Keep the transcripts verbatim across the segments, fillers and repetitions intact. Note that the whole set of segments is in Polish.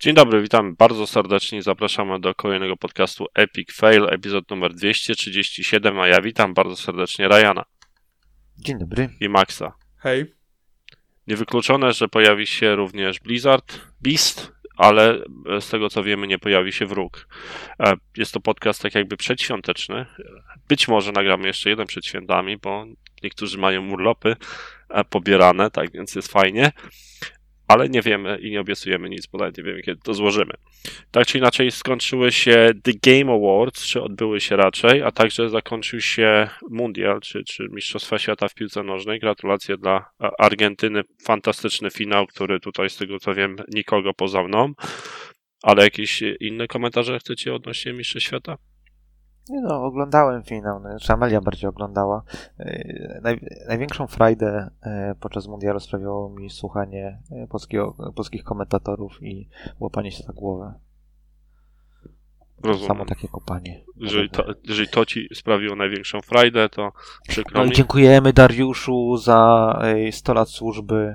Dzień dobry, witam bardzo serdecznie i zapraszamy do kolejnego podcastu Epic Fail, epizod numer dwieście trzydzieści siedem, a ja witam bardzo serdecznie Ryana. Dzień dobry. I Maxa. Hej. Niewykluczone, że pojawi się również Blizzard Beast, ale z tego co wiemy nie pojawi się wróg. Jest to podcast tak jakby przedświąteczny. Być może nagramy jeszcze jeden przed świętami, bo niektórzy mają urlopy pobierane, tak więc jest fajnie. Ale nie wiemy i nie obiecujemy nic, bo nawet nie wiemy, kiedy to złożymy. Tak czy inaczej skończyły się The Game Awards, czy odbyły się raczej, a także zakończył się Mundial, czy, czy Mistrzostwa Świata w piłce nożnej. Gratulacje dla Argentyny. Fantastyczny finał, który tutaj z tego co wiem nikogo poza mną. Ale jakieś inne komentarze chcecie odnośnie Mistrzostw Świata? Nie no, oglądałem finał, no, jeszcze Amelia bardziej oglądała. Naj, największą frajdę podczas mundialu sprawiało mi słuchanie polskiego, polskich komentatorów i łapanie się za głowę. Rozumiem. Samo takie kopanie. Jeżeli to, jeżeli to ci sprawiło największą frajdę, to przykro no mi. I dziękujemy Dariuszu za sto lat służby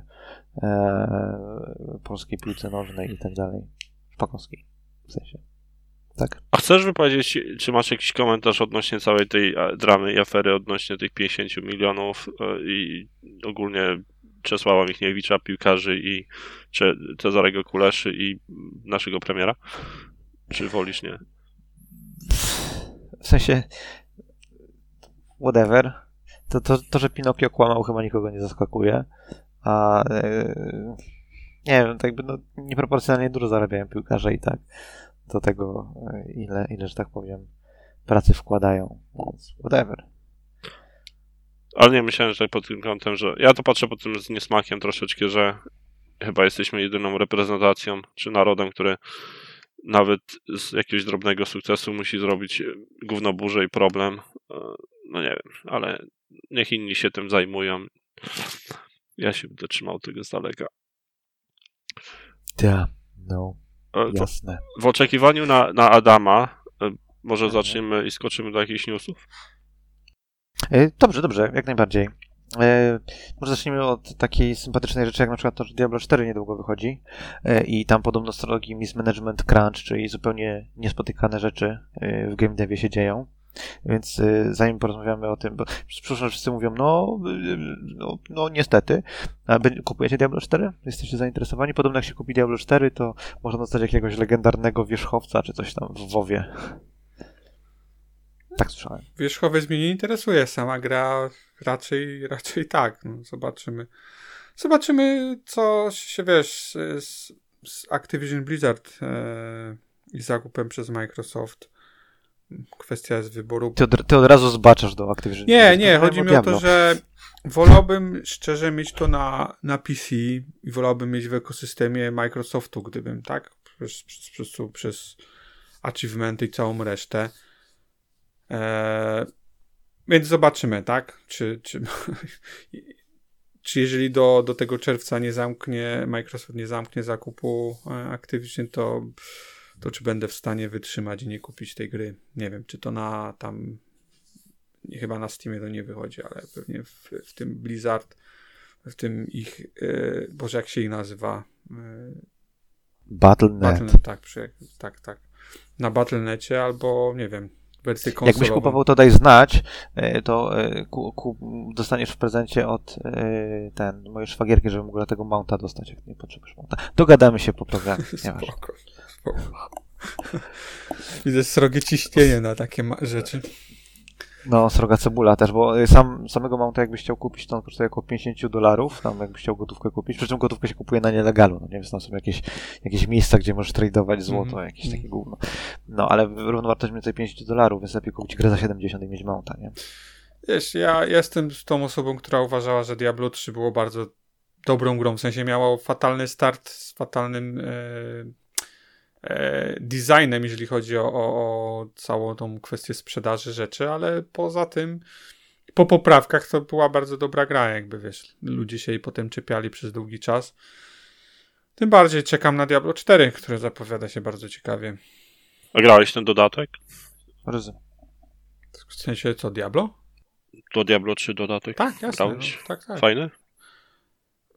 e, polskiej piłce nożnej i tak dalej. Szpakowskiej w sensie. Tak. A chcesz wypowiedzieć, czy masz jakiś komentarz odnośnie całej tej dramy i afery, odnośnie tych pięćdziesięciu milionów i ogólnie Czesława Michniewicza, piłkarzy i Cezarego Kuleszy i naszego premiera? Czy wolisz nie? W sensie whatever. To, to, to że Pinokio kłamał, chyba nikogo nie zaskakuje. A yy, nie wiem, tak jakby no, nieproporcjonalnie dużo zarabiają piłkarze i tak. Do tego, ile, ile, że tak powiem, pracy wkładają. Więc whatever. Ale nie, myślałem, że pod tym kątem, że ja to patrzę pod tym z niesmakiem troszeczkę, że chyba jesteśmy jedyną reprezentacją, czy narodem, który nawet z jakiegoś drobnego sukcesu musi zrobić gównoburzę i problem. No nie wiem, ale niech inni się tym zajmują. Ja się będę trzymał tego z daleka. Yeah, no. Jasne. W, w oczekiwaniu na, na Adama, może mhm. zaczniemy i skoczymy do jakichś newsów? Dobrze, dobrze, jak najbardziej. Może zacznijmy od takiej sympatycznej rzeczy, jak na przykład to, że Diablo cztery niedługo wychodzi i tam podobno strogi mismanagement crunch, czyli zupełnie niespotykane rzeczy w game devie się dzieją. Więc y, zanim porozmawiamy o tym, bo przyszło wszyscy mówią, no, y, no, no niestety, a by, kupujecie Diablo cztery? Jesteście zainteresowani? Podobno jak się kupi Diablo cztery, to można dostać jakiegoś legendarnego wierzchowca, czy coś tam w WoWie. Tak słyszałem. Wierzchowiec mnie nie interesuje, sama gra raczej, raczej tak, no, zobaczymy. Zobaczymy, co się, wiesz, z, z Activision Blizzard e, i zakupem przez Microsoft. Kwestia jest wyboru. Ty od, ty od razu zbaczasz do Activision. Nie, nie, chodzi mi o to, że wolałbym szczerze mieć to na, na P C i wolałbym mieć w ekosystemie Microsoftu, gdybym, tak? Przez, przez, przez, przez achievementy i całą resztę. Eee, więc zobaczymy, tak? Czy, czy, czy jeżeli do, do tego czerwca nie zamknie, Microsoft nie zamknie zakupu Activision, to to czy będę w stanie wytrzymać i nie kupić tej gry. Nie wiem, czy to na tam nie, chyba na Steamie to nie wychodzi, ale pewnie w, w tym Blizzard, w tym ich yy, Boże, jak się ich nazywa? Yy, Battle dot net. Battle dot net, tak, przy, tak, tak. Na Battle dot necie albo, nie wiem, wersję konsolową. Jakbyś kupował, to daj znać, to ku, ku, dostaniesz w prezencie od ten, mojej szwagierki, żeby mogła tego mounta dostać, jak nie potrzebujesz mounta. Dogadamy się po programie. Spoko. Widzę srogie ciśnienie na takie ma- rzeczy. No, sroga cebula też, bo sam, samego mounta jakbyś chciał kupić, to on kosztuje około pięćdziesiąt dolarów, tam jakbyś chciał gotówkę kupić, przy czym gotówkę się kupuje na nielegalu, no nie wiem, tam są jakieś, jakieś miejsca, gdzie możesz tradeować złoto, mm-hmm. jakieś takie gówno. No, ale równowartość mniej więcej pięćdziesiąt dolarów, więc lepiej kupić grę za siedemdziesiąt i mieć mounta, nie? Wiesz, ja jestem tą osobą, która uważała, że Diablo trzy było bardzo dobrą grą, w sensie miało fatalny start z fatalnym e, designem, jeżeli chodzi o, o, o całą tą kwestię sprzedaży rzeczy, ale poza tym po poprawkach to była bardzo dobra gra, jakby wiesz, ludzie się jej potem czepiali przez długi czas. Tym bardziej czekam na Diablo cztery, które zapowiada się bardzo ciekawie. A grałeś ten dodatek? Rozumiem. W sensie co, Diablo? Do Diablo trzy dodatek? Tak, jasne. No, grałeś? tak, tak. Fajny?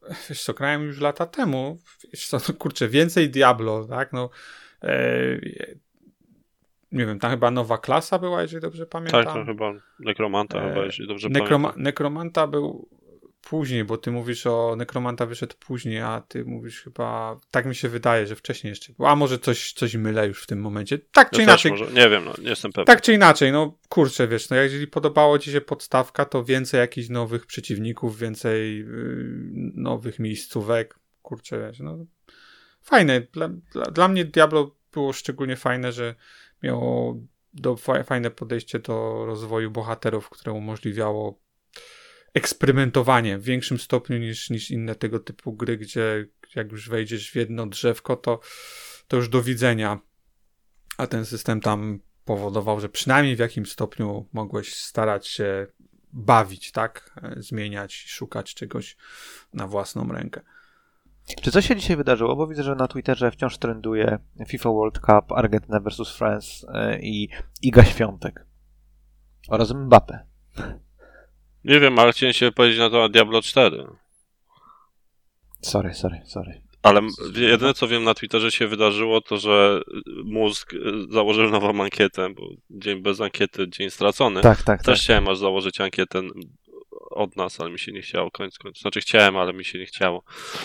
wiesz co, grałem już lata temu, wiesz co, no kurczę, więcej Diablo, tak, no e, nie wiem, tam chyba nowa klasa była, jeżeli dobrze pamiętam. Tak, to chyba Nekromanta, e, chyba, jeśli dobrze Nekroma- pamiętam. Nekromanta był później, bo ty mówisz o Nekromanta wyszedł później, a ty mówisz chyba, tak mi się wydaje, że wcześniej jeszcze był. A może coś, coś mylę już w tym momencie. Tak czy ja inaczej. Może, nie wiem, no, nie jestem pewien. Tak czy inaczej, no kurczę, wiesz, no jeżeli podobało ci się podstawka, to więcej jakichś nowych przeciwników, więcej yy, nowych miejscówek, kurczę, wiesz, no fajne. Dla, dla, dla mnie Diablo było szczególnie fajne, że miało do, fajne podejście do rozwoju bohaterów, które umożliwiało eksperymentowanie w większym stopniu niż, niż inne tego typu gry, gdzie jak już wejdziesz w jedno drzewko, to, to już do widzenia. A ten system tam powodował, że przynajmniej w jakimś stopniu mogłeś starać się bawić, tak? Zmieniać, szukać czegoś na własną rękę. Czy coś się dzisiaj wydarzyło? Bo widzę, że na Twitterze wciąż trenduje FIFA World Cup, Argentyna versus France i Iga Świątek oraz Mbappé. Nie wiem, ale chciałem się powiedzieć na temat Diablo cztery. Sorry, sorry, sorry. Ale jedyne, co wiem na Twitterze się wydarzyło, to że mózg założył nową ankietę, bo dzień bez ankiety, dzień stracony. Tak, tak, Też tak. chciałem aż założyć ankietę od nas, ale mi się nie chciało koniec końców. Znaczy chciałem, ale mi się nie chciało.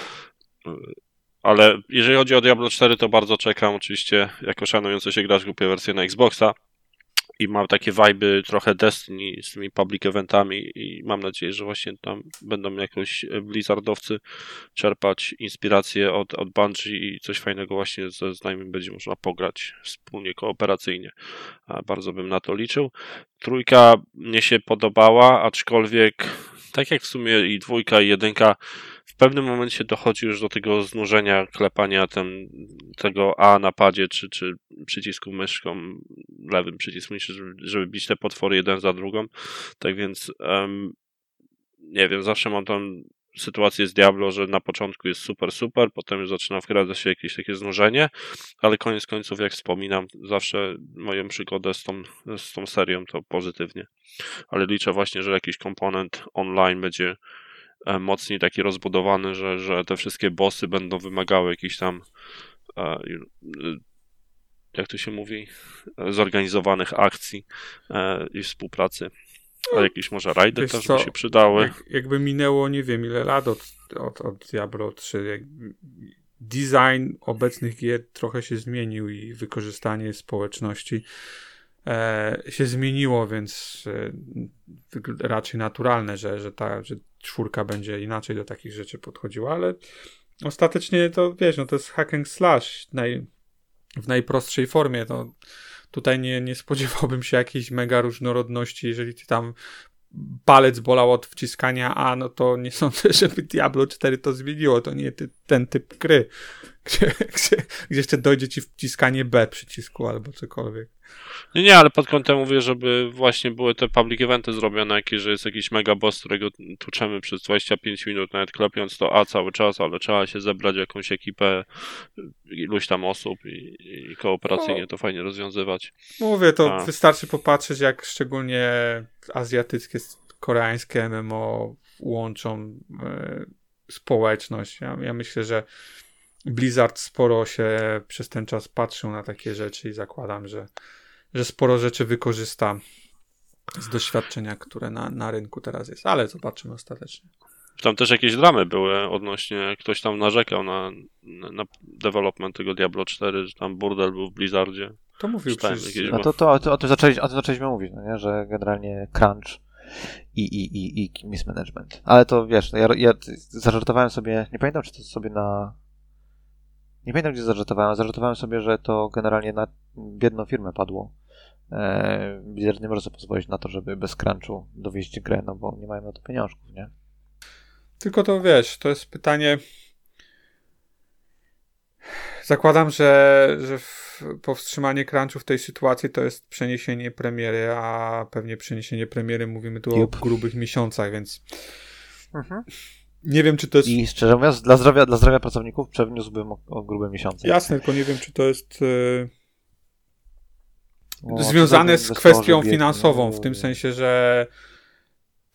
Ale jeżeli chodzi o Diablo cztery, to bardzo czekam. Oczywiście jako szanujący się gracz kupię wersję na Xboxa i mam takie vibe'y trochę Destiny z tymi public eventami i mam nadzieję, że właśnie tam będą jakoś Blizzardowcy czerpać inspiracje od, od Bungie i coś fajnego właśnie ze znajomymi będzie można pograć wspólnie, kooperacyjnie. Bardzo bym na to liczył. Trójka mnie się podobała, aczkolwiek tak jak w sumie i dwójka i jedynka w pewnym momencie dochodzi już do tego znużenia klepania ten, tego A na padzie, czy, czy przycisku myszką, lewym przycisku myszy, żeby, żeby bić te potwory jeden za drugą. Tak więc um, nie wiem, zawsze mam tam sytuację z Diablo, że na początku jest super, super, potem już zaczyna wkradać się jakieś takie znużenie, ale koniec końców, jak wspominam, zawsze moją przygodę z tą, z tą serią to pozytywnie. Ale liczę właśnie, że jakiś komponent online będzie mocniej taki rozbudowany, że, że te wszystkie bossy będą wymagały jakichś tam e, jak to się mówi, zorganizowanych akcji e, i współpracy. A jakieś może rajdy Wiesz też co, by się przydały. Jak, jakby minęło nie wiem ile lat od, od, od Diablo trzy. Jak design obecnych gier trochę się zmienił i wykorzystanie społeczności e, się zmieniło, więc e, raczej naturalne, że, że ta że czwórka będzie inaczej do takich rzeczy podchodziła, ale ostatecznie to wiesz, no to jest hack and slash naj, w najprostszej formie. To tutaj nie, nie spodziewałbym się jakiejś mega różnorodności, jeżeli ty tam palec bolał od wciskania A, no to nie sądzę, żeby Diablo cztery to zmieniło. To nie ty, ten typ gry, gdzie, gdzie, gdzie jeszcze dojdzie ci wciskanie B przycisku albo cokolwiek. Nie, nie, ale pod kątem mówię, żeby właśnie były te public eventy zrobione, jakieś, że jest jakiś mega boss, którego tłuczemy przez dwadzieścia pięć minut, nawet klepiąc to A cały czas, ale trzeba się zebrać w jakąś ekipę, iluś tam osób i, i kooperacyjnie no, to fajnie rozwiązywać. Mówię, to A. wystarczy popatrzeć, jak szczególnie azjatyckie, koreańskie M M O łączą e, społeczność. Ja, ja myślę, że Blizzard sporo się przez ten czas patrzył na takie rzeczy i zakładam, że, że sporo rzeczy wykorzysta z doświadczenia, które na, na rynku teraz jest, ale zobaczymy ostatecznie. Tam też jakieś dramy były odnośnie, ktoś tam narzekał na, na, na development tego Diablo cztery, że tam burdel był w Blizzardzie. To mówił przecież. A to, to, to, o, tym zaczęli, o tym zaczęliśmy mówić, no nie? Że generalnie crunch i, i, i, i mismanagement. Ale to wiesz, ja, ja zażartowałem sobie, nie pamiętam czy to sobie na... Nie pamiętam gdzie zażartowałem, ale zażartowałem sobie, że to generalnie na biedną firmę padło. Eee, Blizzard nie może sobie pozwolić na to, żeby bez crunchu dowieść grę, no bo nie mają na to pieniążków, nie? Tylko to wiesz, to jest pytanie. Zakładam, że, że powstrzymanie crunchu w tej sytuacji to jest przeniesienie premiery, a pewnie przeniesienie premiery mówimy tu yep. o grubych miesiącach, więc mhm. nie wiem, czy to jest... I szczerze mówiąc, dla zdrowia, dla zdrowia pracowników przewniósłbym o, o grube miesiące. Jasne, tylko nie wiem, czy to jest yy... o, związane z kwestią finansową, w tym sensie, że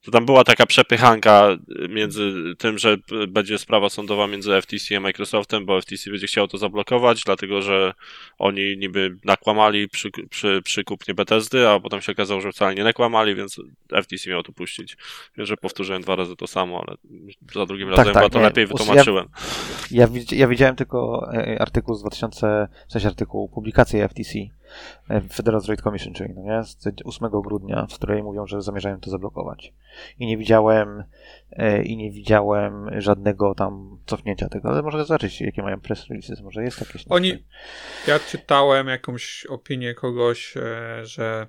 To tam była taka przepychanka między tym, że będzie sprawa sądowa między F T C a Microsoftem, bo F T C będzie chciało to zablokować, dlatego że oni niby nakłamali przy, przy, przy kupnie Bethesdy, a potem się okazało, że wcale nie nakłamali, więc F T C miał to puścić. Wiem, że powtórzyłem dwa razy to samo, ale za drugim tak, razem tak, chyba to nie, lepiej wytłumaczyłem. Ja, ja, ja widziałem tylko artykuł z dwa tysiące, w sensie artykuł, publikację F T C, Federal Trade Commission, czyli no nie, z ósmego grudnia, w której mówią, że zamierzają to zablokować. I nie widziałem i nie widziałem żadnego tam cofnięcia tego, ale może zobaczyć, jakie mają press releases, może jest jakieś... Oni, ja czytałem jakąś opinię kogoś, że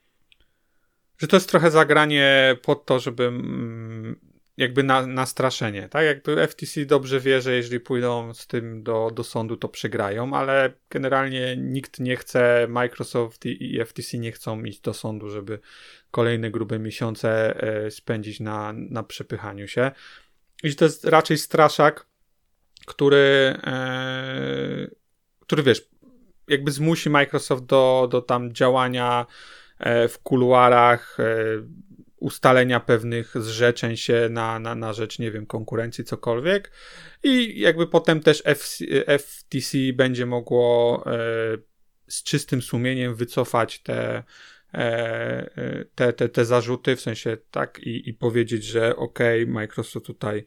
że to jest trochę zagranie pod to, żeby jakby na, na straszenie, tak? Jakby F T C dobrze wie, że jeżeli pójdą z tym do, do sądu, to przegrają, ale generalnie nikt nie chce, Microsoft i, i F T C nie chcą iść do sądu, żeby kolejne grube miesiące e, spędzić na, na przepychaniu się. I to jest raczej straszak, który e, który wiesz, jakby zmusi Microsoft do, do tam działania e, w kuluarach, e, ustalenia pewnych zrzeczeń się na, na, na rzecz, nie wiem, konkurencji, cokolwiek. I jakby potem też F, F T C będzie mogło e, z czystym sumieniem wycofać te, e, te, te, te zarzuty, w sensie tak, i, i powiedzieć, że okej, okay, Microsoft tutaj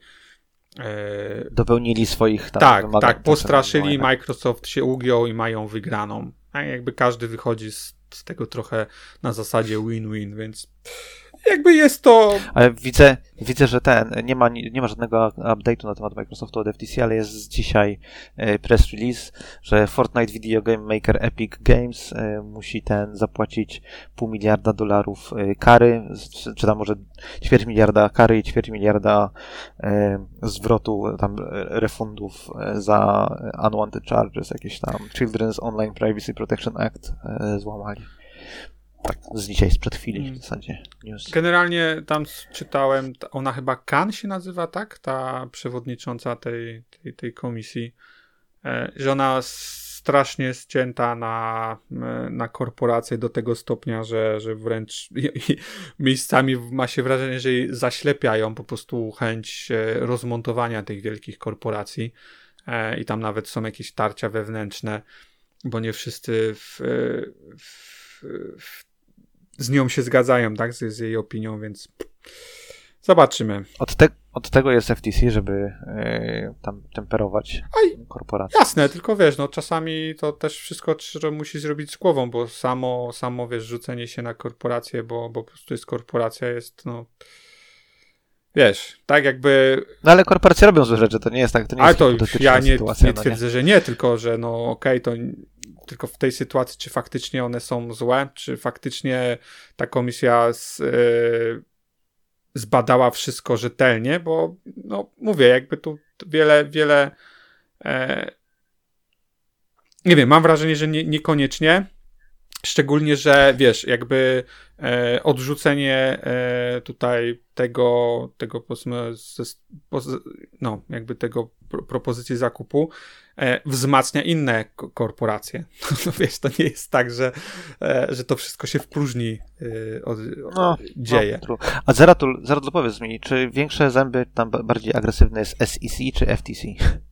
e, dopełnili swoich tam tak, wymagań. tak, postraszyli, Microsoft się ugiął i mają wygraną. A jakby każdy wychodzi z, z tego trochę na zasadzie win-win, więc jakby jest to... Ale widzę, widzę, że ten, nie ma, nie ma żadnego update'u na temat Microsoftu od F T C, ale jest dzisiaj press release, że Fortnite Video Game Maker Epic Games musi ten zapłacić pół miliarda dolarów kary, czy tam może ćwierć miliarda kary i ćwierć miliarda zwrotu tam refundów za unwanted charges, jakieś tam Children's Online Privacy Protection Act złamali. Tak, z dzisiaj, sprzed chwili w zasadzie news. Generalnie tam czytałem, ona chyba Khan się nazywa, tak? Ta przewodnicząca tej, tej, tej komisji, że ona strasznie ścięta na, na korporacje do tego stopnia, że, że wręcz miejscami ma się wrażenie, że jej zaślepiają po prostu chęć rozmontowania tych wielkich korporacji i tam nawet są jakieś tarcia wewnętrzne, bo nie wszyscy w, w, w z nią się zgadzają, tak, z, z jej opinią, więc zobaczymy. Od, te, od tego jest F T C, żeby yy, tam temperować Aj, korporacje. Jasne, tylko wiesz, no czasami to też wszystko trzeba musi zrobić z głową, bo samo, samo wiesz, rzucenie się na korporację, bo, bo po prostu jest korporacja, jest no wiesz, tak jakby... No ale korporacje robią złe rzeczy, to nie jest tak, to nie ale jest to ja nie, sytuacja, nie no twierdzę, nie? że nie, tylko że no okej, okay, to tylko w tej sytuacji, czy faktycznie one są złe, czy faktycznie ta komisja z, yy, zbadała wszystko rzetelnie, bo no mówię, jakby tu wiele, wiele e, nie wiem, mam wrażenie, że nie, niekoniecznie, szczególnie, że wiesz, jakby e, odrzucenie e, tutaj tego, tego powiedzmy, z, no jakby tego pro, propozycji zakupu e, wzmacnia inne ko- korporacje. No wiesz, to nie jest tak, że, e, że to wszystko się w próżni e, od, no, dzieje. No, a Zeratul, Zeratul, powiedz mi, czy większe zęby tam bardziej agresywne jest S E C czy F T C?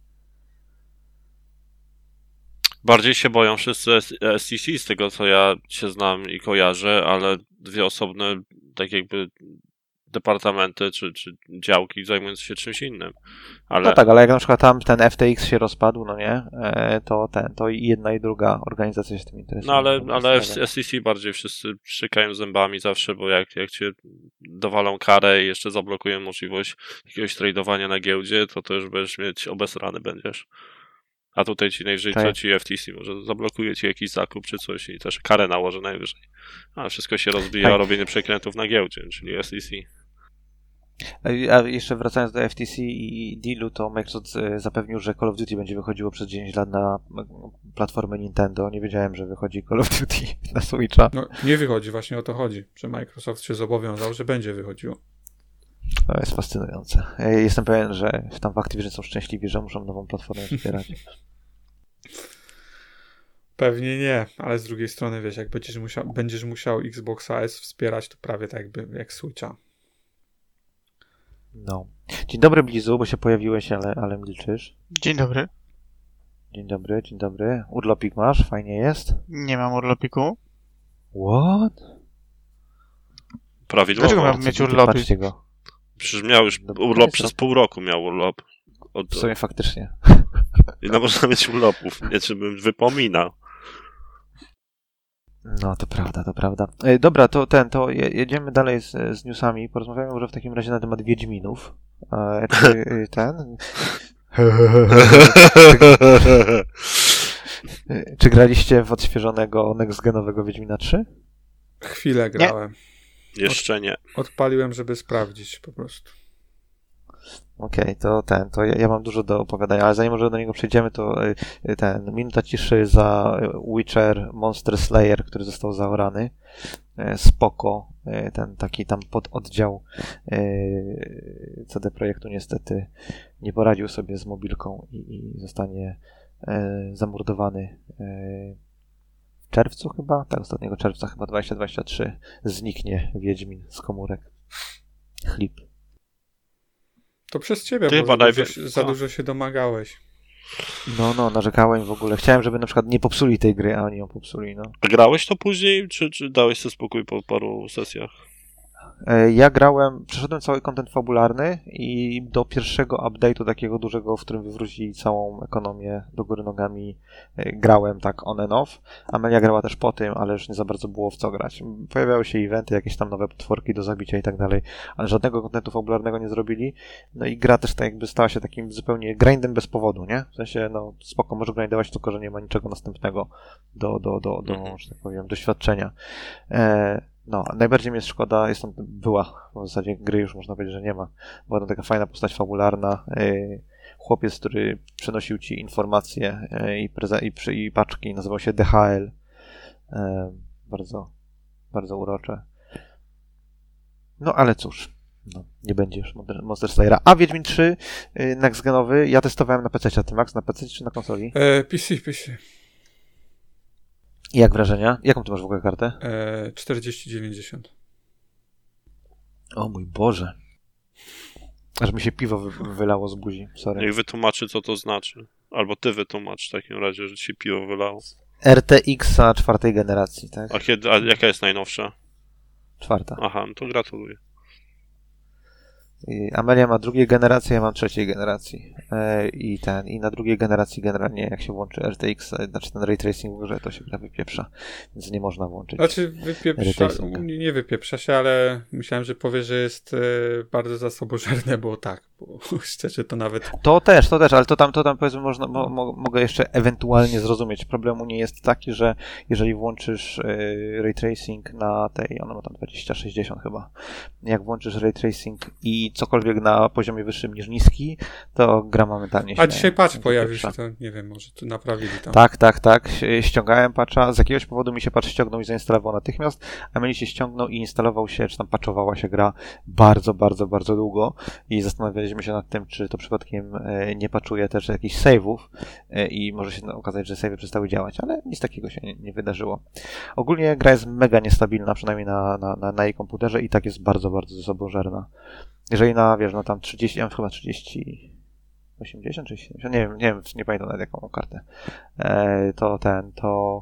Bardziej się boją wszyscy S E C z tego, co ja się znam i kojarzę, ale dwie osobne, tak jakby departamenty czy, czy działki zajmujące się czymś innym. Ale... No tak, ale jak na przykład tam ten F T X się rozpadł, no nie, to ten, to i jedna i druga organizacja się tym interesuje. No ale, ale S E C bardziej wszyscy przykają zębami zawsze, bo jak, jak cię dowalą karę i jeszcze zablokują możliwość jakiegoś tradowania na giełdzie, to to już będziesz mieć obesrany będziesz. A tutaj ci najwyżej co ci F T C może zablokuje ci jakiś zakup czy coś i też karę nałoży najwyżej. A wszystko się rozbija o robienie przekrętów na giełdzie, czyli S E C. A jeszcze wracając do F T C i dealu, to Microsoft zapewnił, że Call of Duty będzie wychodziło przez dziesięć lat na platformę Nintendo. Nie wiedziałem, że wychodzi Call of Duty na Switcha. No nie wychodzi, właśnie o to chodzi, że Microsoft się zobowiązał, że będzie wychodziło. To jest fascynujące. Ja jestem pewien, że tam w Activision są szczęśliwi, że muszą nową platformę wspierać. Pewnie nie, ale z drugiej strony, wiesz, jak będziesz musiał, będziesz musiał Xboxa S wspierać, to prawie tak jakby jak Switcha. No. Dzień dobry, Blizu, bo się pojawiłeś, ale, ale milczysz. Dzień dobry. Dzień dobry, dzień dobry. Urlopik masz? Fajnie jest? Nie mam urlopiku. What? Prawidłowo. Dlaczego miałbym mieć urlopik? Patrzcie go. Przecież miał już No, urlop jest przez to- pół roku miał urlop. Od... W sumie faktycznie. Ile można mieć urlopów? Nie, czy bym wypominał. No, to prawda, to prawda. E, dobra, to ten, to je- jedziemy dalej z, z newsami. Porozmawiamy może w takim razie na temat Wiedźminów. E, czy e, ten... E, Czy graliście w odświeżonego next-genowego Wiedźmina trzy? Chwilę grałem. Jeszcze nie. Odpaliłem, żeby sprawdzić po prostu. Okej, to ten, to ja, ja mam dużo do opowiadania, ale zanim może do niego przejdziemy, to y, y, ten, minuta ciszy za Witcher Monster Slayer, który został zaorany. Y, spoko, y, ten taki tam pododdział y, C D Projektu niestety nie poradził sobie z mobilką i, i zostanie y, zamordowany y, w czerwcu chyba, tak, ostatniego czerwca chyba dwa tysiące dwudziestego trzeciego zniknie Wiedźmin z komórek. Chlip. To przez ciebie, Ty bo chyba za, dużo, najwie- się- za no. dużo się domagałeś. No, no, narzekałem w ogóle. Chciałem, żeby na przykład nie popsuli tej gry, a oni ją popsuli, no. A grałeś to później, czy, czy dałeś sobie spokój po paru sesjach? E, Ja grałem, przeszedłem cały content fabularny i do pierwszego update'u takiego dużego, w którym wywrócili całą ekonomię do góry nogami, e, grałem tak on and off. Amelia grała też po tym, ale już nie za bardzo było w co grać. Pojawiały się eventy, jakieś tam nowe potworki do zabicia i tak dalej, ale żadnego contentu fabularnego nie zrobili. No i gra też tak jakby stała się takim zupełnie grindem bez powodu, nie? W sensie, no spoko, może grindować, tylko że nie ma niczego następnego do, do, do, do, Mhm. że tak powiem, doświadczenia. E, No, najbardziej mi jest szkoda, jest tam, była, w zasadzie gry już można powiedzieć, że nie ma. Była tam taka fajna postać fabularna, yy, chłopiec, który przynosił ci informacje yy, i, preze- i, przy- i paczki, nazywał się D H L. Yy, bardzo, bardzo urocze. No, ale cóż, no, nie będzie już Monster- Monster Slayera. A Wiedźmin trzy, yy, next-genowy, ja testowałem na P C, a ty Max, na P C czy na konsoli? E, P C, P C. I jak wrażenia? Jaką ty masz w ogóle kartę? E, czterdzieści dziewięćdziesiąt. O mój Boże. Aż mi się piwo wy- wylało z buzi, sorry. Niech wytłumaczy, co to znaczy. Albo ty wytłumacz w takim razie, że ci się piwo wylało. R T X-a czwartej generacji, tak? A, kiedy, a jaka jest najnowsza? Czwarta. Aha, no to gratuluję. I Amelia ma drugiej generacji, ja mam trzeciej generacji. E, I ten, i na drugiej generacji generalnie jak się włączy R T X, e, znaczy ten ray tracing w grze, to się gra wypieprza, więc nie można włączyć. Znaczy, wypieprza, Retracing. nie, nie wypieprza się, ale myślałem, że powie, że jest e, bardzo zasobożerne, bo tak, bo szczerze to nawet... To też, to też, ale to tam, to tam powiedzmy można, mo, mo, mogę jeszcze ewentualnie zrozumieć. Problemu nie jest taki, że jeżeli włączysz y, ray tracing na tej, ona ma tam dwadzieścia sześćdziesiąt chyba, jak włączysz ray tracing i cokolwiek na poziomie wyższym niż niski, to gra momentalnie się... A dzisiaj patch się pojawił się, wypieprza. to nie wiem, może to naprawili tam. Tak, tak, tak. Ściągałem patcha. Z jakiegoś powodu mi się patch ściągnął i zainstalował natychmiast, a mieli się ściągnął i instalował się, czy tam patchowała się gra bardzo, bardzo, bardzo długo i zastanawialiśmy się nad tym, czy to przypadkiem e, nie patchuje też jakichś save'ów e, i może się okazać, że save'y przestały działać, ale nic takiego się nie, nie wydarzyło. Ogólnie gra jest mega niestabilna, przynajmniej na, na, na, na jej komputerze i tak jest bardzo, bardzo zasobożerna. Jeżeli na, wiesz, no tam trzydzieści, ja mam chyba trzydzieści... osiemdziesiąt czy siedemdziesiąt, nie wiem, nie wiem, nie pamiętam nawet jaką mam kartę. E, to ten, to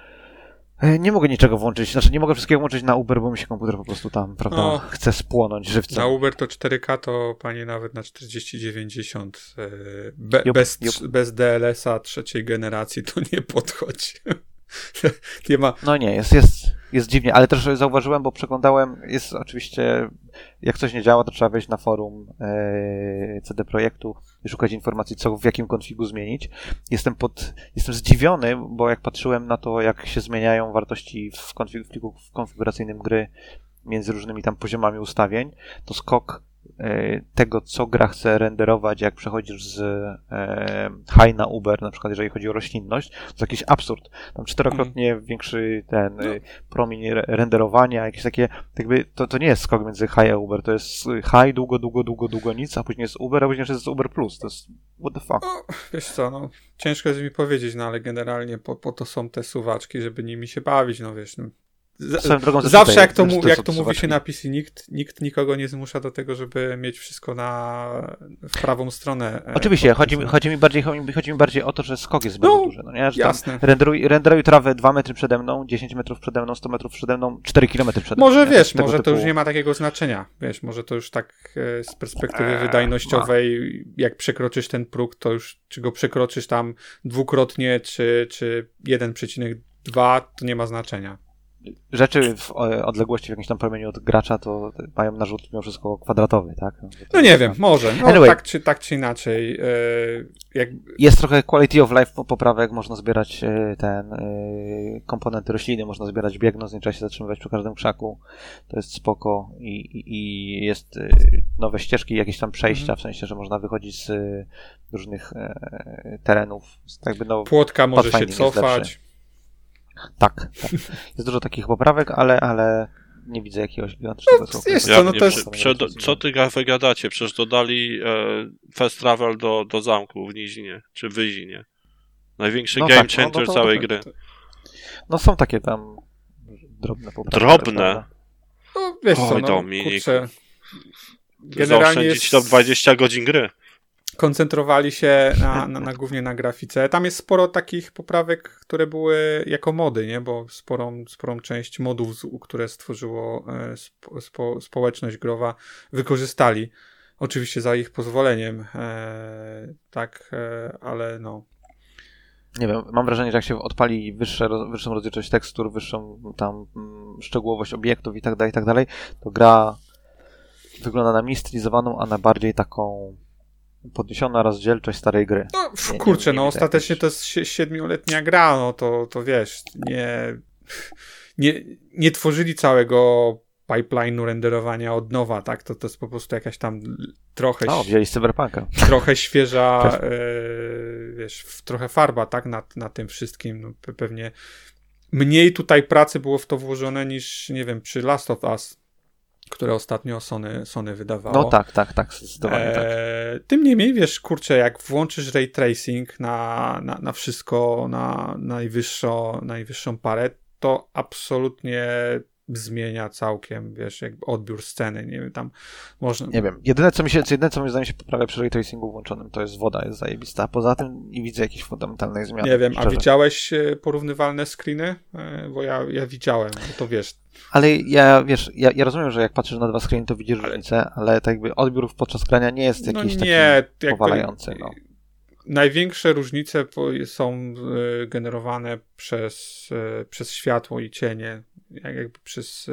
e, nie mogę niczego włączyć, znaczy nie mogę wszystkiego włączyć na Uber, bo mi się komputer po prostu tam, prawda, No. chce spłonąć żywcem. Na Uber to cztery K, to panie nawet na czterdzieści dziewięćdziesiąt e, be, Jup, bez, jup. bez D L S-a trzeciej generacji to nie podchodzi. Nie ma... No nie, jest, jest, jest dziwnie, ale też zauważyłem, bo przeglądałem, jest oczywiście, jak coś nie działa, to trzeba wejść na forum e, C D Projektu i szukać informacji, co w jakim konfigu zmienić. Jestem pod, jestem zdziwiony, bo jak patrzyłem na to, jak się zmieniają wartości w, konfig, w pliku konfiguracyjnym gry między różnymi tam poziomami ustawień, to skok e, tego, co gra chce renderować, jak przechodzisz z e, high na Uber, na przykład jeżeli chodzi o roślinność, to jest jakiś absurd. Tam czterokrotnie większy ten e, promień re- renderowania, jakieś takie, jakby to, to nie jest skok między high a Uber, to jest high, długo, długo, długo, długo nic, a później jest Uber, a później jest Uber Plus. To jest what the fuck. O, wiesz co, no, ciężko jest mi powiedzieć, no ale generalnie po, po to są te suwaczki, żeby nimi się bawić, no wiesz, no. Z, drogą zawsze jak to, mu, to jak to mówi się na P C, nikt, nikt nikogo nie zmusza do tego, żeby mieć wszystko na w prawą stronę. Oczywiście, chodzi mi, chodzi, mi bardziej, chodzi, mi, chodzi mi bardziej o to, że skok jest bardzo no, duży. No nie? Że jasne. Renderuj, renderuj trawę dwa metry przede mną, dziesięć metrów przede mną, sto metrów przede mną, cztery kilometry przede mną. Może nie? wiesz, Tego może typu... to już nie ma takiego znaczenia. Wiesz, może to już tak e, z perspektywy eee, wydajnościowej, ma. Jak przekroczysz ten próg, to już czy go przekroczysz tam dwukrotnie, czy, czy jeden przecinek dwa, to nie ma znaczenia. Rzeczy w odległości w jakimś tam promieniu od gracza to mają narzut mimo wszystko kwadratowy, tak? No, no nie wiem, może. No, anyway. tak, czy, tak czy inaczej. Yy, jak... Jest trochę quality of life poprawek, można zbierać yy, ten yy, komponenty rośliny, można zbierać biegną, nie trzeba się zatrzymywać przy każdym krzaku. To jest spoko i, i, i jest yy, nowe ścieżki, jakieś tam przejścia, mm-hmm. w sensie, że można wychodzić z yy, różnych yy, terenów. Tak by, no, płotka może się cofać. Tak, tak. Jest dużo takich poprawek, ale, ale nie widzę jakiegoś gigantycznego no, słowa. Jest to, no to jest... Prze, prze, co ty gadacie? Przecież dodali e, fast travel do, do zamku w Nizinie, czy w Wyzinie. Największy no game tak, changer no, no, całej to, gry. No są takie tam drobne poprawki. Drobne? No wiesz co, Oj, no, Dominik. kurczę. Generalnie jest... tam dwadzieścia godzin gry. Koncentrowali się na, na, na, głównie na grafice. Tam jest sporo takich poprawek, które były jako mody, nie? Bo sporą, sporą część modów, które stworzyło e, spo, spo, społeczność growa, wykorzystali. Oczywiście za ich pozwoleniem. E, tak, e, ale no. Nie wiem, mam wrażenie, że jak się odpali wyższe, wyższą rozdzielczość tekstur, wyższą tam mm, szczegółowość obiektów i tak dalej, i tak dalej, to gra wygląda na mniej stylizowaną, a na bardziej taką podniesiona rozdzielczość starej gry. No nie, kurczę, nie, nie no jakoś... ostatecznie to jest siedmioletnia gra, no to, to wiesz, nie, nie, nie tworzyli całego pipeline'u renderowania od nowa, tak? To, to jest po prostu jakaś tam trochę... O, wzięli z Cyberpunka. Trochę świeża, e, wiesz, trochę farba, tak? Nad, nad tym wszystkim. No, pewnie mniej tutaj pracy było w to włożone niż, nie wiem, przy Last of Us, które ostatnio Sony, Sony wydawało. No tak, tak, tak, zdecydowanie e, tak. Tym niemniej, wiesz, kurczę, jak włączysz ray tracing na, na, na wszystko, na najwyższą, najwyższą parę, to absolutnie zmienia całkiem, wiesz, jakby odbiór sceny, nie wiem, tam można... Nie wiem, jedyne co mi się, jedyne co mi zdaje się poprawia przy ray tracingu włączonym, to jest woda, jest zajebista, a poza tym nie widzę jakichś fundamentalnych zmian. Nie wiem, szczerze. A widziałeś porównywalne screeny? Bo ja, ja widziałem, to wiesz. Ale ja, wiesz, ja, ja rozumiem, że jak patrzysz na dwa screeny, to widzisz ale... różnicę, ale tak jakby odbiór podczas grania nie jest jakiś no nie, taki powalający, no. Największe różnice są generowane przez, przez światło i cienie, jakby przez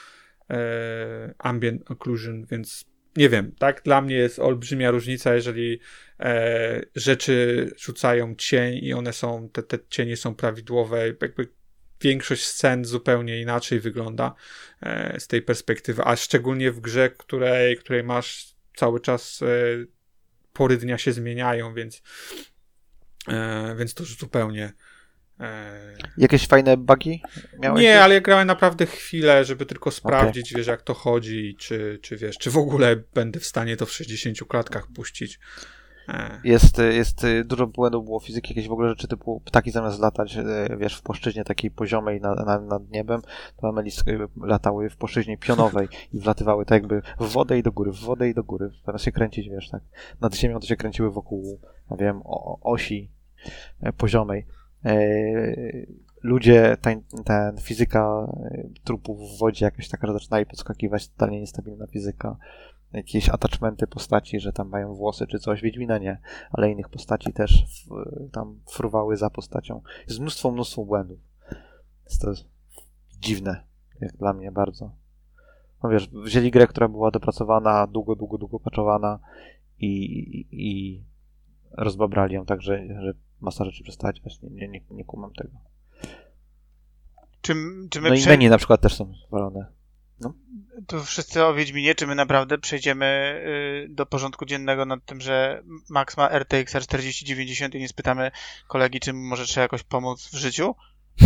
e, ambient occlusion, więc nie wiem, tak? Dla mnie jest olbrzymia różnica, jeżeli e, rzeczy rzucają cień i one są, te, te cienie są prawidłowe, jakby większość scen zupełnie inaczej wygląda e, z tej perspektywy, a szczególnie w grze, której, której masz cały czas e, pory dnia się zmieniają, więc e, więc to już zupełnie e... Jakieś fajne bugi miałeś? Nie, ale ja grałem naprawdę chwilę, żeby tylko sprawdzić, okay. wiesz, jak to chodzi, czy, czy wiesz, czy w ogóle będę w stanie to w sześćdziesięciu klatkach puścić. E... Jest, jest dużo błędów było fizyki, jakieś w ogóle rzeczy typu ptaki zamiast latać, wiesz, w płaszczyźnie takiej poziomej nad, nad, nad niebem, to amelisy latały w płaszczyźnie pionowej i wlatywały tak jakby w wodę i do góry, w wodę i do góry. Zamiast się kręcić, wiesz, tak, nad ziemią to się kręciły wokół, ja wiem, o, osi poziomej. Ludzie, ten, ten fizyka trupów w wodzie jakaś taka, że zaczynali podskakiwać, totalnie niestabilna fizyka. Jakieś attachmenty postaci, że tam mają włosy czy coś. Wiedźmina nie, ale innych postaci też w, tam fruwały za postacią. Jest mnóstwo, mnóstwo błędów. Jest to dziwne, jak dla mnie bardzo. No wiesz, wzięli grę, która była dopracowana, długo, długo, długo patchowana i, i, i rozbabrali ją tak, że, że masa rzeczy przestała działać. Nie, nie, nie, nie kumam tego. Czy, czy my no prze... i menu na przykład też są zwalone. No. To wszyscy o Wiedźminie, czy my naprawdę przejdziemy y, do porządku dziennego nad tym, że Max ma R T X czterdzieści dziewięćdziesiąt i nie spytamy kolegi, czy może trzeba jakoś pomóc w życiu?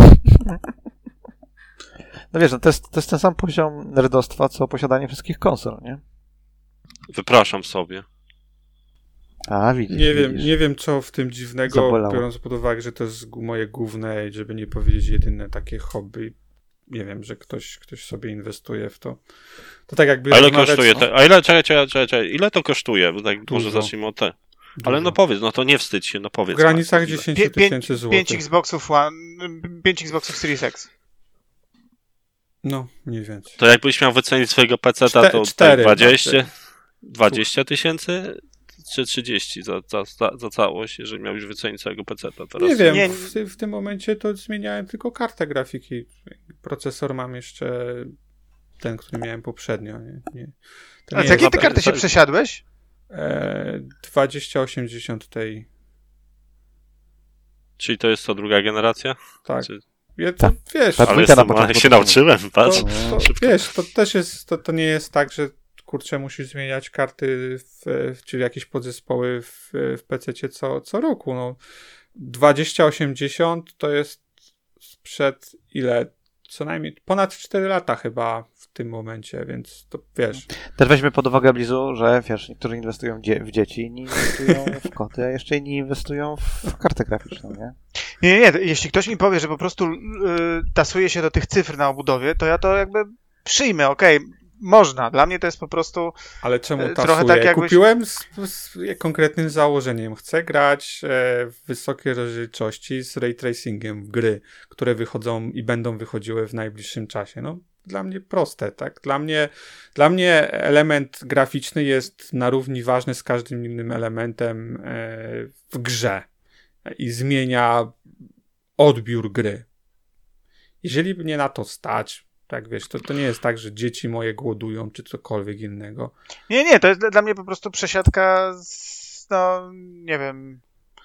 No wiesz, no to, jest, to jest ten sam poziom nerdostwa, co posiadanie wszystkich konsol, nie? Wypraszam sobie. A, widzisz, nie widzisz. wiem, nie wiem, co w tym dziwnego, Zabolało. biorąc pod uwagę, że to jest moje główne, żeby nie powiedzieć jedyne takie hobby. nie wiem, że ktoś, ktoś sobie inwestuje w to. To tak jakby... A ile rozmawiać, kosztuje? no, Te, a ile, czekaj, czekaj, czekaj, czekaj, ile to kosztuje? Bo tak Dużo. może zacznijmy od te. dużo. Ale no powiedz, no to nie wstydź się, no powiedz. W granicach Max, ile? dziesięć Pię- tysięcy pięć, złotych. pięć Xboxów One, pięć Xboxów Series X. No, mniej więcej. To jakbyś miał wycenić swojego peceta, Czte- to cztery, dwadzieścia, znaczy. dwadzieścia tysięcy czy trzydzieści za, za, za, za całość, jeżeli miałbyś wycenić swojego peceta teraz? Nie wiem, Nie- w, w tym momencie to zmieniałem tylko kartę grafiki. Procesor mam jeszcze ten, który miałem poprzednio. Nie, nie. To A nie z jakiej jest- ty karty się przesiadłeś? E, dwadzieścia osiemdziesiąt tej. Czyli to jest co, druga generacja? Tak. Czy... Ja, to, Tak. wiesz, Tak. Ale dwójka na jestem, początku jak się to- nauczyłem, to, patrz. to, wiesz, to też jest, to, to nie jest tak, że kurczę, musisz zmieniać karty, w, w, czyli jakieś podzespoły w, w pececie co, co roku. No. dwadzieścia osiemdziesiąt to jest sprzed ile? Co najmniej ponad cztery lata chyba w tym momencie, więc to wiesz. Też weźmy pod uwagę, Blizu, że wiesz, niektórzy inwestują dzie- w dzieci, inni inwestują w koty, a jeszcze inni inwestują w kartę graficzną, nie? Nie, nie, nie. Jeśli ktoś mi powie, że po prostu y, tasuje się do tych cyfr na obudowie, to ja to jakby przyjmę, okej, można. Dla mnie to jest po prostu... Ale czemu E, tasuję? trochę tak jakbyś- Kupiłem z, z konkretnym założeniem. Chcę grać e, w wysokiej rozdzielczości z ray tracingiem w gry, które wychodzą i będą wychodziły w najbliższym czasie. No, dla mnie proste, tak? Dla mnie, dla mnie element graficzny jest na równi ważny z każdym innym elementem e, w grze i zmienia odbiór gry. Jeżeli mnie na to stać, tak wiesz, to, to nie jest tak, że dzieci moje głodują, czy cokolwiek innego. Nie, nie, to jest dla mnie po prostu przesiadka z, no, nie wiem...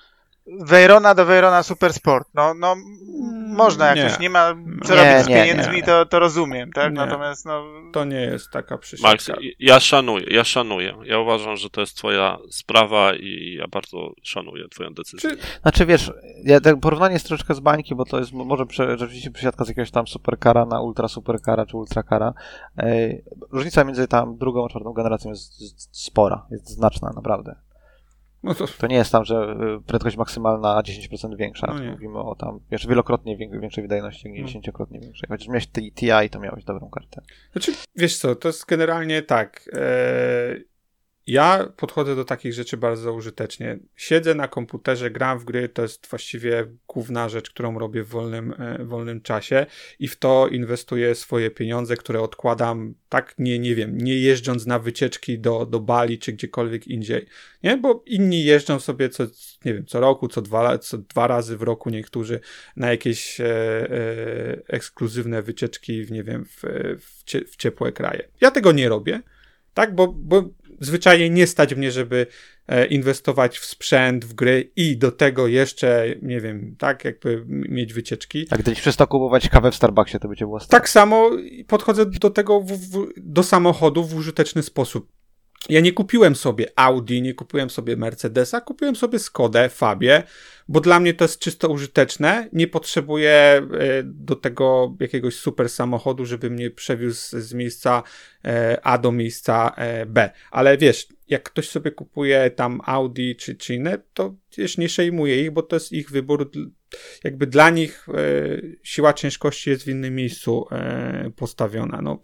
Veyrona do Veyrona Supersport. No, no można, jak Nie. ktoś nie ma co Nie, robić z nie, pieniędzmi, nie. To, to rozumiem, tak? Nie. Natomiast no... To nie jest taka Max, przysiadka. ja szanuję, ja szanuję. Ja uważam, że to jest twoja sprawa i ja bardzo szanuję twoją decyzję. Czy, Znaczy wiesz, ja, tak porównanie jest troszeczkę z bańki, bo to jest może prze, rzeczywiście przysiadka z jakiegoś tam superkara na ultra superkara czy ultrakara. E, różnica między tam drugą a czwartą generacją jest, jest spora, jest znaczna naprawdę. no to, To nie jest tam, że y, prędkość maksymalna dziesięć procent większa. No No nie. mówimy o tam, wiesz, wielokrotnie wię- większej wydajności, jak nie No. dziesięciokrotnie większej. Chociaż miałeś T I, to miałeś dobrą kartę. znaczy, wiesz co, to jest generalnie tak. E, ja podchodzę do takich rzeczy bardzo użytecznie. Siedzę na komputerze, gram w gry, to jest właściwie główna rzecz, którą robię w wolnym, e, wolnym czasie i w to inwestuję swoje pieniądze, które odkładam, tak, nie, nie wiem, nie jeżdżąc na wycieczki do, do Bali czy gdziekolwiek indziej, nie, bo inni jeżdżą sobie co, nie wiem, co roku, co dwa, co dwa razy w roku niektórzy na jakieś e, e, ekskluzywne wycieczki w, nie wiem, w, w, cie, w ciepłe kraje. Ja tego nie robię, tak, bo, bo zwyczajnie nie stać mnie, żeby e, inwestować w sprzęt, w gry i do tego jeszcze, nie wiem, tak, jakby m- mieć wycieczki. A gdybyś przestał kupować kawę w Starbucksie, to by cię było stać. Tak samo podchodzę do tego, w, w, do samochodu w użyteczny sposób. Ja nie kupiłem sobie Audi, nie kupiłem sobie Mercedesa, kupiłem sobie Skodę, Fabię, bo dla mnie to jest czysto użyteczne. Nie potrzebuję e, do tego jakiegoś super samochodu, żeby mnie przewiózł z miejsca e, A do miejsca e, B. Ale wiesz, jak ktoś sobie kupuje tam Audi czy, czy inne, to wiesz, nie szejmuję ich, bo to jest ich wybór. Jakby dla nich e, siła ciężkości jest w innym miejscu e, postawiona. No,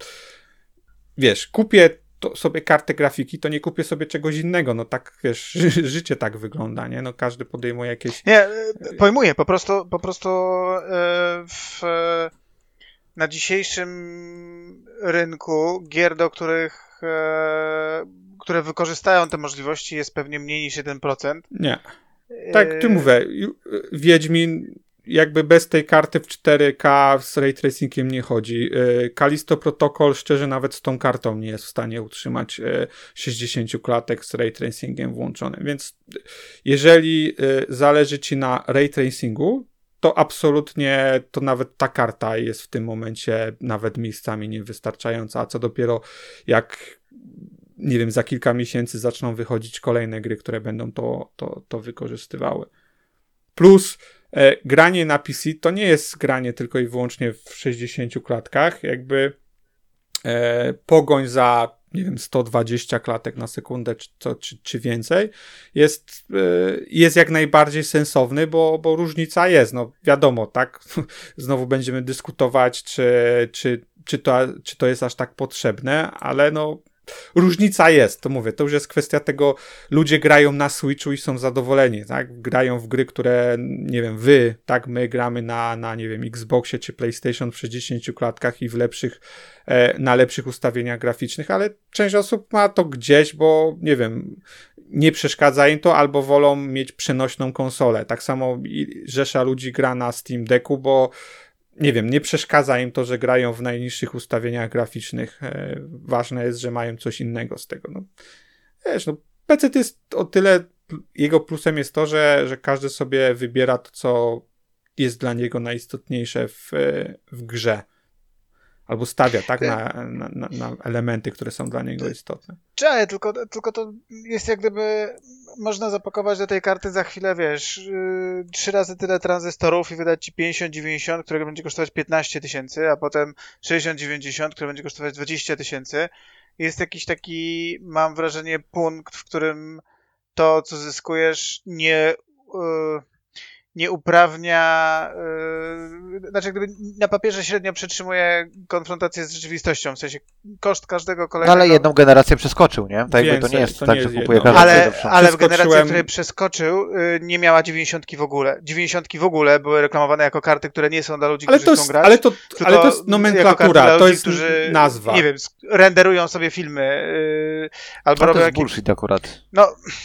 wiesz, kupię to sobie kartę grafiki, to nie kupię sobie czegoś innego. No tak, wiesz, ży- życie tak wygląda, nie? No każdy podejmuje jakieś... Nie, e, pojmuję, po prostu, po prostu e, w, e, na dzisiejszym rynku gier, do których e, które wykorzystają te możliwości, jest pewnie mniej niż jeden procent. Nie. Tak, E, ty mówię, ju- Wiedźmin jakby bez tej karty w cztery K z ray tracingiem nie chodzi. E, Callisto Protocol szczerze nawet z tą kartą nie jest w stanie utrzymać e, sześćdziesiąt klatek z ray tracingiem włączonym, więc jeżeli e, zależy ci na ray tracingu, to absolutnie to nawet ta karta jest w tym momencie nawet miejscami niewystarczająca, a co dopiero jak nie wiem, za kilka miesięcy zaczną wychodzić kolejne gry, które będą to, to, to wykorzystywały. Plus e, granie na P C to nie jest granie tylko i wyłącznie w sześćdziesięciu klatkach, jakby e, pogoń za nie wiem, sto dwadzieścia klatek na sekundę, czy, to, czy, czy więcej, jest, jest jak najbardziej sensowny, bo, bo różnica jest, no wiadomo, tak, znowu będziemy dyskutować, czy, czy, czy, to, czy to jest aż tak potrzebne, ale no różnica jest, to mówię, to już jest kwestia tego, ludzie grają na Switchu i są zadowoleni, tak, grają w gry, które, nie wiem, wy, tak, my gramy na, na nie wiem, Xboxie czy PlayStation w sześćdziesięciu klatkach i w lepszych, e, na lepszych ustawieniach graficznych, ale część osób ma to gdzieś, bo, nie wiem, nie przeszkadza im to, albo wolą mieć przenośną konsolę, tak samo rzesza ludzi gra na Steam Decku, bo nie wiem, nie przeszkadza im to, że grają w najniższych ustawieniach graficznych. E, ważne jest, że mają coś innego z tego. No, wiesz, no, P C jest o tyle, jego plusem jest to, że, że każdy sobie wybiera to, co jest dla niego najistotniejsze w, w grze. Albo stawia, tak, na, na, na, na elementy, które są dla niego istotne. Cześć, tylko, tylko to jest jak gdyby można zapakować do tej karty za chwilę, wiesz, yy, trzy razy tyle tranzystorów i wydać ci pięćdziesiąt dziewięćdziesiąt, które będzie kosztować piętnaście tysięcy, a potem sześćdziesiąt dziewięćdziesiąt, które będzie kosztować dwadzieścia tysięcy. Jest jakiś taki, mam wrażenie, punkt, w którym to, co zyskujesz, nie... Yy, nie uprawnia, yy, znaczy gdyby na papierze średnio przetrzymuje konfrontację z rzeczywistością, w sensie koszt każdego kolejnego... No ale jedną generację przeskoczył, nie? Tak jakby to nie jest to tak, nie że jest kupuje jedno. każdy. Ale, ale w Przeskoczyłem- generacji, w której przeskoczył, yy, nie miała dziewięćdziesiątki w ogóle. dziewięćdziesiątki w ogóle były reklamowane jako karty, które nie są dla ludzi, Ale którzy to chcą jest, grać. ale to, tylko ale to jest jako karty nomenklatura, dla to ludzi, jest którzy, nazwa. nie wiem, sk- renderują sobie filmy, yy, albo To robią jest jakieś... bullshit akurat. No,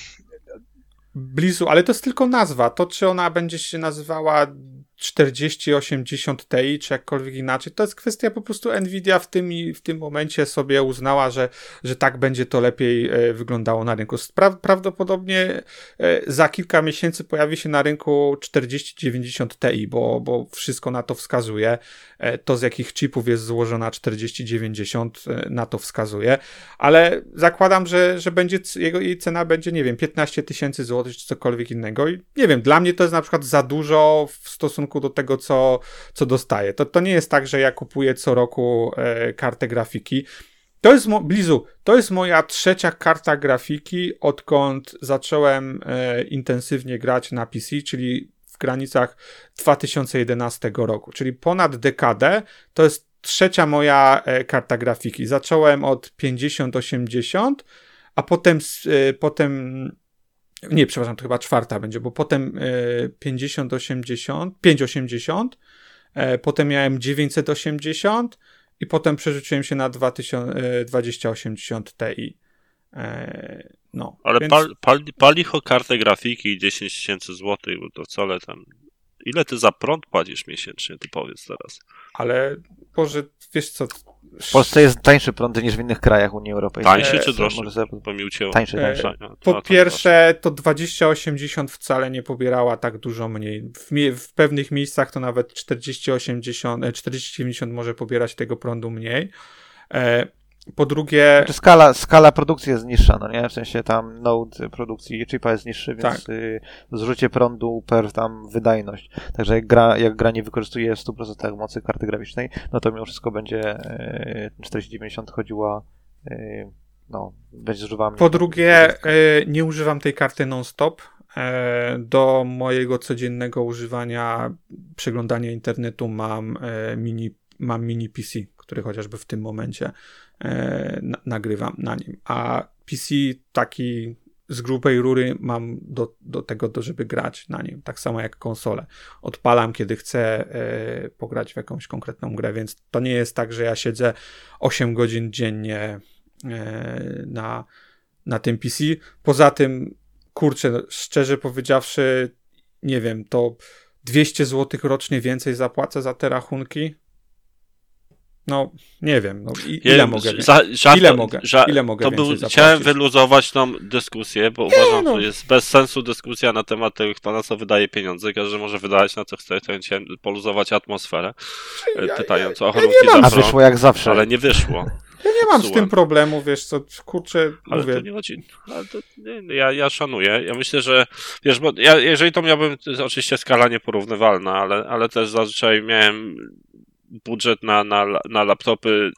Blizu, ale to jest tylko nazwa. To, czy ona będzie się nazywała czterdzieści osiemdziesiąt Ti, czy jakkolwiek inaczej, to jest kwestia po prostu Nvidia w tym, w tym momencie sobie uznała, że, że tak będzie to lepiej e, wyglądało na rynku. Pra, prawdopodobnie e, za kilka miesięcy pojawi się na rynku czterdzieści dziewięćdziesiąt Ti, bo, bo wszystko na to wskazuje. E, to, z jakich chipów jest złożona czterdzieści dziewięćdziesiąt, e, na to wskazuje, ale zakładam, że, że będzie, jego, jej cena będzie, nie wiem, piętnaście tysięcy złotych, czy cokolwiek innego i nie wiem, dla mnie to jest na przykład za dużo w stosunku do tego, co, co dostaję. To, to nie jest tak, że ja kupuję co roku e, kartę grafiki. To jest, mo- Blizu, to jest moja trzecia karta grafiki, odkąd zacząłem e, intensywnie grać na P C, czyli w granicach dwa tysiące jedenastego roku, czyli ponad dekadę. To jest trzecia moja e, karta grafiki. Zacząłem od pięćdziesiąt osiemdziesiąt, a potem, e, potem nie, przepraszam, to chyba czwarta będzie, bo potem e, pięćdziesiąt osiemdziesiąt, pięćset osiemdziesiąt, e, potem miałem dziewięćset osiemdziesiąt i potem przerzuciłem się na dwadzieścia osiemdziesiąt Ti. E, no, Ale więc... pal, pal, palicho kartę grafiki dziesięć tysięcy złotych, bo to wcale tam... Ile ty za prąd płacisz miesięcznie, ty powiedz teraz. Ale, Boże, wiesz co... W Polsce jest tańszy prąd niż w innych krajach Unii Europejskiej. Tańszy e, czy co, droższy? może sobie- Bo mi ucięło. Tańszy, E, tańszy. Po pierwsze, to dwadzieścia osiemdziesiąt wcale nie pobierała tak dużo mniej. W, mie- w pewnych miejscach to nawet czterdzieści osiemdziesiąt, e, czterdzieści dziewięćdziesiąt może pobierać tego prądu mniej. E, po drugie... Znaczy skala, skala produkcji jest niższa, no nie? W sensie tam node produkcji chipa jest niższy, więc Tak. y, zużycie prądu per tam wydajność. Także jak gra, jak gra nie wykorzystuje w stu procentach mocy karty graficznej, no to mimo wszystko będzie y, czterdzieści dziewięćdziesiąt chodziła, y, no, będzie zużywała mniej. Po drugie, e, nie używam tej karty non-stop. E, do mojego codziennego używania, przeglądania internetu mam e, mini, mam mini P C, który chociażby w tym momencie e, na, nagrywam na nim. A P C taki z grubej rury mam do, do tego, do, żeby grać na nim. Tak samo jak konsolę. Odpalam, kiedy chcę e, pograć w jakąś konkretną grę, więc to nie jest tak, że ja siedzę osiem godzin dziennie e, na, na tym P C. Poza tym, kurczę, no, szczerze powiedziawszy, nie wiem, to dwieście złotych rocznie więcej zapłacę za te rachunki? No, nie wiem. No, i, ile Nie, mogę? za, żart, ile mogę? ża- ile mogę to więcej był, zapłacić? Chciałem wyluzować tą dyskusję, bo uważam, no. że jest bez sensu dyskusja na temat tego, kto na co wydaje pieniądze. Każdy może wydać na co chce. To ja chciałem poluzować atmosferę, Ja- pytając ja- o ja chorągwi nie mam- za A prąd, wyszło jak zawsze. ale nie wyszło. Ja nie mam z Słucham. tym problemu, wiesz co, kurczę, Ale mówię. to nie chodzi. Ale to, nie, ja, ja szanuję. Ja myślę, że wiesz, bo ja, jeżeli to miałbym, to jest oczywiście skala nieporównywalna, ale, ale też zazwyczaj miałem budżet na, na, na laptopy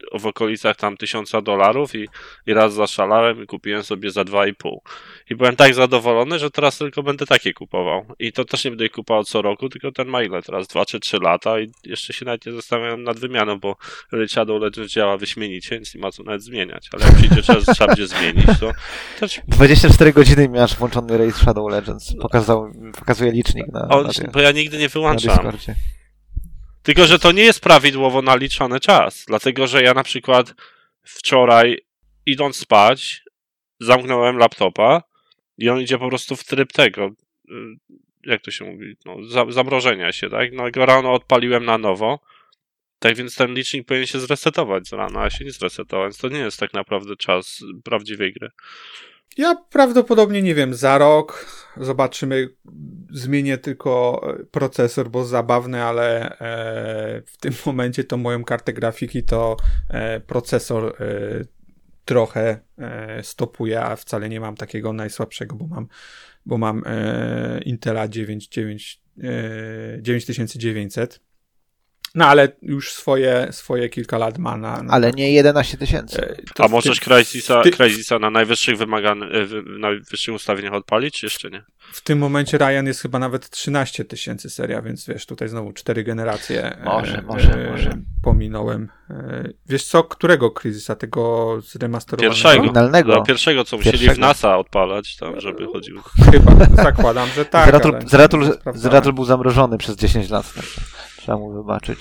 w okolicach tam tysiąca dolarów i, i raz zaszalałem i kupiłem sobie za dwa i pół. I byłem tak zadowolony, że teraz tylko będę takie kupował. I to też nie będę ich kupował co roku, tylko ten ma ile teraz? Dwa czy trzy lata i jeszcze się nawet nie zastanawiam nad wymianą, bo Shadow Legends działa wyśmienicie, więc nie ma co nawet zmieniać. Ale jak przyjdzie czas, trzeba będzie zmienić, to też... dwadzieścia cztery godziny miałeś włączony Raid Shadow Legends. Pokazał, pokazuje licznik na, O, na, tym, bo ja nigdy nie na wyłączam. Discordzie. Tylko, że to nie jest prawidłowo naliczony czas. Dlatego, że ja na przykład wczoraj idąc spać zamknąłem laptopa i on idzie po prostu w tryb tego, jak to się mówi, no, zamrożenia się, tak? No i go rano odpaliłem na nowo, tak więc ten licznik powinien się zresetować z rana, a się nie zresetował, więc to nie jest tak naprawdę czas prawdziwej gry. Ja prawdopodobnie, nie wiem, za rok zobaczymy, zmienię tylko procesor, bo zabawny, ale e, w tym momencie to moją kartę grafiki to e, procesor e, trochę e, stopuje, a wcale nie mam takiego najsłabszego, bo mam, bo mam e, Intela dziewięć tysięcy dziewięćset. No ale już swoje, swoje kilka lat ma na... na ale nie jedenaście tysięcy. A możesz Crysisa, Crysisa na najwyższych wymaganych, najwyższych ustawieniach odpalić, czy jeszcze nie? W tym momencie Ryan jest chyba nawet trzynaście tysięcy seria, więc wiesz, tutaj znowu cztery generacje może, e, może, e, może. pominąłem. E, wiesz co, którego Crysisa? Tego zremasterowanego? Pierwszego. Oryginalnego. No, pierwszego, co musieli Pierwszego. w NASA odpalać, tam, żeby chodził. Chyba, zakładam, że tak. Zeratul, ale Zeratul, nie sprawdzałem. Zeratul był zamrożony przez dziesięć lat. Tak. Trzeba mu wybaczyć.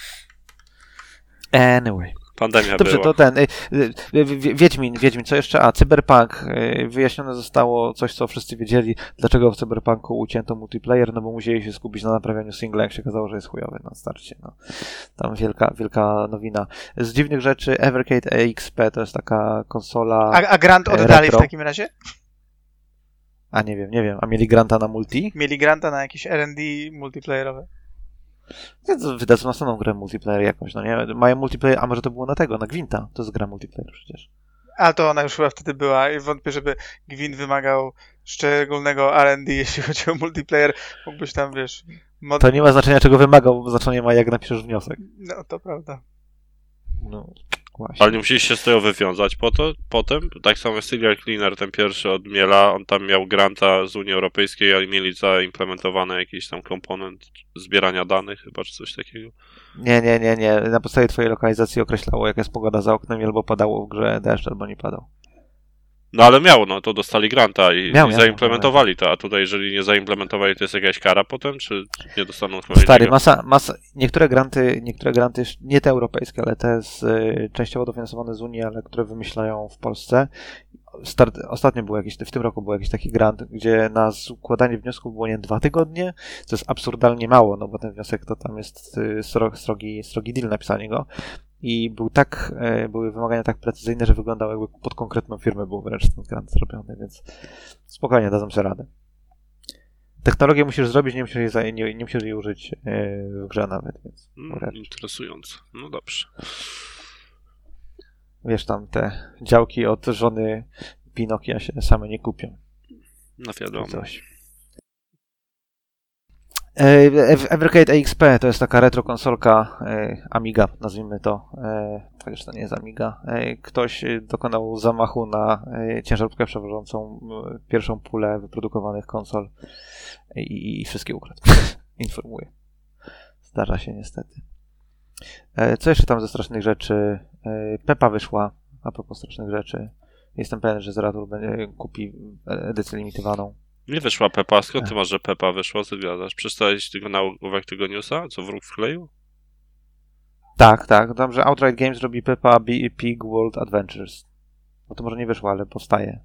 Anyway. Pandemia Dobrze, była. to ten. Y, y, y, Wiedźmin, Wiedźmin, co jeszcze? A, Cyberpunk. Y, wyjaśnione zostało coś, co wszyscy wiedzieli, dlaczego w Cyberpunku ucięto multiplayer, no bo musieli się skupić na naprawianiu singla, jak się okazało, że jest chujowy na starcie. No. Tam wielka, wielka nowina. Z dziwnych rzeczy Evercade E X P to jest taka konsola. A, a Grant oddali retro. w takim razie? A nie wiem, nie wiem. A mieli granta na multi? Mieli Granta na jakieś R and D multiplayerowe? Wydadzą następną grę multiplayer jakąś, no nie? Mają multiplayer, a może to było na tego, na Gwinta. To jest gra multiplayer przecież. Ale to ona już chyba wtedy była i wątpię, żeby Gwint wymagał szczególnego R and D, jeśli chodzi o multiplayer. Mógłbyś tam, wiesz... Mod... To nie ma znaczenia, czego wymagał, bo znaczenie ma, jak napiszesz wniosek. No, to prawda. No, właśnie. Ale nie musieli się z tego wywiązać po to, potem. Tak samo Serial Cleaner, ten pierwszy od Miela, on tam miał granta z Unii Europejskiej, ale mieli zaimplementowany jakiś tam komponent zbierania danych chyba, czy coś takiego. Nie, nie, nie, nie. Na podstawie twojej lokalizacji określało, jaka jest pogoda za oknem, albo padało w grze deszcz, albo nie padał. No ale miało, no to dostali granta i, Miał, i miał, zaimplementowali miał. to, a tutaj jeżeli nie zaimplementowali, to jest jakaś kara potem, czy nie dostaną chyba Stary, innego? masa, masa, niektóre granty, niektóre granty, nie te europejskie, ale te z, y, częściowo dofinansowane z Unii, ale które wymyślają w Polsce. Start, ostatnio był jakiś, w tym roku był jakiś taki grant, gdzie na składanie wniosków było nie dwa tygodnie, co jest absurdalnie mało, no bo ten wniosek to tam jest y, srogi, srogi, srogi deal napisanie go. I był tak, e, były wymagania tak precyzyjne, że wyglądały jakby pod konkretną firmę był wręcz ten grant zrobiony, więc spokojnie dadzą sobie radę. Technologię musisz zrobić, nie musisz jej, za, nie, nie musisz jej użyć e, w grze nawet, więc Mm, interesujące. No dobrze. wiesz tam, te działki od żony Pinokia się same nie kupią. No wiadomo. Coś. Evercade E X P to jest taka retro konsolka e, Amiga, nazwijmy to. E, chociaż to nie jest Amiga. E, ktoś dokonał zamachu na e, ciężarówkę przewożącą e, pierwszą pulę wyprodukowanych konsol i, i wszystkie ukradł. Informuję. Zdarza się niestety. E, co jeszcze tam ze strasznych rzeczy? E, Pepa wyszła, a propos strasznych rzeczy. Jestem pewien, że Zeratul kupi edycję limitowaną. Nie wyszła Pepa, skąd ty masz, że Pepa wyszła? Co gadasz? Przeczytałeś tego nałogówek tego newsa? Co wróg wkleił? Tak, tak. Tam, że Outright Games robi Peppa Pig World Adventures. No to może nie wyszło, ale powstaje.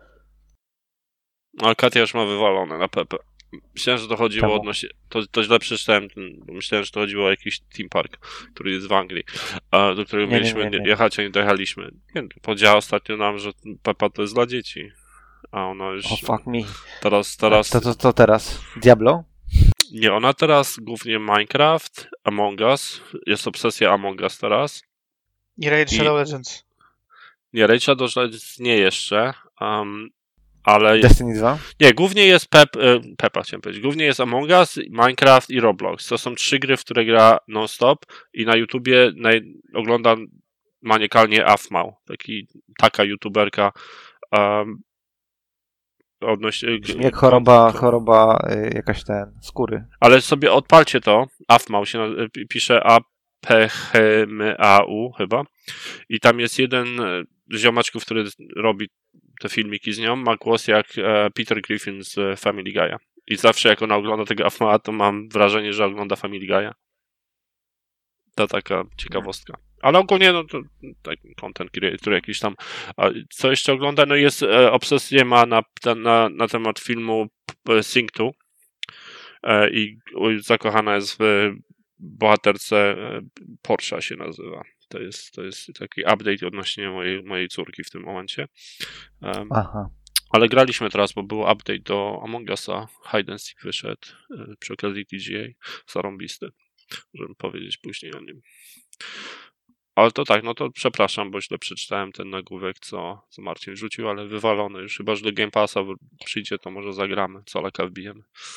No, Katia już ma wywalone na Pepę. Myślałem, że to chodziło Czemu? odnośnie... To, to źle przeczytałem, bo myślałem, że to chodziło o jakiś theme park, który jest w Anglii, a, do którego Nie, nie, mieliśmy nie, nie. jechać, a nie dojechaliśmy. Nie, powiedziała ostatnio nam, że Peppa to jest dla dzieci. A ona już... O, fuck me. Teraz, teraz... To, to, to teraz? Diablo? Nie, ona teraz głównie Minecraft, Among Us. Jest obsesja Among Us teraz. I Raid I- Shadow Legends. Nie, Raid Shadow Legends nie jeszcze, um, ale... Destiny dwa? Nie, głównie jest Pep, e, Peppa, chciałem powiedzieć. Głównie jest Among Us, Minecraft i Roblox. To są trzy gry, w które gra non-stop i na YouTubie naj, oglądam maniakalnie Afmał, taki, taka youtuberka um, odnośnie... Jak choroba, choroba jakaś ten, skóry. Ale sobie odpalcie to, Afmał się nazywa, pisze A P H M A U chyba i tam jest jeden z ziomaczków, który robi te filmiki z nią, ma głos jak Peter Griffin z Family Guy'a. I zawsze jak ona ogląda tego Afmała, to mam wrażenie, że ogląda Family Guy'a. To taka ciekawostka. Ale ogólnie, no to taki content, który, który jakiś tam... A co jeszcze ogląda? No jest, e, obsesję ma na, na, na temat filmu Sing two e, i zakochana jest w bohaterce e, Porsche się nazywa. To jest, to jest taki update odnośnie mojej, mojej córki w tym momencie. Um, Aha. Ale graliśmy teraz, bo był update do Among Usa. Hide and Seek wyszedł e, przy okazji T G A. Zarąbisty. Możemy powiedzieć później o nim. Ale to tak, no to przepraszam, bo źle przeczytałem ten nagłówek, co, co Marcin wrzucił, ale wywalony już. Chyba, że do Game Passa przyjdzie, to może zagramy. Solaka wbijemy.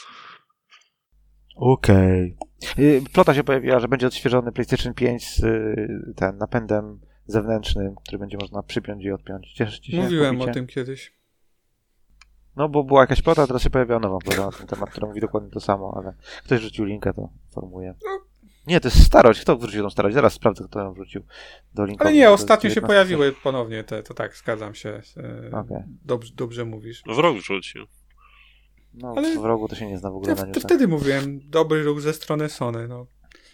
Okej. Okay. Plota się pojawiła, że będzie odświeżony PlayStation pięć z ten napędem zewnętrznym, który będzie można przypiąć i odpiąć. Cieszycie się? Mówiłem Kupicie? o tym kiedyś. No, bo była jakaś plota, a teraz się pojawiła nowa plota na ten temat, która mówi dokładnie to samo, ale ktoś rzucił linka, to informuję. Nie, to jest starość. Kto wrzucił tą starość? Zaraz sprawdzę, kto ją wrzucił do linku. Ale nie, ostatnio się pojawiły ponownie te, to tak, zgadzam się. Okay. Dobrze, dobrze mówisz. W rok wrzucił. No, ale w rogu to się nie zna w ogóle ja na newsach. wtedy mówiłem, dobry ruch ze strony Sony, no.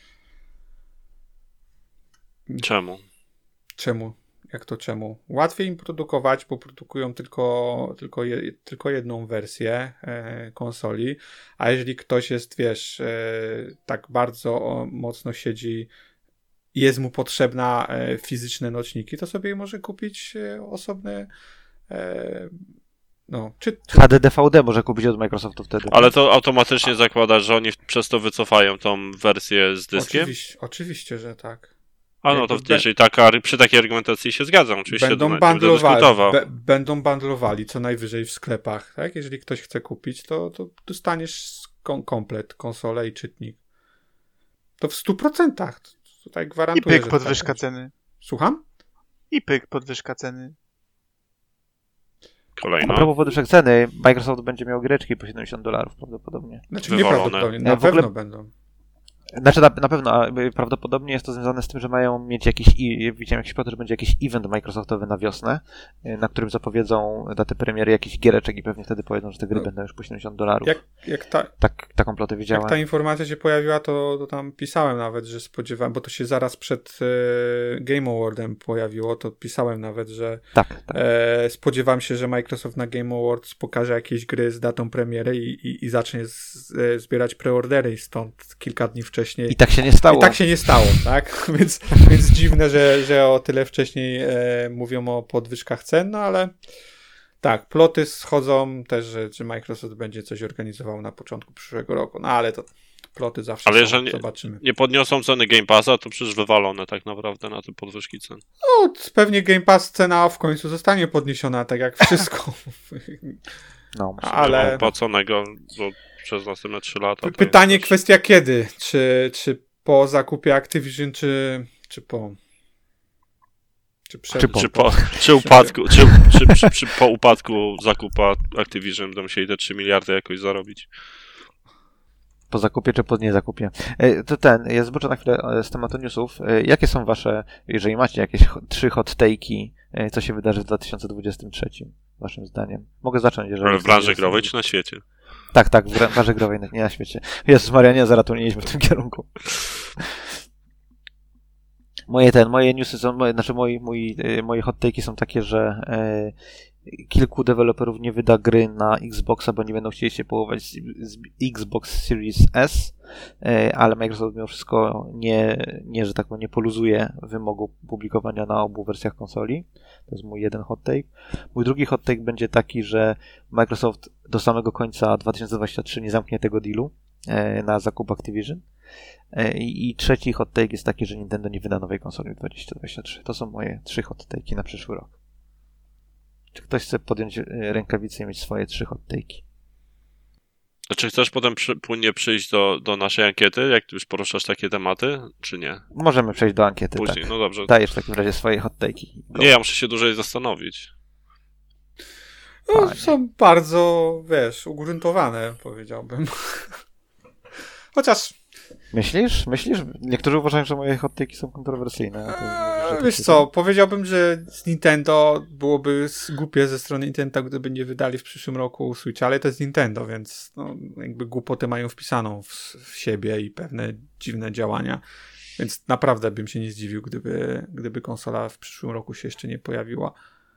Czemu? Czemu? Jak to czemu? Łatwiej im produkować, bo produkują tylko, tylko, je, tylko jedną wersję e, konsoli, a jeżeli ktoś jest, wiesz, e, tak bardzo o, mocno siedzi, jest mu potrzebna e, fizyczne noczniki, to sobie może kupić e, osobne e, no, czy, czy... H D D V D może kupić od Microsoftu wtedy. Ale to automatycznie zakłada, że oni przez to wycofają tą wersję z dyskiem? Oczywiście, oczywiście, że tak. A no to jeżeli taka, przy takiej argumentacji się zgadzam, oczywiście będą będę dyskutował. Be, będą bundlowali co najwyżej w sklepach, tak? Jeżeli ktoś chce kupić, to, to dostaniesz kom, komplet, konsolę i czytnik. To w stu procentach. Tutaj gwarantuję, I pyk, że podwyżka tak ceny. Słucham? I pyk, podwyżka ceny. Kolejno. A propos podwyżek ceny, Microsoft będzie miał greczki po siedemdziesiąt dolarów prawdopodobnie. Znaczy nieprawdopodobnie, na w ogóle... pewno będą. Znaczy na, na pewno, prawdopodobnie jest to związane z tym, że mają mieć jakiś, widziałem jakiś plot, że będzie jakiś event Microsoftowy na wiosnę, na którym zapowiedzą datę premiery jakichś giereczek i pewnie wtedy powiedzą, że te gry no, będą już po siedemdziesiąt dolarów. Jak, jak ta, tak, taką plotę widziałem. Jak ta informacja się pojawiła, to, to tam pisałem nawet, że spodziewałem, bo to się zaraz przed e, Game Awardem pojawiło, to pisałem nawet, że tak, tak. E, spodziewam się, że Microsoft na Game Awards pokaże jakieś gry z datą premiery i, i, i zacznie z, e, zbierać preordery, stąd kilka dni wcześniej. I tak się nie stało. I tak się nie stało, tak? więc, więc dziwne, że, że o tyle wcześniej e, mówią o podwyżkach cen, no ale tak, ploty schodzą też, że, że Microsoft będzie coś organizował na początku przyszłego roku, no ale to ploty zawsze ale są, jeżeli zobaczymy. Nie podniosą ceny Game Passa, to przecież wywalone tak naprawdę na te podwyżki cen. No, pewnie Game Pass cena w końcu zostanie podniesiona, tak jak wszystko. No, ale opłaconego bo przez następne trzy lata. Pytanie, też... kwestia kiedy? Czy, czy po zakupie Activision, czy, czy po... Czy, przed, czy, po, czy, po, czy, upadku, czy, czy, czy, czy po upadku zakupu Activision będą musieli te trzy miliardy jakoś zarobić? Po zakupie czy po niezakupie? To ten, ja zboczę na chwilę z tematu newsów. Jakie są wasze, jeżeli macie jakieś trzy hot take'i, co się wydarzy w dwa tysiące dwudziestym trzecim, waszym zdaniem? Mogę zacząć, jeżeli... Ale w branży growej czy na świecie? Tak, tak, w branży growej, nie na świecie. Jezus Maria, nie, zaraz tu nie idźmy w tym kierunku. Moje ten, moje newsy są, moje, znaczy moi, moi, moje hot take'i są takie, że e, kilku deweloperów nie wyda gry na Xboxa, bo nie będą chcieli się połować z, z Xbox Series S, e, ale Microsoft mimo wszystko nie, nie, że tak powiem, nie poluzuje wymogu publikowania na obu wersjach konsoli. To jest mój jeden hot take. Mój drugi hot take będzie taki, że Microsoft do samego końca dwa tysiące dwudziestego trzeciego nie zamknie tego dealu e, na zakup Activision. I, I trzeci hot take jest taki, że Nintendo nie wyda nowej konsoli w dwa tysiące dwudziestym trzecim. To są moje trzy hot take'i na przyszły rok. Czy ktoś chce podjąć rękawice i mieć swoje trzy hot take'i? A czy chcesz potem przy, płynnie przyjść do, do naszej ankiety, jak już poruszasz takie tematy, czy nie? Możemy przejść do ankiety, Później, tak. no dobrze. Dajesz w takim razie swoje hot take'i. Nie, ja muszę się dłużej zastanowić. No, Fajnie. są bardzo, wiesz, ugruntowane, powiedziałbym. Chociaż, Myślisz? Myślisz? Niektórzy uważają, że moje hot take'i są kontrowersyjne. a ty mówisz, że e, to wiesz się- co, powiedziałbym, że z Nintendo byłoby s- głupie ze strony Nintendo, gdyby nie wydali w przyszłym roku Switcha, ale to jest Nintendo, więc no, jakby głupotę mają wpisaną w, w siebie i pewne dziwne działania, więc naprawdę bym się nie zdziwił, gdyby, gdyby konsola w przyszłym roku się jeszcze nie pojawiła.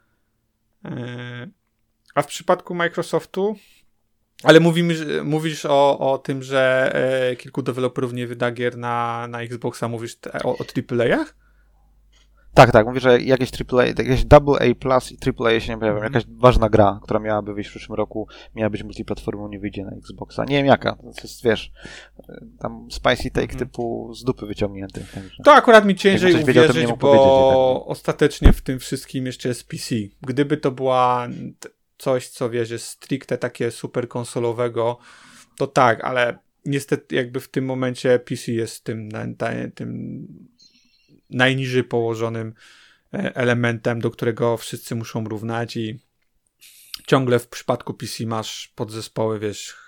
E, A w przypadku Microsoftu, ale mówimy, że- mówisz o, o tym, że e, kilku deweloperów nie wyda gier na, na Xboxa, mówisz te, o, o A A ach? Tak, tak, mówię, że jakieś triple A, jakieś double A plus i triple A się nie pojawią. Jakaś ważna gra, która miałaby wyjść w przyszłym roku, miała być multiplatformą, nie wyjdzie na Xboxa. Nie wiem jaka, to jest, wiesz, tam spicy take Mhm. typu z dupy wyciągnięty. Także. To akurat mi ciężej Jakby ktoś wiedział, to bym nie uwierzyć, mógł bo powiedzieć jednak. ostatecznie w tym wszystkim jeszcze jest P C. Gdyby to była t- coś, co wiesz, jest stricte takie super konsolowego, to tak, ale niestety jakby w tym momencie P C jest tym, na, na, tym najniżej położonym e, elementem, do którego wszyscy muszą równać i ciągle w przypadku P C masz podzespoły, wiesz, ch-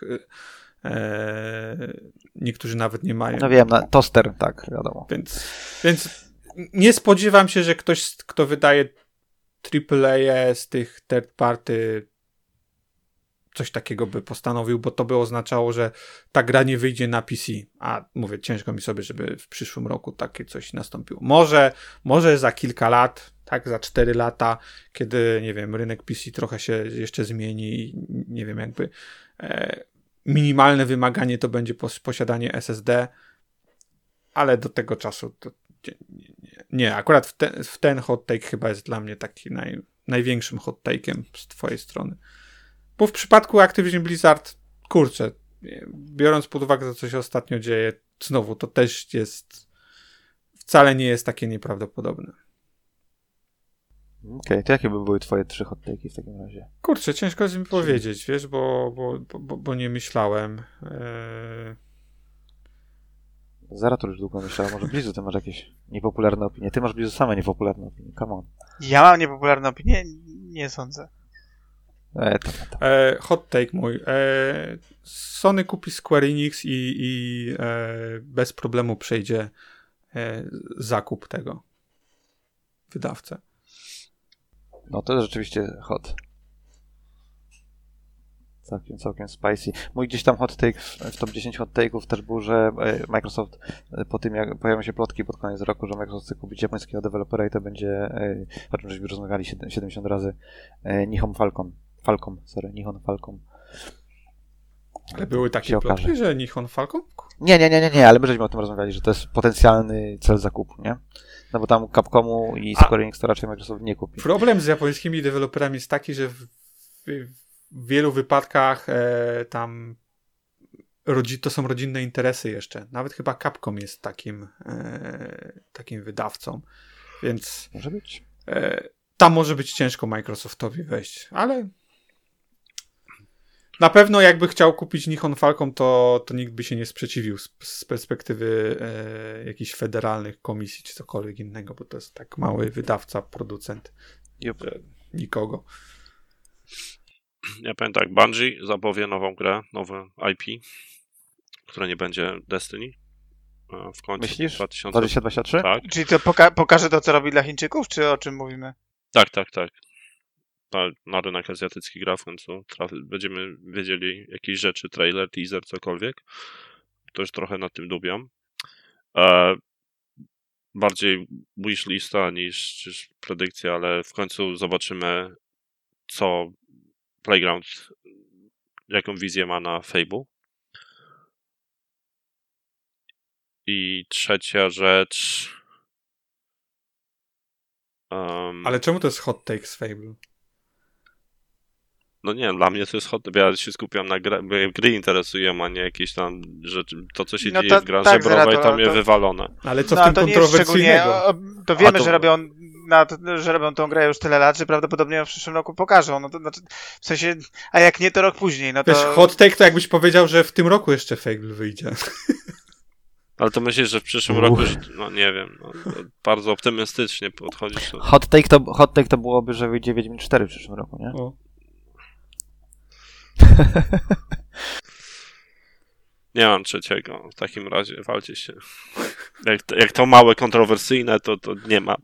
e, niektórzy nawet nie mają. No wiem, na, toster, tak, wiadomo. Więc, więc nie spodziewam się, że ktoś, kto wydaje triple A z tych third party, coś takiego by postanowił, bo to by oznaczało, że ta gra nie wyjdzie na P C. A mówię, ciężko mi sobie, żeby w przyszłym roku takie coś nastąpiło. Może, może za kilka lat, tak, za cztery lata, kiedy, nie wiem, rynek P C trochę się jeszcze zmieni i nie wiem, jakby e, minimalne wymaganie to będzie pos- posiadanie S S D, ale do tego czasu to nie, nie, nie. nie akurat w ten, w ten hot take chyba jest dla mnie taki naj, największym hot take'iem z twojej strony. Bo w przypadku Activision Blizzard, kurczę, biorąc pod uwagę to, co się ostatnio dzieje, znowu to też jest, wcale nie jest takie nieprawdopodobne. Okej, okay, to jakie by były twoje trzy hot take'i w takim razie? Kurczę, ciężko jest mi powiedzieć, wiesz, bo, bo, bo, bo nie myślałem. Eee... Zaratur już długo myślał, może Blizu, ty masz jakieś niepopularne opinie. Ty masz Blizu same niepopularne opinie, come on. Ja mam niepopularne opinie? Nie sądzę. E, to, to. E, hot take mój. E, Sony kupi Square Enix i, i e, bez problemu przejdzie e, zakup tego wydawcę. No to jest rzeczywiście hot. Całkiem, całkiem spicy. Mój gdzieś tam hot take w, w top dziesięć hot take'ów też był, że e, Microsoft e, po tym jak pojawią się plotki pod koniec roku, że Microsoft chce kupić japońskiego dewelopera i to będzie, e, o czym żeśmy rozmawiali siedemdziesiąt razy, e, Nihon Falcon. Falcon, sorry, Nihon Falcon. Ale były takie się plotki, okaże. że Nihon Falcon? Nie, nie, nie, nie, nie, ale my żeśmy o tym rozmawiali, że to jest potencjalny cel zakupu, nie? No bo tam Capcomu i Square Enix to raczej Microsoft nie kupi. Problem z japońskimi deweloperami jest taki, że w, w, w wielu wypadkach e, tam rodzi, to są rodzinne interesy jeszcze. Nawet chyba Capcom jest takim, e, takim wydawcą. Więc Może być. e, tam może być ciężko Microsoftowi wejść, ale na pewno jakby chciał kupić Nihon Falcon, to, to nikt by się nie sprzeciwił z, z perspektywy e, jakichś federalnych komisji czy cokolwiek innego, bo to jest tak mały wydawca, producent. Yep. Że nikogo. Ja powiem tak, Bungie zapowie nową grę, nowe I P, które nie będzie Destiny. e, W końcu Myślisz? dwa tysiące dwa tysiące dwudziesty trzeci? Tak, Czyli to poka- pokaże to, co robi dla Chińczyków, czy o czym mówimy? tak, tak, tak. Na, na rynek azjatycki gra w końcu. Trafi, będziemy wiedzieli jakieś rzeczy, trailer, teaser, cokolwiek. To już trochę nad tym dubiam. E, bardziej wishlista niż, niż predykcja, ale w końcu zobaczymy, co Playground, jaką wizję ma na Fable. I trzecia rzecz. Um, Ale czemu to jest hot take z Fable? No nie, dla mnie to jest hot. Ja się skupiam na gra, mnie gry interesują, a nie jakieś tam rzeczy. To, co się No dzieje to- w branży tak, browej, Zerator, to ale mnie to- wywalone. Ale co No, w tym to nie jest szczególnie, kontrowersyjnego? o, to wiemy, A to- że robią na to, że robią tą grę już tyle lat, że prawdopodobnie w przyszłym roku pokażą. No to znaczy, w sensie, a jak nie, to rok później. No to... Wiesz, hot take to jakbyś powiedział, że w tym roku jeszcze Fable wyjdzie. Ale to myślisz, że w przyszłym roku, że, no nie wiem, no, bardzo optymistycznie podchodzisz. To... Hot take to, hot take to byłoby, że wyjdzie Wiedźmin cztery w przyszłym roku, nie? O. Nie mam trzeciego, w takim razie walcie się. Jak to, jak to małe, kontrowersyjne, to, to nie mam.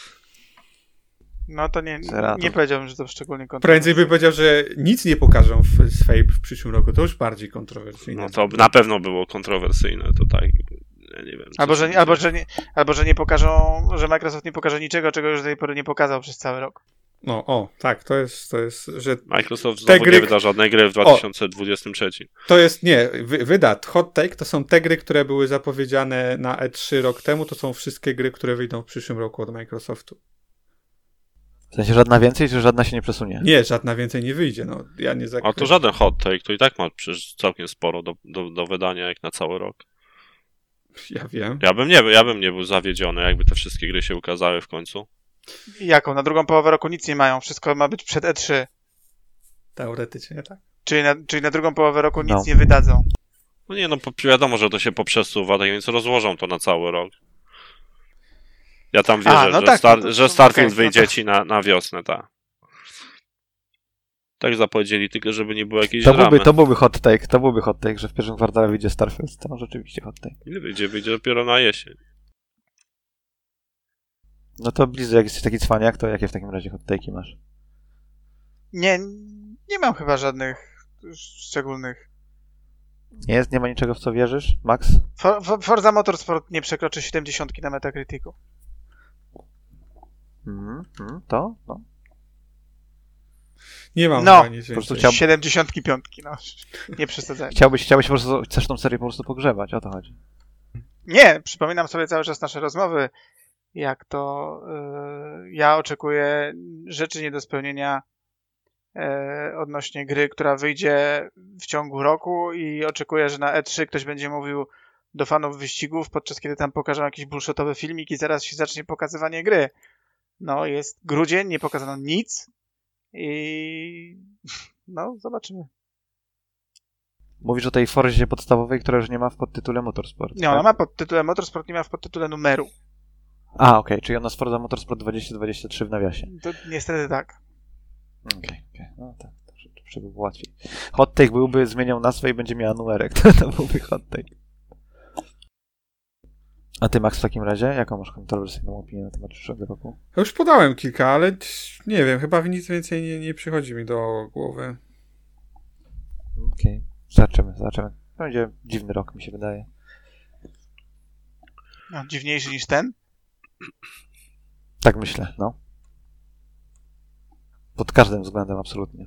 No to nie, Zera, nie to- powiedziałbym, że to szczególnie Prędzej kontrowersyjne. by powiedział, że nic nie pokażą w, z Fable w przyszłym roku. To już bardziej kontrowersyjne. No to na pewno było kontrowersyjne, to tak. Ja nie wiem. co Albo się że, nie, dzieje. albo, że nie, albo, że nie pokażą, że Microsoft nie pokaże niczego, czego już do tej pory nie pokazał przez cały rok. No, o, tak, to jest, to jest, że Microsoft Te znowu gry- nie wyda żadnej gry w dwa tysiące dwudziestym trzecim. to jest, nie, wy, wydat, hot take to są te gry, które były zapowiedziane na E trzy rok temu, to są wszystkie gry, które wyjdą w przyszłym roku od Microsoftu. W sensie żadna więcej, czy żadna się nie przesunie? Nie, żadna więcej nie wyjdzie, no, ja nie A zakreślam. to żaden hot take, to i tak ma przecież całkiem sporo do, do, do wydania jak na cały rok. Ja wiem. Ja bym nie, ja bym nie był zawiedziony, jakby te wszystkie gry się ukazały w końcu. I jaką? Na drugą połowę roku nic nie mają. Wszystko ma być przed E trzy. Teoretycznie, tak. Czyli na, czyli na drugą połowę roku nic No. nie wydadzą. No nie, no po- wiadomo, że to się poprzesuwa, tak więc rozłożą to na cały rok. Ja tam wierzę, A, no że, tak, Star, no to- że to- Starfield okej, no wyjdzie to- ci na, na wiosnę, tak. Tak zapowiedzieli, tylko żeby nie było jakiejś To dramy. byłby, to byłby hot take, to byłby hot take, że w pierwszym kwartale wyjdzie Starfield. To rzeczywiście hot take. Ile wyjdzie? Wyjdzie dopiero na jesień. No to Blizzard, jak jesteś taki cwaniak, to jakie w takim razie hot take'i masz? Nie, nie mam chyba żadnych szczególnych. Nie jest, nie ma niczego, w co wierzysz, Max? For, For, Forza Motorsport nie przekroczy siedemdziesiąt na Metacriticu. Mhm, mhm, to? No. Nie mam No, chyba nic po prostu więcej. chciałbym- siedemdziesiąt pięć, no. Nie przesadzaj. Chciałbyś, chciałbyś po prostu, chcesz tą serię po prostu pogrzebać, o to chodzi. Nie, przypominam sobie cały czas nasze rozmowy, jak to yy, ja oczekuję rzeczy nie do spełnienia yy, odnośnie gry, która wyjdzie w ciągu roku i oczekuję, że na E trzy ktoś będzie mówił do fanów wyścigów, podczas kiedy tam pokażą jakiś bullshotowy filmik i zaraz się zacznie pokazywanie gry. No, jest grudzień, nie pokazano nic i no, zobaczymy. Mówisz o tej Forzie podstawowej, która już nie ma w podtytule Motorsport. Nie, ona ma pod tytułem Motorsport, nie ma w podtytule numeru. A, okej, czyli ona z Forza Motorsport dwadzieścia dwadzieścia trzy w nawiasie. To niestety tak. Okej, okej, no tak, to rzeczywiście by było łatwiej. Hot take byłby, zmieniał nazwę i będzie miała numerek, to, to byłby hot take. A ty, Max, w takim razie, jaką masz kontrowersyjną opinię na temat przyszłego roku? Ja już podałem kilka, ale nie wiem, chyba nic więcej nie, nie przychodzi mi do głowy. Okej, okay. zobaczymy, zobaczymy. Będzie dziwny rok, mi się wydaje. No, dziwniejszy niż ten. Tak myślę, no. Pod każdym względem, absolutnie.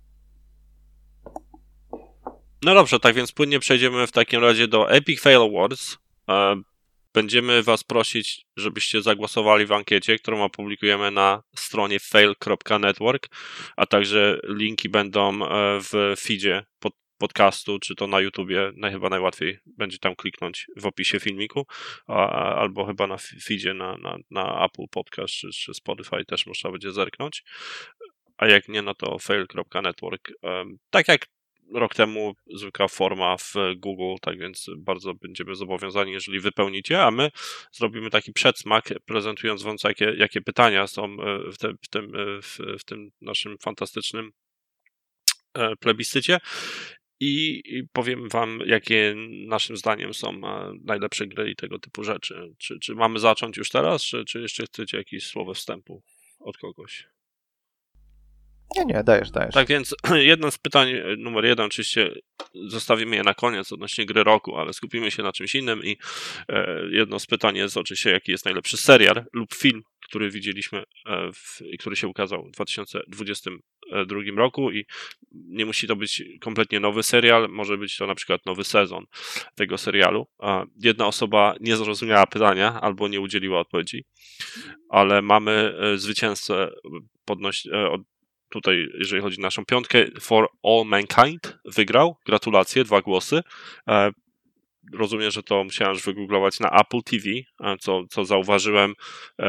No dobrze, tak więc płynnie przejdziemy w takim razie do Epic Fail Awards. E, Będziemy was prosić, żebyście zagłosowali w ankiecie, którą opublikujemy na stronie fail kropka network, a także linki będą e, w feedzie pod podcastu, czy to na YouTubie, no chyba najłatwiej będzie tam kliknąć w opisie filmiku, a, albo chyba na feedzie na, na, na Apple Podcast, czy, czy Spotify też można będzie zerknąć, a jak nie, no to fail kropka network. Um, tak jak rok temu zwykła forma w Google, tak więc bardzo będziemy zobowiązani, jeżeli wypełnicie, a my zrobimy taki przedsmak, prezentując wam, jakie, jakie pytania są w, te, w, tym, w, w tym naszym fantastycznym plebiscycie. I powiem wam, jakie naszym zdaniem są najlepsze gry i tego typu rzeczy. Czy, czy mamy zacząć już teraz, czy, czy jeszcze chcecie jakieś słowo wstępu od kogoś? Nie, nie, dajesz, dajesz. Tak więc jedno z pytań, numer jeden, oczywiście zostawimy je na koniec odnośnie gry roku, ale skupimy się na czymś innym i e, jedno z pytań jest oczywiście, jaki jest najlepszy serial lub film, który widzieliśmy, e, w, który się ukazał w dwa tysiące dwudziestym drugim roku i nie musi to być kompletnie nowy serial, może być to na przykład nowy sezon tego serialu. E, jedna osoba nie zrozumiała pytania albo nie udzieliła odpowiedzi, ale mamy e, zwycięzcę podnoś, e, od tutaj, jeżeli chodzi o naszą piątkę, For All Mankind wygrał. Gratulacje, dwa głosy. E, rozumiem, że to musiałem już wygooglować na Apple T V, co, co zauważyłem. E,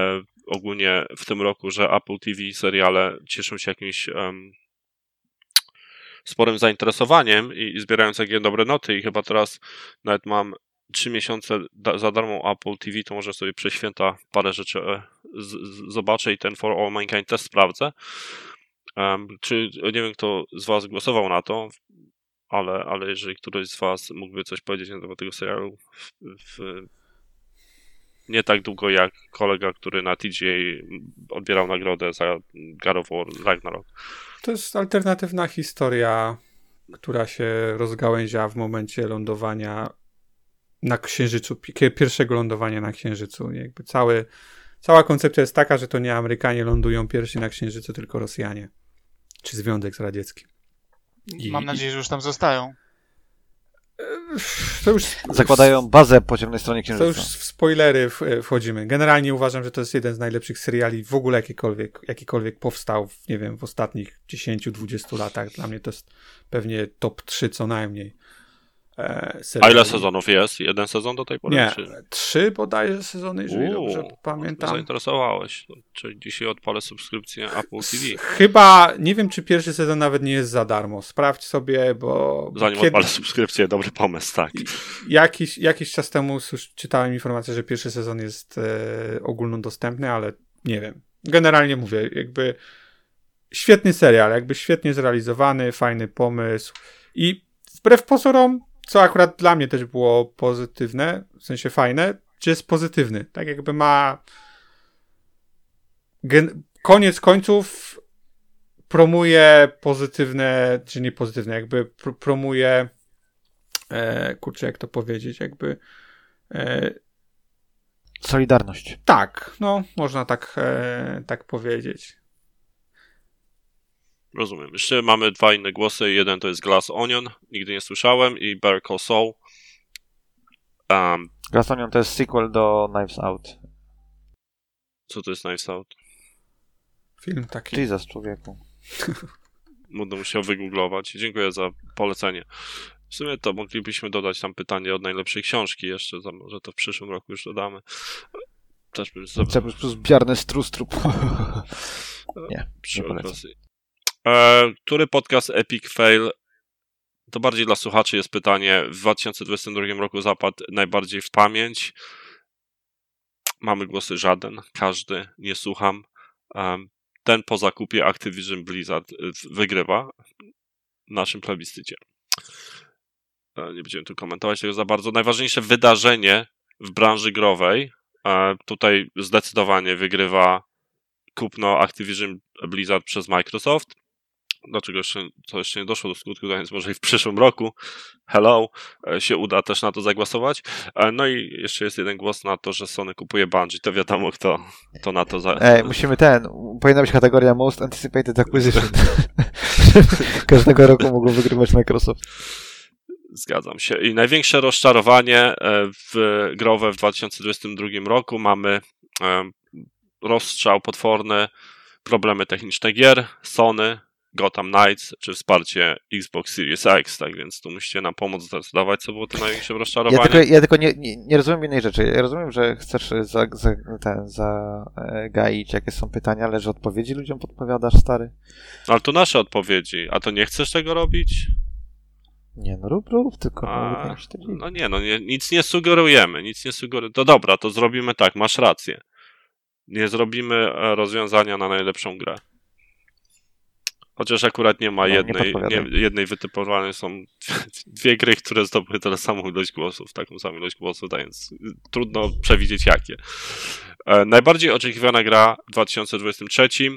ogólnie w tym roku, że Apple T V seriale cieszą się jakimś um, sporym zainteresowaniem i, i zbierają takie dobre noty i chyba teraz nawet mam trzy miesiące da, za darmo Apple T V, to może sobie przez święta parę rzeczy e, z, z, zobaczę i ten For All Mankind też sprawdzę. Um, czy nie wiem, kto z was głosował na to, ale, ale jeżeli któryś z was mógłby coś powiedzieć na temat tego serialu w, w, nie tak długo jak kolega, który na T G A odbierał nagrodę za God of War Ragnarok. To jest alternatywna historia, która się rozgałęzia w momencie lądowania na Księżycu, pierwszego lądowania na Księżycu. Jakby cały, cała koncepcja jest taka, że to nie Amerykanie lądują pierwsi na Księżycu, tylko Rosjanie. Czy Związek Radziecki. I, Mam nadzieję, że już tam zostają. To już, Zakładają bazę po ciemnej stronie Księżyca. To już w spoilery wchodzimy. Generalnie uważam, że to jest jeden z najlepszych seriali w ogóle jakikolwiek, jakikolwiek powstał, w, nie wiem, w ostatnich dziesięciu dwudziestu latach. Dla mnie to jest pewnie top trzy co najmniej. E, A ile sezonów jest? Jeden sezon do tej pory? Nie, czy... trzy bodajże sezony, jeżeli Uuu, dobrze pamiętam. Zainteresowałeś. Czyli dzisiaj odpalę subskrypcję Apple T V. Chyba, nie wiem, czy pierwszy sezon nawet nie jest za darmo. Sprawdź sobie, bo... Zanim kiedy... odpalę subskrypcję, dobry pomysł, tak. Jakiś, jakiś czas temu czytałem informację, że pierwszy sezon jest e, ogólnodostępny, ale nie wiem. Generalnie mówię, jakby świetny serial, jakby świetnie zrealizowany, fajny pomysł i wbrew pozorom, co akurat dla mnie też było pozytywne, w sensie fajne, czy jest pozytywny. Tak jakby ma gen... koniec końców promuje pozytywne, czy nie pozytywne, jakby pr- promuje e, kurczę, jak to powiedzieć, jakby e, Solidarność. tak, no, można tak, e, tak powiedzieć. Rozumiem. Jeszcze mamy dwa inne głosy. Jeden to jest Glass Onion, nigdy nie słyszałem, i Better Call Saul. Um, Glass Onion to jest sequel do Knives Out. co to jest Knives Out? Film taki. Jesus, człowieku. Będę musiał wygooglować. Dziękuję za polecenie. W sumie to moglibyśmy dodać tam pytanie od najlepszej książki jeszcze, za, może to w przyszłym roku już dodamy. Też bym sobie... Chcę plus biarny strustrup. Nie, Przy nie polecam. okazji. E, który podcast Epic Fail, to bardziej dla słuchaczy jest pytanie, w dwa tysiące dwudziestym drugim roku zapadł najbardziej w pamięć? Mamy głosy żaden, każdy, nie słucham. Um, ten po zakupie Activision Blizzard wygrywa w naszym plebiscycie. E, nie będziemy tu komentować tego za bardzo. Najważniejsze wydarzenie w branży growej, e, tutaj zdecydowanie wygrywa kupno Activision Blizzard przez Microsoft. Dlaczego jeszcze, to jeszcze nie doszło do skutku, więc może i w przyszłym roku, hello, się uda też na to zagłosować. No i jeszcze jest jeden głos na to, że Sony kupuje Bungie, to wiadomo kto, kto na to za... Ej, musimy ten, powinna być kategoria Most Anticipated Acquisition. Każdego roku mogą wygrywać Microsoft. Zgadzam się. I największe rozczarowanie w growe w dwa tysiące dwudziestym drugim roku mamy rozstrzał potworny, problemy techniczne gier, Sony, Gotham Knights, czy wsparcie Xbox Series X, tak więc tu musicie nam pomóc zdecydować, co było tym największym rozczarowaniem. Ja tylko, ja tylko nie, nie, nie rozumiem jednej rzeczy. Ja rozumiem, że chcesz za, za, ten, zagaić, jakie są pytania, ale że odpowiedzi ludziom podpowiadasz, stary? Ale to nasze odpowiedzi. A to nie chcesz tego robić? Nie, no rób, rób, tylko A, no, się no nie, no nie, nic nie sugerujemy, nic nie sugerujemy. To dobra, to zrobimy tak, masz rację. Nie zrobimy rozwiązania na najlepszą grę. Chociaż akurat nie ma no, jednej, nie nie, jednej wytypowanej, są dwie gry, które zdobyły tyle samą ilość głosów, taką samą ilość głosów, więc trudno przewidzieć jakie. E, najbardziej oczekiwana gra w dwa tysiące dwudziestym trzecim.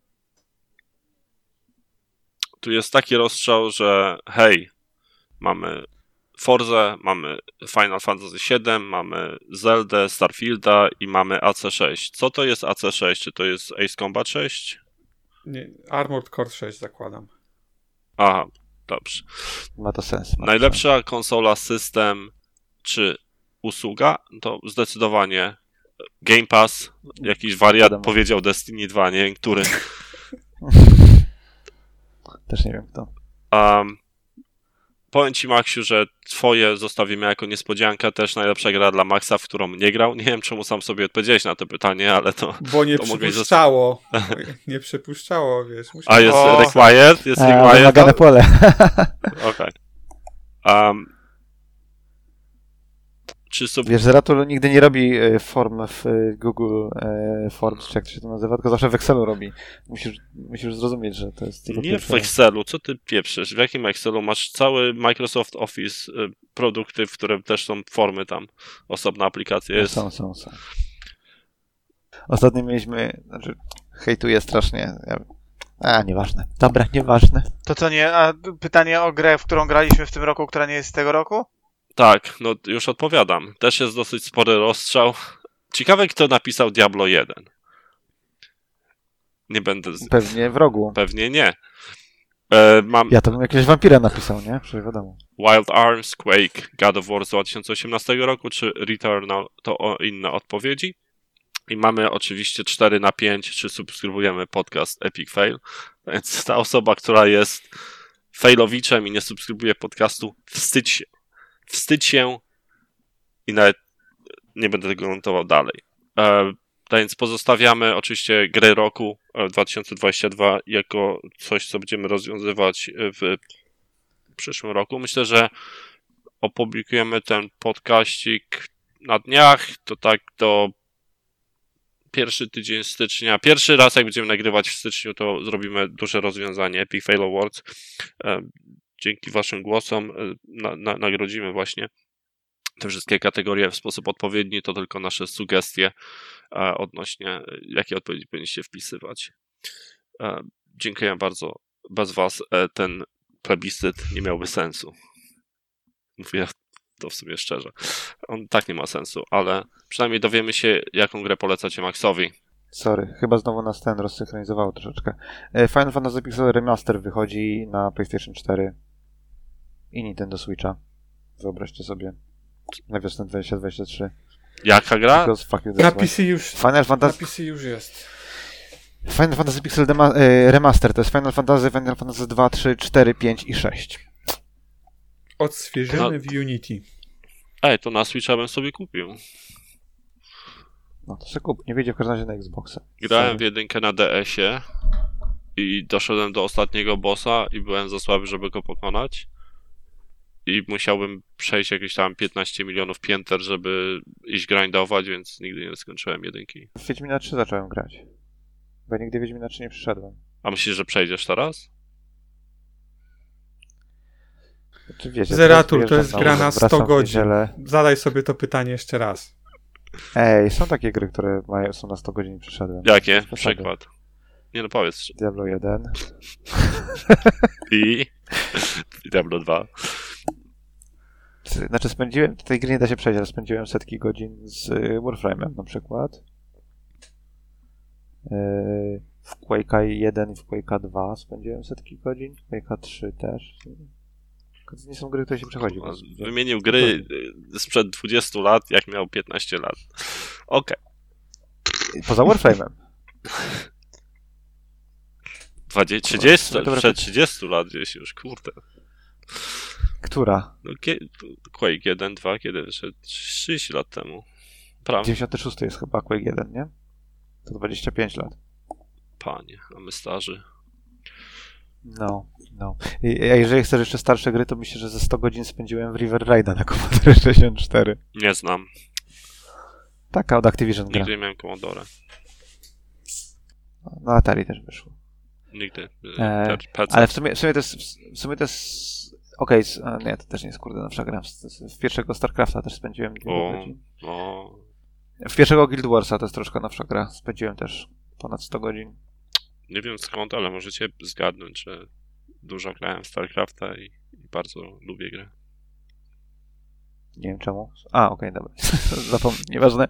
Tu jest taki rozstrzał, że hej, mamy Forzę, mamy Final Fantasy siedem, mamy Zeldę, Starfielda i mamy A C sześć. Co to jest A C sześć? Czy to jest Ace Combat sześć? Nie, Armored Core sześć zakładam. Aha, dobrze. Ma to sens. Ma Najlepsza to sens. konsola, system czy usługa? To zdecydowanie Game Pass. Jakiś wariat Wiadomo. powiedział Destiny dwa, nie wiem który. Też nie wiem kto. Um, powiem ci, Maksiu, że twoje zostawimy jako niespodziankę, też najlepsza gra dla Maxa, w którą nie grał. Nie wiem, czemu sam sobie odpowiedziałeś na to pytanie, ale to... Bo nie to przypuszczało. Nie przypuszczało, wiesz. Musiał... A jest O. required? Jest A, required? wymagane pole. Okej. Okay. Um, czy sub... Wiesz, Zeratul nigdy nie robi e, form w e, Google e, Forms, czy jak to się to nazywa, tylko zawsze w Excelu robi. Musisz, musisz zrozumieć, że to jest... tylko Nie pierwsze. w Excelu, co ty pieprzysz? W jakim Excelu? Masz cały Microsoft Office, y, produkty, w które też są formy tam, osobna aplikacja jest. Są, są, są. Ostatnio mieliśmy, znaczy, hejtuję strasznie. Ja... A, nieważne. Dobra, nieważne. To co nie, a pytanie o grę, w którą graliśmy w tym roku, która nie jest z tego roku? Tak, no już odpowiadam. Też jest dosyć spory rozstrzał. Ciekawe, kto napisał Diablo jeden. Nie będę... Z... Pewnie w rogu. Pewnie nie. E, mam Ja to bym jakiegoś wampira napisał, nie? Przecież wiadomo. Wild Arms, Quake, God of War z dwa tysiące osiemnastego roku, czy Returnal, to o inne odpowiedzi. I mamy oczywiście cztery na pięć, czy subskrybujemy podcast Epic Fail. Więc ta osoba, która jest failowiczem i nie subskrybuje podcastu, wstydź się. Wstydź się i nawet nie będę tego komentował dalej. E, więc pozostawiamy oczywiście gry roku dwa tysiące dwudziesty drugi jako coś, co będziemy rozwiązywać w przyszłym roku. Myślę, że opublikujemy ten podcaścik na dniach, to tak do pierwszy tydzień stycznia. Pierwszy raz, jak będziemy nagrywać w styczniu, to zrobimy duże rozwiązanie Epic Fail Awards. E, dzięki waszym głosom na, na, nagrodzimy właśnie te wszystkie kategorie w sposób odpowiedni. To tylko nasze sugestie e, odnośnie, jakie odpowiedzi powinniście wpisywać. E, dziękuję bardzo. Bez was e, ten plebiscyt nie miałby sensu. Mówię to w sumie szczerze. On tak nie ma sensu, ale przynajmniej dowiemy się, jaką grę polecacie Maxowi. Sorry, chyba znowu nas ten rozsynchronizowało troszeczkę. Final Fantasy Pixel Remaster wychodzi na PlayStation cztery i Nintendo Switcha. Wyobraźcie sobie. Na wiosnę dwa tysiące dwudziesty trzeci. Jaka gra? Na P C już, Final Fantasy... na P C już jest. Final Fantasy Pixel Dema... e, Remaster to jest Final Fantasy, Final Fantasy dwa, trzy, cztery, pięć i sześć. Odświeżony No. w Unity. Ej, to na Switcha bym sobie kupił. No to sobie kup, nie wyjdzie w każdym razie na Xboxa. Grałem Sorry. w jedynkę na D S ie i doszedłem do ostatniego bossa i byłem za słaby, żeby go pokonać. I musiałbym przejść jakieś tam piętnaście milionów pięter, żeby iść grindować, więc nigdy nie skończyłem jedynki. W Wiedźmina trzy zacząłem grać. Bo ja nigdy Wiedźmina trzy nie przyszedłem. A myślisz, że przejdziesz teraz? Czy wiecie, Zeratul teraz to jest wyjeżdżam gra na wracam sto w godzin. niedzielę. Zadaj sobie to pytanie jeszcze raz. Ej, są takie gry, które mają, są na sto godzin i przyszedłem. Jakie? Przeszedłem. Przykład. Nie no, powiedz. Diablo jeden. I... I Diablo dwa. Znaczy spędziłem, tej gry nie da się przejść, ale spędziłem setki godzin z y, Warframe'em na przykład. Yy, w Quake'a jeden i w Quake'a dwa spędziłem setki godzin, w Quake'a trzy też. To nie są gry, które się przechodzi. bo- Wymienił gry sprzed dwudziestu lat, jak miał piętnaście lat. Okej. Poza Warframe'em. dwadzieścia, trzydzieści, Dobra, przed to- trzydziestu lat gdzieś już, kurde. Która? No, kie... Quake jeden, dwa, kiedy wyszedł? trzydzieści lat temu. Prawda, dziewięćdziesiąty szósty jest chyba Quake jeden, nie? To dwadzieścia pięć lat. panie, a my starzy. No, no. I, a jeżeli chcesz jeszcze starsze gry, to myślę, że ze sto godzin spędziłem w River Raida na Commodore sześćdziesiąt cztery. Nie znam. Taka od Activision gra. Nigdy nie miałem Commodore. Na Atari też wyszło. Nigdy. E, P C. Ale w sumie, w sumie to jest... W sumie to jest... Okej, okay, nie, to też nie jest kurde nowsza gra. W pierwszego StarCrafta też spędziłem dwie O, godzin. o, W pierwszego Guild Warsa to jest troszkę nowsza gra. Spędziłem też ponad sto godzin. nie wiem skąd, ale możecie zgadnąć, że dużo grałem w StarCrafta i, i bardzo lubię grę. Nie wiem czemu. A, okej, okay, dobra. Zapomnę, nieważne.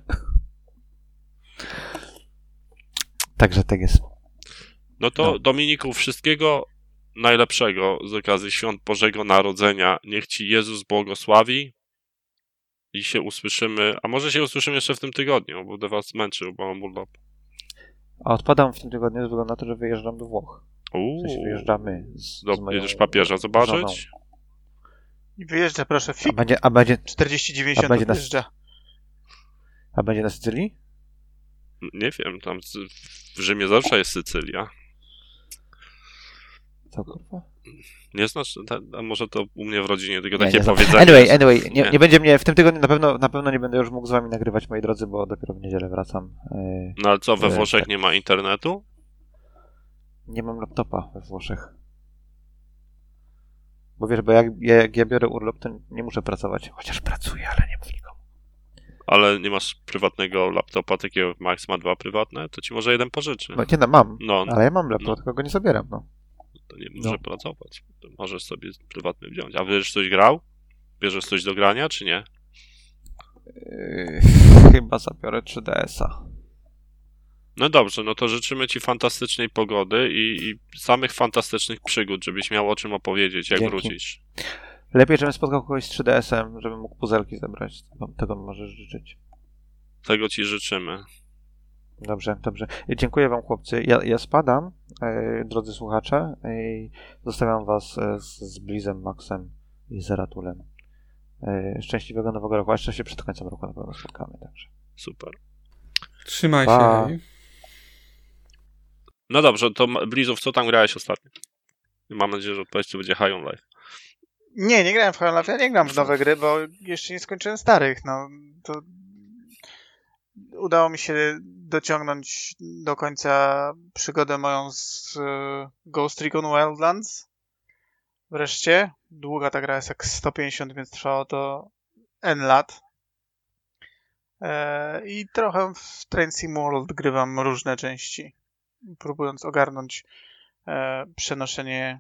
Także tak jest. No to No. Dominiku, wszystkiego najlepszego z okazji Świąt Bożego Narodzenia. Niech Ci Jezus błogosławi i się usłyszymy, a może się usłyszymy jeszcze w tym tygodniu, bo będę Was męczył, bo mam urlop. A odpadam w tym tygodniu, ze względu na to, że wyjeżdżam do Włoch. W sensie Uuu, wyjeżdżamy z, do, z moją jedziesz papieża żoną. zobaczyć? I wyjeżdża, proszę, A fik. będzie, a będzie, czterdzieści a dziewięćdziesiąt będzie na- wyjeżdża. a będzie na Sycylii? Nie wiem, tam w Rzymie zawsze jest Sycylia. Co kurwa? Nie znasz, a może to u mnie w rodzinie tylko Nie, takie nie znam. powiedzenie. Anyway, że- anyway, nie, Nie. nie będzie mnie, w tym tygodniu na pewno, na pewno nie będę już mógł z wami nagrywać, moi drodzy, bo dopiero w niedzielę wracam. Yy, No ale co, we Nie, Włoszech tak. nie ma internetu? Nie mam laptopa we Włoszech. Bo wiesz, bo jak, jak ja biorę urlop, to nie muszę pracować. Chociaż pracuję, ale nie mów nikomu. Ale nie masz prywatnego laptopa, takiego Max ma dwa prywatne, to ci może jeden pożyczy. No nie no, mam. No, Ale ja mam laptop, No. tylko go nie zabieram, no. to nie może no. pracować. To możesz sobie prywatny wziąć. A będziesz coś grał? Bierzesz coś do grania, czy nie? Yy, chyba zabiorę trzy D S a. No dobrze, no to życzymy ci fantastycznej pogody i, i samych fantastycznych przygód, żebyś miał o czym opowiedzieć, jak Dzięki. wrócisz. Lepiej, żebym spotkał kogoś z trzy D S em, żebym mógł puzelki zebrać. Tego, tego mi możesz życzyć. Tego ci życzymy. Dobrze, dobrze. Dziękuję wam, chłopcy. Ja, ja spadam, e, drodzy słuchacze, i zostawiam was e, z, z Blizem, Maxem i Zeratulem. E, szczęśliwego nowego roku, a jeszcze się przed końcem roku na pewno spotkamy, także. Super. Trzymaj Pa. się. No dobrze, to Blizów, co tam grałeś ostatnio? Mam nadzieję, że odpowiedź to będzie High on Life. Nie, nie grałem w High on Life, ja nie gram w nowe gry, bo jeszcze nie skończyłem starych, no. To udało mi się dociągnąć do końca przygodę moją z e, Ghost Recon Wildlands. Wreszcie. Długa ta gra jest jak sto pięćdziesiąt, więc trwało to N lat. E, I trochę w Train Sim World grywam różne części, próbując ogarnąć e, przenoszenie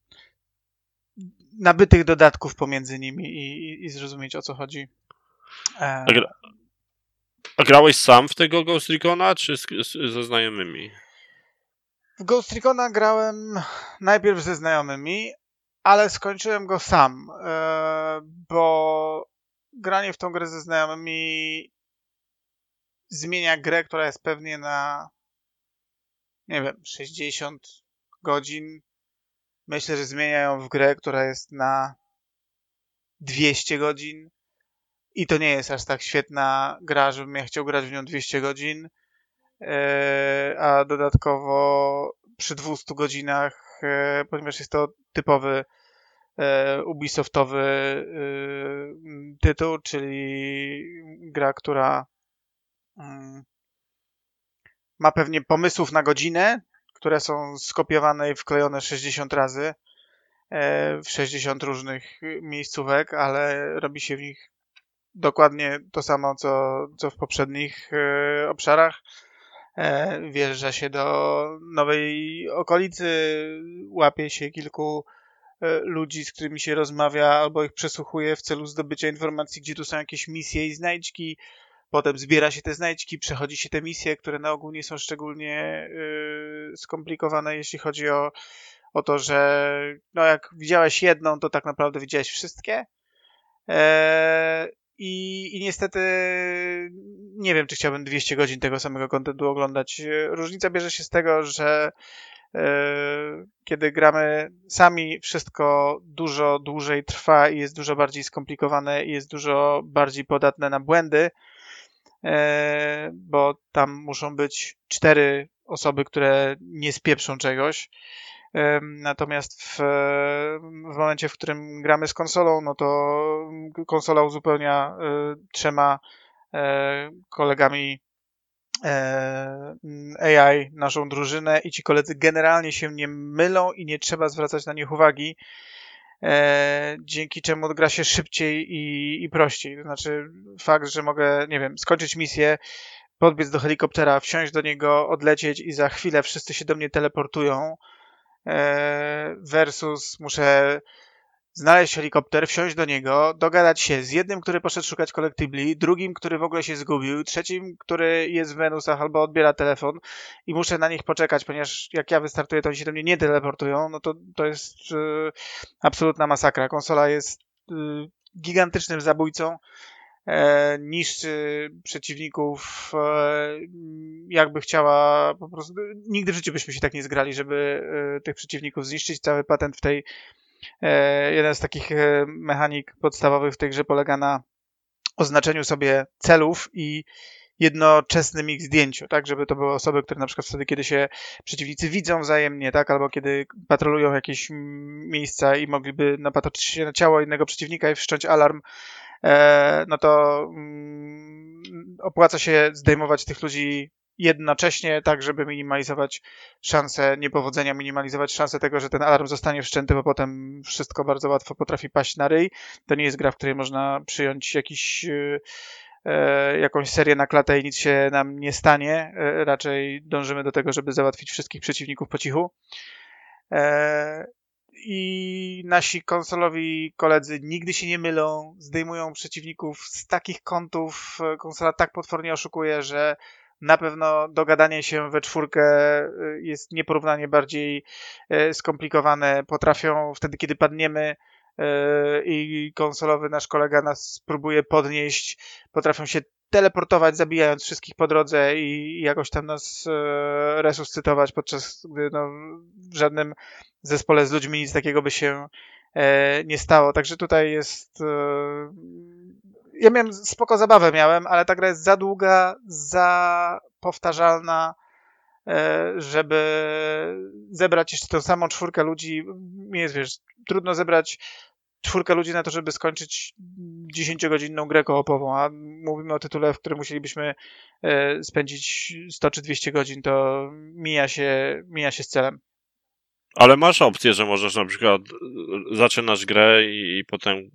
nabytych dodatków pomiędzy nimi i, i, i zrozumieć, o co chodzi. E, A, gra... A grałeś sam w tego Ghost Recona, czy z, z, ze znajomymi? W Ghost Recona grałem najpierw ze znajomymi, ale skończyłem go sam, e, bo granie w tą grę ze znajomymi zmienia grę, która jest pewnie na, nie wiem, sześćdziesiąt godzin. Myślę, że zmienia ją w grę, która jest na dwieście godzin. I to nie jest aż tak świetna gra, żebym ja chciał grać w nią dwieście godzin. E, a dodatkowo przy dwustu godzinach, e, ponieważ jest to typowy e, Ubisoftowy e, tytuł, czyli gra, która mm, ma pewnie pomysłów na godzinę, które są skopiowane i wklejone sześćdziesiąt razy e, w sześćdziesiąt różnych miejscówek, ale robi się w nich dokładnie to samo, co, co w poprzednich e, obszarach. E, wjeżdża się do nowej okolicy, łapie się kilku e, ludzi, z którymi się rozmawia, albo ich przesłuchuje w celu zdobycia informacji, gdzie tu są jakieś misje i znajdźki. Potem zbiera się te znajdźki, przechodzi się te misje, które na ogół nie są szczególnie y, skomplikowane, jeśli chodzi o, o to, że no jak widziałeś jedną, to tak naprawdę widziałeś wszystkie. E, i, I niestety nie wiem, czy chciałbym dwieście godzin tego samego kontentu oglądać. Różnica bierze się z tego, że y, kiedy gramy sami, wszystko dużo dłużej trwa i jest dużo bardziej skomplikowane i jest dużo bardziej podatne na błędy, bo tam muszą być cztery osoby, które nie spieprzą czegoś. Natomiast w, w momencie, w którym gramy z konsolą, no to konsola uzupełnia trzema kolegami A I naszą drużynę i ci koledzy generalnie się nie mylą i nie trzeba zwracać na nich uwagi. E, dzięki czemu gra się szybciej i, i prościej. To znaczy fakt, że mogę, nie wiem, skończyć misję, podbiec do helikoptera, wsiąść do niego, odlecieć i za chwilę wszyscy się do mnie teleportują, e, versus muszę znaleźć helikopter, wsiąść do niego, dogadać się z jednym, który poszedł szukać kolektybli, drugim, który w ogóle się zgubił, trzecim, który jest w menusach albo odbiera telefon i muszę na nich poczekać, ponieważ jak ja wystartuję, to oni się do mnie nie teleportują, no to, to jest yy, absolutna masakra. Konsola jest yy, gigantycznym zabójcą, e, niszczy przeciwników, e, jakby chciała po prostu, nigdy w życiu byśmy się tak nie zgrali, żeby e, tych przeciwników zniszczyć. Cały patent w tej e, jeden z takich e, mechanik podstawowych w tej grze polega na oznaczeniu sobie celów i jednoczesnym ich zdjęciu, tak, żeby to były osoby, które na przykład wtedy, kiedy się przeciwnicy widzą wzajemnie, tak, albo kiedy patrolują jakieś miejsca i mogliby napatrzeć się na ciało innego przeciwnika i wszcząć alarm, e, no to mm, opłaca się zdejmować tych ludzi jednocześnie, tak, żeby minimalizować szanse niepowodzenia, minimalizować szanse tego, że ten alarm zostanie wszczęty, bo potem wszystko bardzo łatwo potrafi paść na ryj. To nie jest gra, w której można przyjąć jakiś e, jakąś serię na klatę i nic się nam nie stanie. E, raczej dążymy do tego, żeby załatwić wszystkich przeciwników po cichu. E, I nasi konsolowi koledzy nigdy się nie mylą, zdejmują przeciwników z takich kątów, konsola tak potwornie oszukuje, że na pewno dogadanie się we czwórkę jest nieporównanie bardziej skomplikowane. Potrafią wtedy, kiedy padniemy i konsolowy nasz kolega nas próbuje podnieść, potrafią się teleportować, zabijając wszystkich po drodze i jakoś tam nas resuscytować, podczas gdy no, w żadnym zespole z ludźmi nic takiego by się nie stało. Także tutaj jest... Ja miałem spoko zabawę miałem, ale ta gra jest za długa, za powtarzalna, żeby zebrać jeszcze tę samą czwórkę ludzi. Jest, wiesz, trudno zebrać czwórkę ludzi na to, żeby skończyć dziesięciogodzinną grę koopową, a mówimy o tytule, w którym musielibyśmy spędzić sto czy dwieście godzin, to mija się, mija się z celem. Ale masz opcję, że możesz na przykład zaczynasz grę i, i potem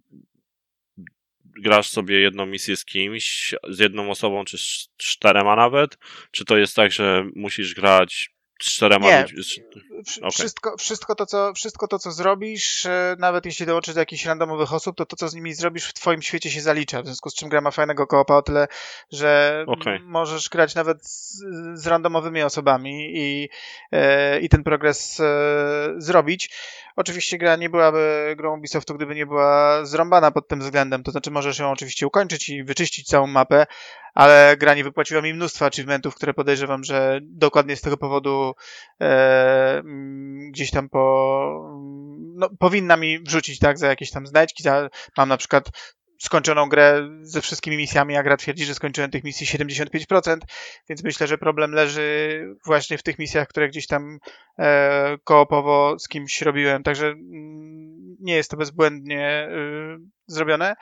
grasz sobie jedną misję z kimś, z jedną osobą, czy z czterema nawet? Czy to jest tak, że musisz grać z czterema Nie. ludźmi? Okay. Wszystko, wszystko, to, co, wszystko to, co zrobisz, nawet jeśli dołączysz do jakichś randomowych osób, to to, co z nimi zrobisz, w twoim świecie się zalicza. W związku z czym gra ma fajnego koopa o tyle, że okay. możesz grać nawet z, z randomowymi osobami i, e, i ten progres e, zrobić. Oczywiście gra nie byłaby grą Ubisoftu, gdyby nie była zrąbana pod tym względem. To znaczy możesz ją oczywiście ukończyć i wyczyścić całą mapę, ale gra nie wypłaciła mi mnóstwa achievementów, które podejrzewam, że dokładnie z tego powodu e, gdzieś tam po... No, powinna mi wrzucić, tak, za jakieś tam znajdźki. Za, mam na przykład skończoną grę ze wszystkimi misjami, a gra twierdzi, że skończyłem tych misji siedemdziesiąt pięć procent, więc myślę, że problem leży właśnie w tych misjach, które gdzieś tam e, koopowo z kimś robiłem, także mm, nie jest to bezbłędnie y, zrobione.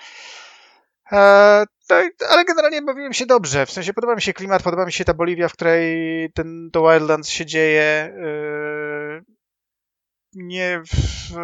E, to, ale generalnie bawiłem się dobrze, w sensie podoba mi się klimat, podoba mi się ta Boliwia, w której ten, to Wildlands się dzieje. Y, nie w,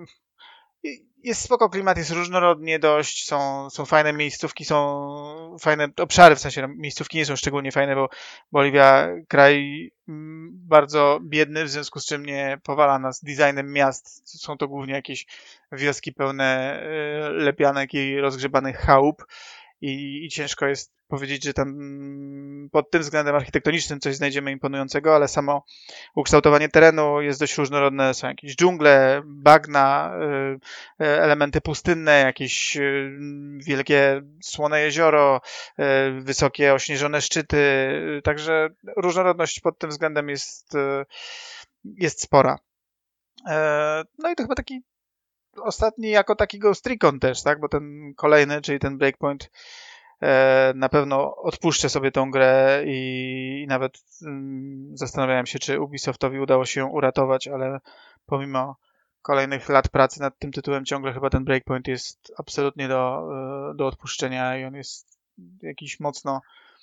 jest spoko klimat, jest różnorodnie dość, są, są fajne miejscówki, są fajne obszary, w sensie no, miejscówki nie są szczególnie fajne, bo Boliwia kraj bardzo biedny, w związku z czym nie powala nas designem miast, są to głównie jakieś wioski pełne lepianek i rozgrzebanych chałup i, i ciężko jest powiedzieć, że tam pod tym względem architektonicznym coś znajdziemy imponującego, ale samo ukształtowanie terenu jest dość różnorodne. Są jakieś dżungle, bagna, elementy pustynne, jakieś wielkie słone jezioro, wysokie ośnieżone szczyty. Także różnorodność pod tym względem jest, jest spora. No i to chyba taki ostatni jako taki Ghost Recon też, tak? Bo ten kolejny, czyli ten Breakpoint, na pewno odpuszczę sobie tą grę i, i nawet mm, zastanawiałem się, czy Ubisoftowi udało się uratować, ale pomimo kolejnych lat pracy nad tym tytułem ciągle chyba ten Breakpoint jest absolutnie do, do odpuszczenia i on jest jakiś mocno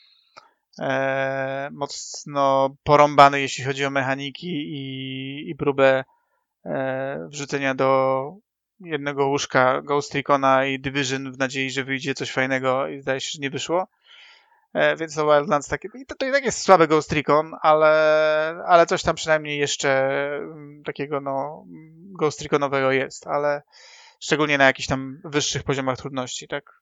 e, mocno porąbany, jeśli chodzi o mechaniki i, i próbę e, wrzucenia do jednego łóżka Ghost Recona i Division w nadziei, że wyjdzie coś fajnego i zdaje się, że nie wyszło. E, więc to Wildlands takie, to, to i tak jest słaby Ghost Recon, ale, ale coś tam przynajmniej jeszcze takiego no Ghost Reconowego jest, ale szczególnie na jakichś tam wyższych poziomach trudności, tak.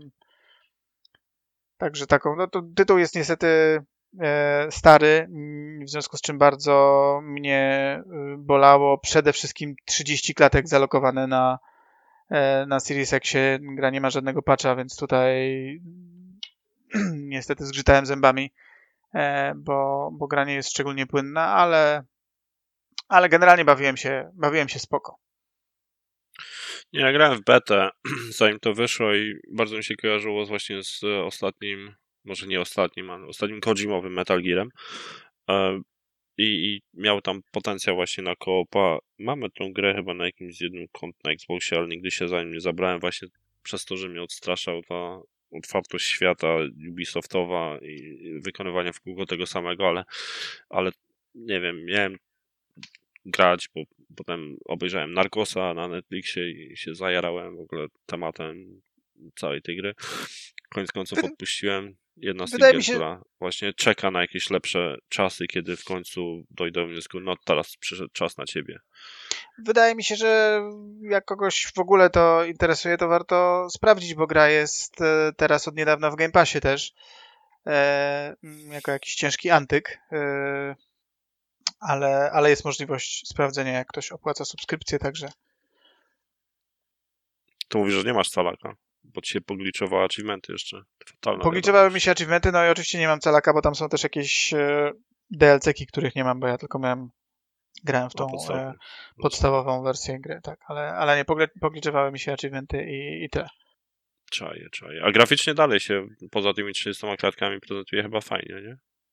Także taką, no to tytuł jest niestety e, stary, w związku z czym bardzo mnie bolało przede wszystkim trzydzieści klatek zalokowane na, e, na Series Xie. Gra nie ma żadnego patcha, więc tutaj niestety zgrzytałem zębami, e, bo, bo gra nie jest szczególnie płynna, ale, ale generalnie bawiłem się, bawiłem się spoko. Nie, ja grałem w betę, zanim to wyszło i bardzo mi się kojarzyło z właśnie z ostatnim, może nie ostatnim, ale ostatnim Kojimowym Metal Gearem. I, I miał tam potencjał właśnie na koopa. Mamy tą grę chyba na jakimś z jednym kont na Xboxie, ale nigdy się za nim nie zabrałem właśnie przez to, że mnie odstraszał ta otwartość świata Ubisoftowa i wykonywania w kółko tego samego, ale, ale nie wiem, miałem grać, bo potem obejrzałem Narcosa na Netflixie i się zajarałem w ogóle tematem całej tej gry. Koniec końców odpuściłem. Jedna z tych gier, się... która właśnie czeka na jakieś lepsze czasy, kiedy w końcu dojdę do wniosku, no teraz przyszedł czas na ciebie. Wydaje mi się, że jak kogoś w ogóle to interesuje, to warto sprawdzić, bo gra jest teraz od niedawna w Game Passie też, e, jako jakiś ciężki antyk, e, ale, ale jest możliwość sprawdzenia, jak ktoś opłaca subskrypcję, także. To mówisz, że nie masz calaka, bo ci się pogliczowały achievementy jeszcze. Pogliczowały mi się achievementy, no i oczywiście nie mam calaka, bo tam są też jakieś e, D L C-ki, których nie mam, bo ja tylko miałem grałem w tą e, podstawową wersję gry, tak, ale, ale nie, pogliczowały mi się achievementy i, i tyle. Czaję, czaję. A graficznie dalej się, poza tymi trzydziestoma klatkami prezentuje chyba fajnie, nie?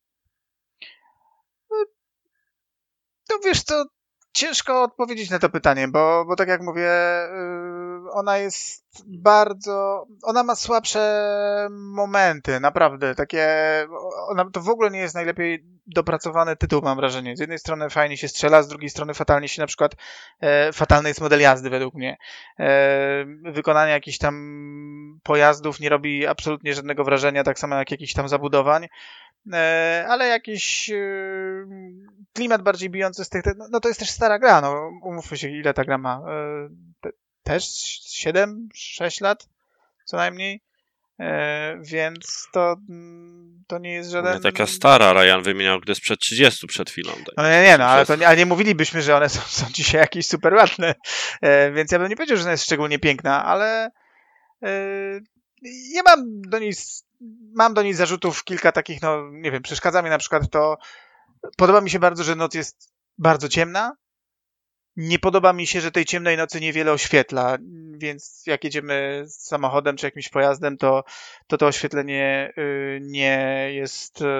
No wiesz co, ciężko odpowiedzieć na to pytanie, bo, bo tak jak mówię, ona jest bardzo, ona ma słabsze momenty, naprawdę, takie, ona to w ogóle nie jest najlepiej dopracowany tytuł, mam wrażenie. Z jednej strony fajnie się strzela, z drugiej strony fatalnie się na przykład, e, fatalny jest model jazdy według mnie. E, wykonanie jakichś tam pojazdów nie robi absolutnie żadnego wrażenia, tak samo jak jakichś tam zabudowań. Ale jakiś klimat bardziej bijący z tych... No to jest też stara gra, no umówmy się, ile ta gra ma. Też siedem, sześć lat co najmniej. Więc to, to nie jest żaden... Nie taka stara, Ryan wymieniał gdy sprzed trzydziestu przed chwilą. No nie, nie, no ale, to nie, ale nie mówilibyśmy, że one są, są dzisiaj jakieś super ładne. Więc ja bym nie powiedział, że ona jest szczególnie piękna, ale ja mam do niej Mam do niej zarzutów kilka takich, no nie wiem, przeszkadza mi na przykład to, podoba mi się bardzo, że noc jest bardzo ciemna, nie podoba mi się, że tej ciemnej nocy niewiele oświetla, więc jak jedziemy samochodem czy jakimś pojazdem, to to, to oświetlenie y, nie jest... Y,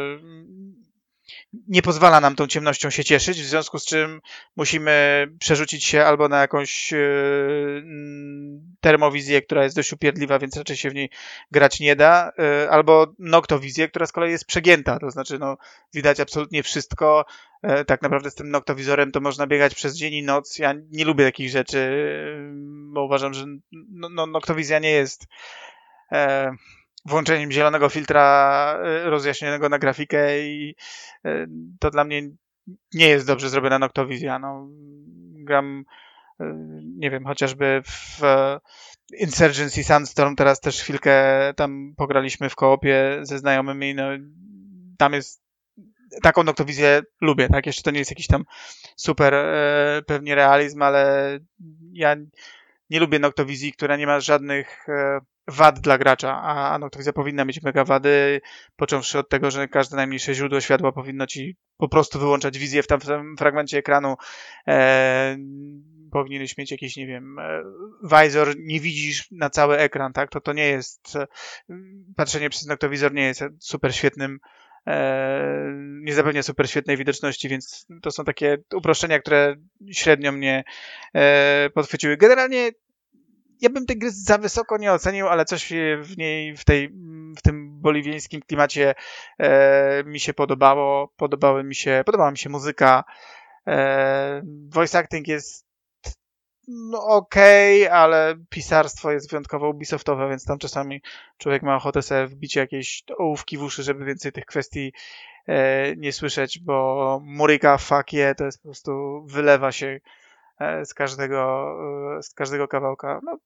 nie pozwala nam tą ciemnością się cieszyć, w związku z czym musimy przerzucić się albo na jakąś yy, termowizję, która jest dość upierdliwa, więc raczej się w niej grać nie da, yy, albo noktowizję, która z kolei jest przegięta, to znaczy no, widać absolutnie wszystko. Yy, tak naprawdę z tym noktowizorem to można biegać przez dzień i noc. Ja nie lubię takich rzeczy, yy, bo uważam, że no, no, noktowizja nie jest... Yy, włączeniem zielonego filtra rozjaśnionego na grafikę i to dla mnie nie jest dobrze zrobiona noktowizja. No, gram, nie wiem, chociażby w Insurgency Sandstorm teraz też chwilkę tam pograliśmy w koopie ze znajomymi, no tam jest taką noktowizję lubię, tak? Jeszcze to nie jest jakiś tam super e, pewnie realizm, ale ja nie lubię noktowizji, która nie ma żadnych e, wad dla gracza, a, a noktowizja powinna mieć mega wady, począwszy od tego, że każde najmniejsze źródło światła powinno ci po prostu wyłączać wizję w tamtym fragmencie ekranu. E, powinieneś mieć jakiś, nie wiem, e, wizor, nie widzisz na cały ekran, tak? To to nie jest, e, patrzenie przez noktowizor nie jest super świetnym, e, nie zapewnia super świetnej widoczności, więc to są takie uproszczenia, które średnio mnie e, podchwyciły. Generalnie ja bym tej gry za wysoko nie ocenił, ale coś w niej, w tej, w tym boliwiańskim klimacie e, mi się podobało. Podobały mi się, podobała mi się muzyka. E, voice acting jest no okej, okay, ale pisarstwo jest wyjątkowo ubisoftowe, więc tam czasami człowiek ma ochotę sobie wbić jakieś ołówki w uszy, żeby więcej tych kwestii e, nie słyszeć, bo muryka, fuck yeah, to jest po prostu wylewa się z każdego, z każdego kawałka. No,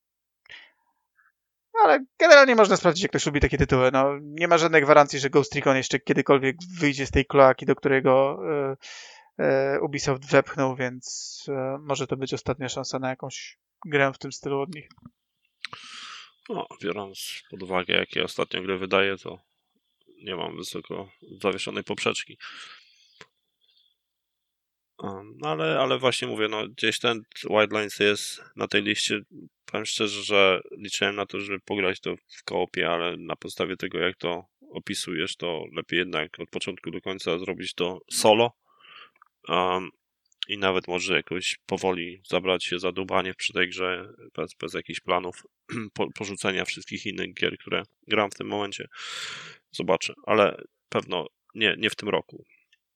ale generalnie można sprawdzić, jak ktoś lubi takie tytuły. No, nie ma żadnej gwarancji, że Ghost Recon jeszcze kiedykolwiek wyjdzie z tej kloaki, do którego e, e, Ubisoft wepchnął, więc e, może to być ostatnia szansa na jakąś grę w tym stylu od nich. No, biorąc pod uwagę, jakie ostatnio gry wydaje, to nie mam wysoko zawieszonej poprzeczki. No ale, ale właśnie mówię, no gdzieś ten Wildlands jest na tej liście. Powiem szczerze, że liczyłem na to, żeby pograć to w koopie, ale na podstawie tego, jak to opisujesz, to lepiej jednak od początku do końca zrobić to solo um, i nawet może jakoś powoli zabrać się za dłubanie przy tej grze bez, bez jakichś planów po, porzucenia wszystkich innych gier, które gram w tym momencie. Zobaczę, ale pewno nie, nie w tym roku.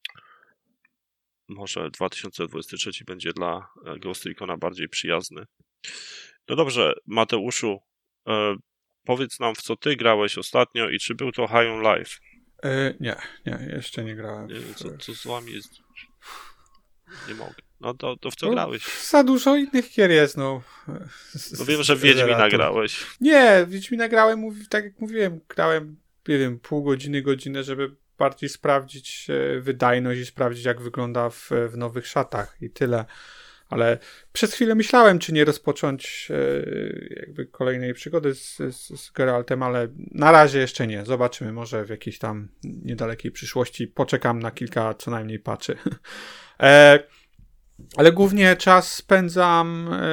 Może dwa tysiące dwudziesty trzeci będzie dla Ghost Recona bardziej przyjazny. No dobrze, Mateuszu, e, powiedz nam, w co ty grałeś ostatnio i czy był to High on Life? E, nie, nie, jeszcze nie grałem. Nie wiem, w... co, co z wami jest? Nie mogę. No to, to w co no, grałeś? Za dużo innych gier jest, no. No wiem, że w Wiedźmina grałeś. Nie, w Wiedźmina grałem, tak jak mówiłem, grałem, nie wiem, pół godziny, godzinę, żeby bardziej sprawdzić wydajność i sprawdzić, jak wygląda w, w nowych szatach i tyle. Ale przez chwilę myślałem, czy nie rozpocząć jakby kolejnej przygody z, z, z Geraltem, ale na razie jeszcze nie. Zobaczymy, może w jakiejś tam niedalekiej przyszłości poczekam na kilka co najmniej patchy. e, ale głównie czas spędzam e,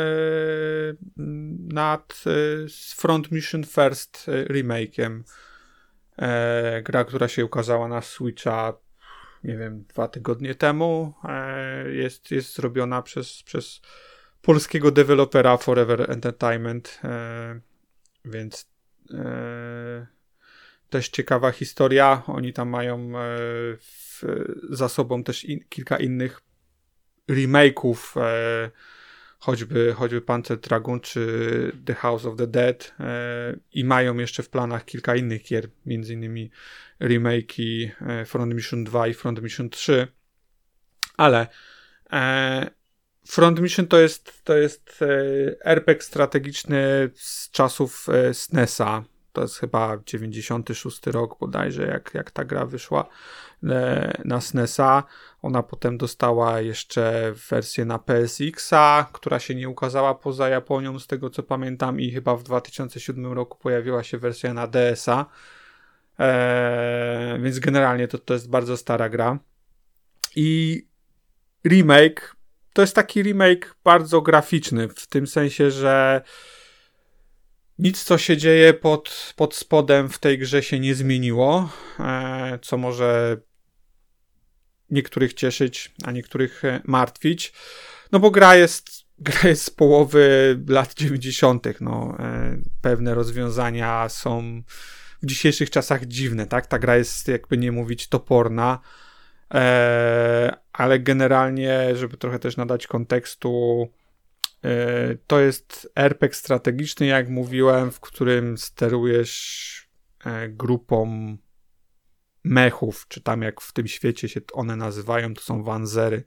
nad e, Front Mission First e, remake'iem. E, gra, która się ukazała na Switcha, nie wiem, dwa tygodnie temu. E, jest, jest zrobiona przez, przez polskiego dewelopera Forever Entertainment, e, więc e, też ciekawa historia. Oni tam mają e, w, za sobą też in, kilka innych remake'ów, e, choćby, choćby Panzer Dragoon czy The House of the Dead e, i mają jeszcze w planach kilka innych gier, między innymi remake'i e, Front Mission dwa i Front Mission trzy, ale e, Front Mission to jest, to jest e, er pe gie strategiczny z czasów e, S N E S-a. To jest chyba dziewięćdziesiąty szósty rok bodajże, jak, jak ta gra wyszła e, na S N E S-a. Ona potem dostała jeszcze wersję na P S X-a, która się nie ukazała poza Japonią, z tego co pamiętam, i chyba w dwa tysiące siódmym roku pojawiła się wersja na D S-a. E, więc generalnie to, to jest bardzo stara gra. I remake to jest taki remake bardzo graficzny, w tym sensie, że nic, co się dzieje pod, pod spodem w tej grze się nie zmieniło, e, co może niektórych cieszyć, a niektórych martwić. No bo gra jest, gra jest z połowy lat dziewięćdziesiątych. No, e, pewne rozwiązania są w dzisiejszych czasach dziwne, tak? Ta gra jest, jakby nie mówić, toporna, e, ale generalnie, żeby trochę też nadać kontekstu, to jest er pe gie strategiczny, jak mówiłem, w którym sterujesz grupą mechów, czy tam jak w tym świecie się one nazywają, to są wanzery.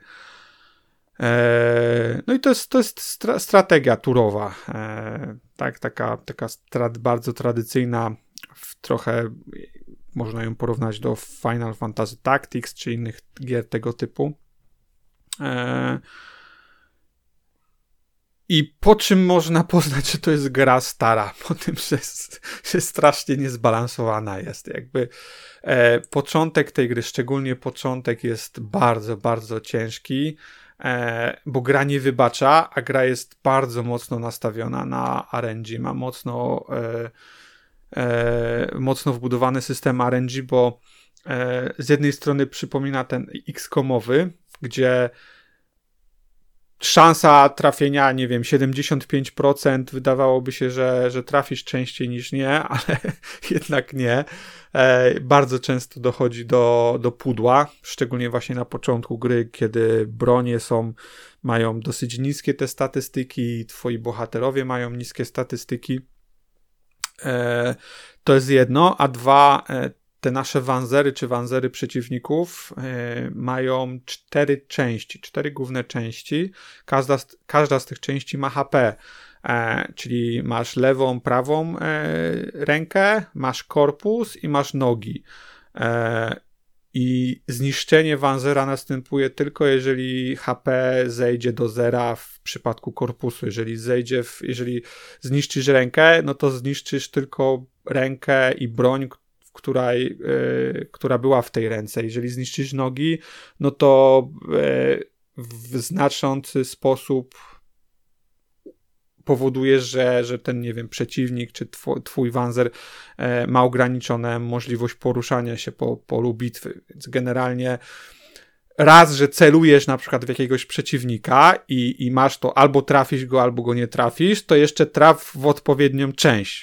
No i to jest, to jest stra- strategia turowa, tak, taka, taka tra- bardzo tradycyjna, w trochę można ją porównać do Final Fantasy Tactics, czy innych gier tego typu. I po czym można poznać, że to jest gra stara? Po tym, że, że strasznie niezbalansowana jest. Jakby e, początek tej gry, szczególnie początek, jest bardzo, bardzo ciężki, e, bo gra nie wybacza, a gra jest bardzo mocno nastawiona na er en gie. Ma mocno, e, e, mocno wbudowany system er en gie, bo e, z jednej strony przypomina ten iks komowy, gdzie szansa trafienia, nie wiem, siedemdziesiąt pięć procent, wydawałoby się, że, że trafisz częściej niż nie, ale jednak nie. E, bardzo często dochodzi do, do pudła, szczególnie właśnie na początku gry, kiedy bronie są, mają dosyć niskie te statystyki, twoi bohaterowie mają niskie statystyki. E, to jest jedno, a dwa, e, te nasze wanzery czy wanzery przeciwników y, mają cztery części, cztery główne części. Każda z, każda z tych części ma ha pe, e, czyli masz lewą, prawą e, rękę, masz korpus i masz nogi. E, I zniszczenie wanzera następuje tylko jeżeli ha pe zejdzie do zera w przypadku korpusu. Jeżeli zejdzie, w, jeżeli zniszczysz rękę, no to zniszczysz tylko rękę i broń, Która, yy, która była w tej ręce. Jeżeli zniszczysz nogi, no to yy, w znaczący sposób powoduje, że, że ten, nie wiem, przeciwnik czy twój, twój Wanzer e, ma ograniczoną możliwość poruszania się po polu bitwy. Więc generalnie raz, że celujesz na przykład w jakiegoś przeciwnika i, i masz to albo trafisz go, albo go nie trafisz, to jeszcze traf w odpowiednią część.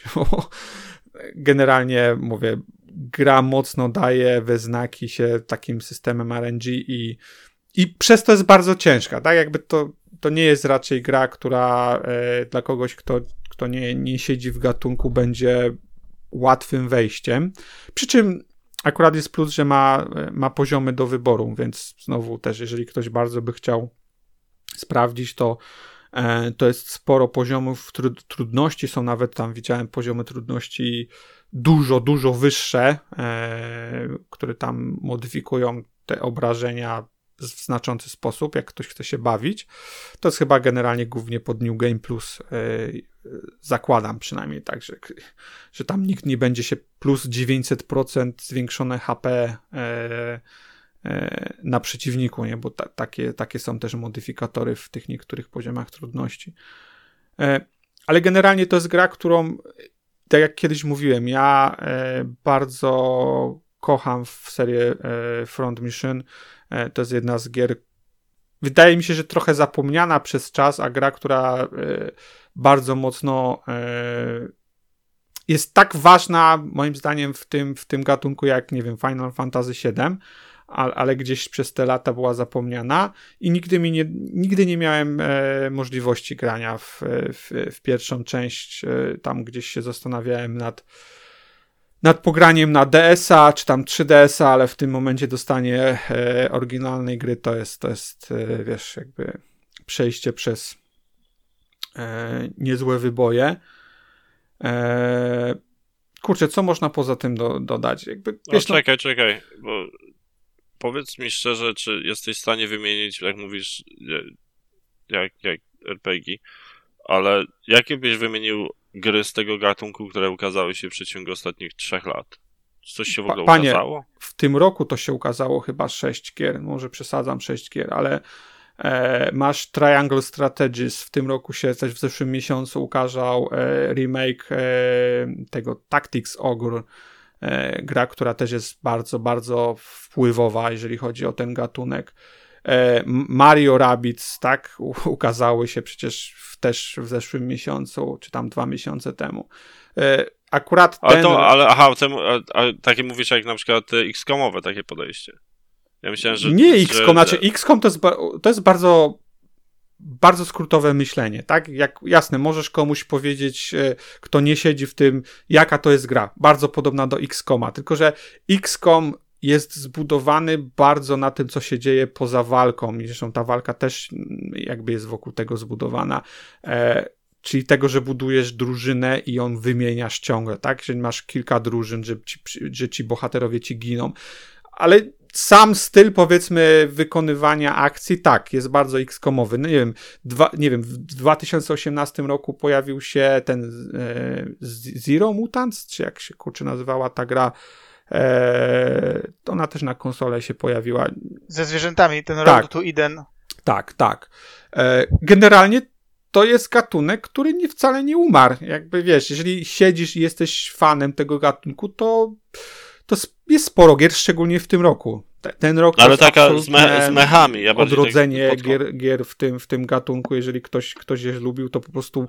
Generalnie, mówię, gra mocno daje we znaki się takim systemem R N G i, i przez to jest bardzo ciężka, tak? Jakby to, to nie jest raczej gra, która e, dla kogoś, kto, kto nie, nie siedzi w gatunku, będzie łatwym wejściem. Przy czym akurat jest plus, że ma, ma poziomy do wyboru, więc znowu też, jeżeli ktoś bardzo by chciał sprawdzić, to e, to jest sporo poziomów tru- trudności, są nawet tam, widziałem, poziomy trudności dużo, dużo wyższe, e, które tam modyfikują te obrażenia w znaczący sposób, jak ktoś chce się bawić. To jest chyba generalnie głównie pod New Game Plus, yy, zakładam przynajmniej tak, że, że tam nikt nie będzie się plus dziewięćset procent zwiększone H P yy, yy, na przeciwniku, nie? Bo ta, takie, takie są też modyfikatory w tych niektórych poziomach trudności. Yy, ale generalnie to jest gra, którą, tak jak kiedyś mówiłem, ja yy, bardzo kocham w serię yy, Front Mission. To jest jedna z gier, wydaje mi się, że trochę zapomniana przez czas, a gra, która y, bardzo mocno y, jest tak ważna, moim zdaniem, w tym, w tym gatunku, jak, nie wiem, Final Fantasy siedem, ale, ale gdzieś przez te lata była zapomniana i nigdy mi nie, nigdy nie miałem y, możliwości grania w, w, w pierwszą część. Y, tam gdzieś się zastanawiałem nad nad pograniem na D S a, czy tam trzy D S a, ale w tym momencie dostanie e, oryginalnej gry to jest, to jest e, wiesz, jakby przejście przez e, niezłe wyboje. E, kurczę, co można poza tym do, dodać? Jakby, wiesz, no, czekaj, no... czekaj, bo powiedz mi szczerze, czy jesteś w stanie wymienić, jak mówisz, jak, jak R P G, ale jakie byś wymienił gry z tego gatunku, które ukazały się w przeciągu ostatnich trzech lat? Coś się w ogóle Panie, ukazało? W tym roku to się ukazało chyba sześć gier, może przesadzam sześć gier, ale e, masz Triangle Strategies, w tym roku się też w zeszłym miesiącu ukazał e, remake e, tego Tactics Ogre, e, gra, która też jest bardzo, bardzo wpływowa, jeżeli chodzi o ten gatunek. E, Mario Rabbids, tak, u, ukazały się przecież w, też w zeszłym miesiącu, czy tam dwa miesiące temu. E, akurat ale ten... to, ale aha, temu, a, a, takie mówisz jak na przykład X COMowe takie podejście. Ja myślałem, że... Nie X COM, że... znaczy X COM to jest, to jest bardzo bardzo skrótowe myślenie, tak? Jak, jasne, możesz komuś powiedzieć, e, kto nie siedzi w tym, jaka to jest gra. Bardzo podobna do X COMa, tylko że X COM jest zbudowany bardzo na tym, co się dzieje poza walką. I zresztą ta walka też jakby jest wokół tego zbudowana. E, czyli tego, że budujesz drużynę i ją wymieniasz ciągle, tak? Że masz kilka drużyn, że ci, że ci bohaterowie ci giną. Ale sam styl, powiedzmy, wykonywania akcji, tak, jest bardzo X COMowy. No nie wiem, dwa, nie wiem, w dwa tysiące osiemnastym roku pojawił się ten e, Zero Mutants, czy jak się kurczę nazywała ta gra. Eee, ona też na konsolę się pojawiła. Ze zwierzętami, ten tak. Road to Eden. Tak, tak. Eee, generalnie to jest gatunek, który nie, wcale nie umarł. Jakby wiesz, jeżeli siedzisz i jesteś fanem tego gatunku, to, to jest sporo gier, szczególnie w tym roku. Ten rok ale taka z, me, z mechami. Ja odrodzenie tak gier, gier w, tym, w tym gatunku. Jeżeli ktoś, ktoś je lubił, to po prostu...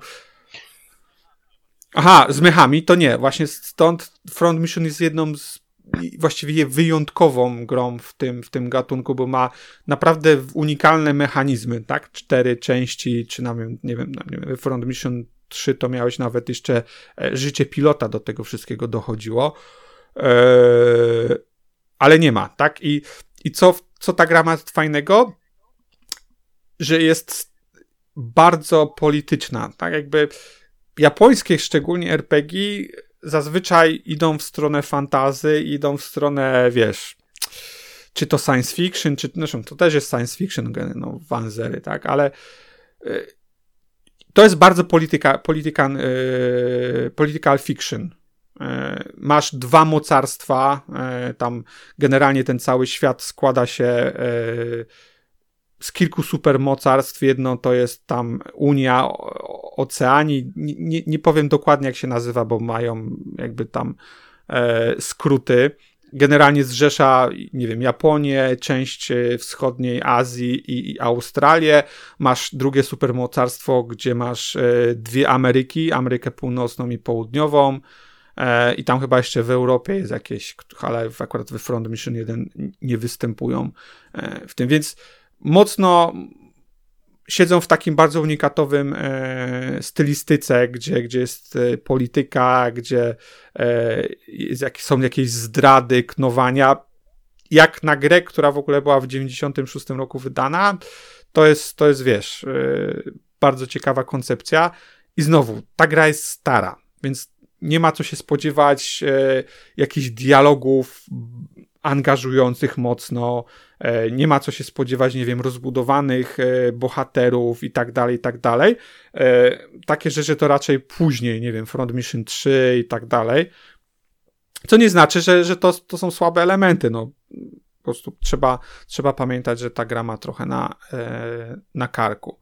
Aha, z mechami to nie. Właśnie stąd Front Mission jest jedną z właściwie wyjątkową grą w tym, w tym gatunku, bo ma naprawdę unikalne mechanizmy, tak? Cztery części, czy nawet, nie wiem, nie wiem, Front Mission trzy to miałeś nawet jeszcze życie pilota do tego wszystkiego dochodziło. Eee, ale nie ma, tak? I, i co, co ta gra ma fajnego? Że jest bardzo polityczna, tak? Jakby japońskie, szczególnie R P G, zazwyczaj idą w stronę fantasy, idą w stronę, wiesz, czy to science fiction, czy zresztą to też jest science fiction, no, Wanzery, tak, ale y, to jest bardzo polityka, polityka, y, political fiction. Y, masz dwa mocarstwa, y, tam generalnie ten cały świat składa się y, z kilku supermocarstw. Jedno to jest tam Unia Oceanii. Nie, nie powiem dokładnie, jak się nazywa, bo mają jakby tam e, skróty. Generalnie zrzesza, nie wiem, Japonię, część wschodniej Azji i, i Australię. Masz drugie supermocarstwo, gdzie masz e, dwie Ameryki, Amerykę Północną i Południową. E, I tam chyba jeszcze w Europie jest jakieś, ale akurat we Front Mission jeden nie występują e, w tym. Więc mocno siedzą w takim bardzo unikatowym e, stylistyce, gdzie, gdzie jest e, polityka, gdzie e, jest, jak, są jakieś zdrady, knowania. Jak na grę, która w ogóle była w dziewięćdziesiątym szóstym roku wydana, to jest, to jest wiesz, e, bardzo ciekawa koncepcja. I znowu, ta gra jest stara, więc nie ma co się spodziewać e, jakichś dialogów angażujących mocno, e, nie ma co się spodziewać, nie wiem, rozbudowanych e, bohaterów i tak dalej, i tak dalej. E, takie rzeczy to raczej później, nie wiem, Front Mission trzy i tak dalej. Co nie znaczy, że, że to, to są słabe elementy, no po prostu trzeba, trzeba pamiętać, że ta gra ma trochę na, e, na karku.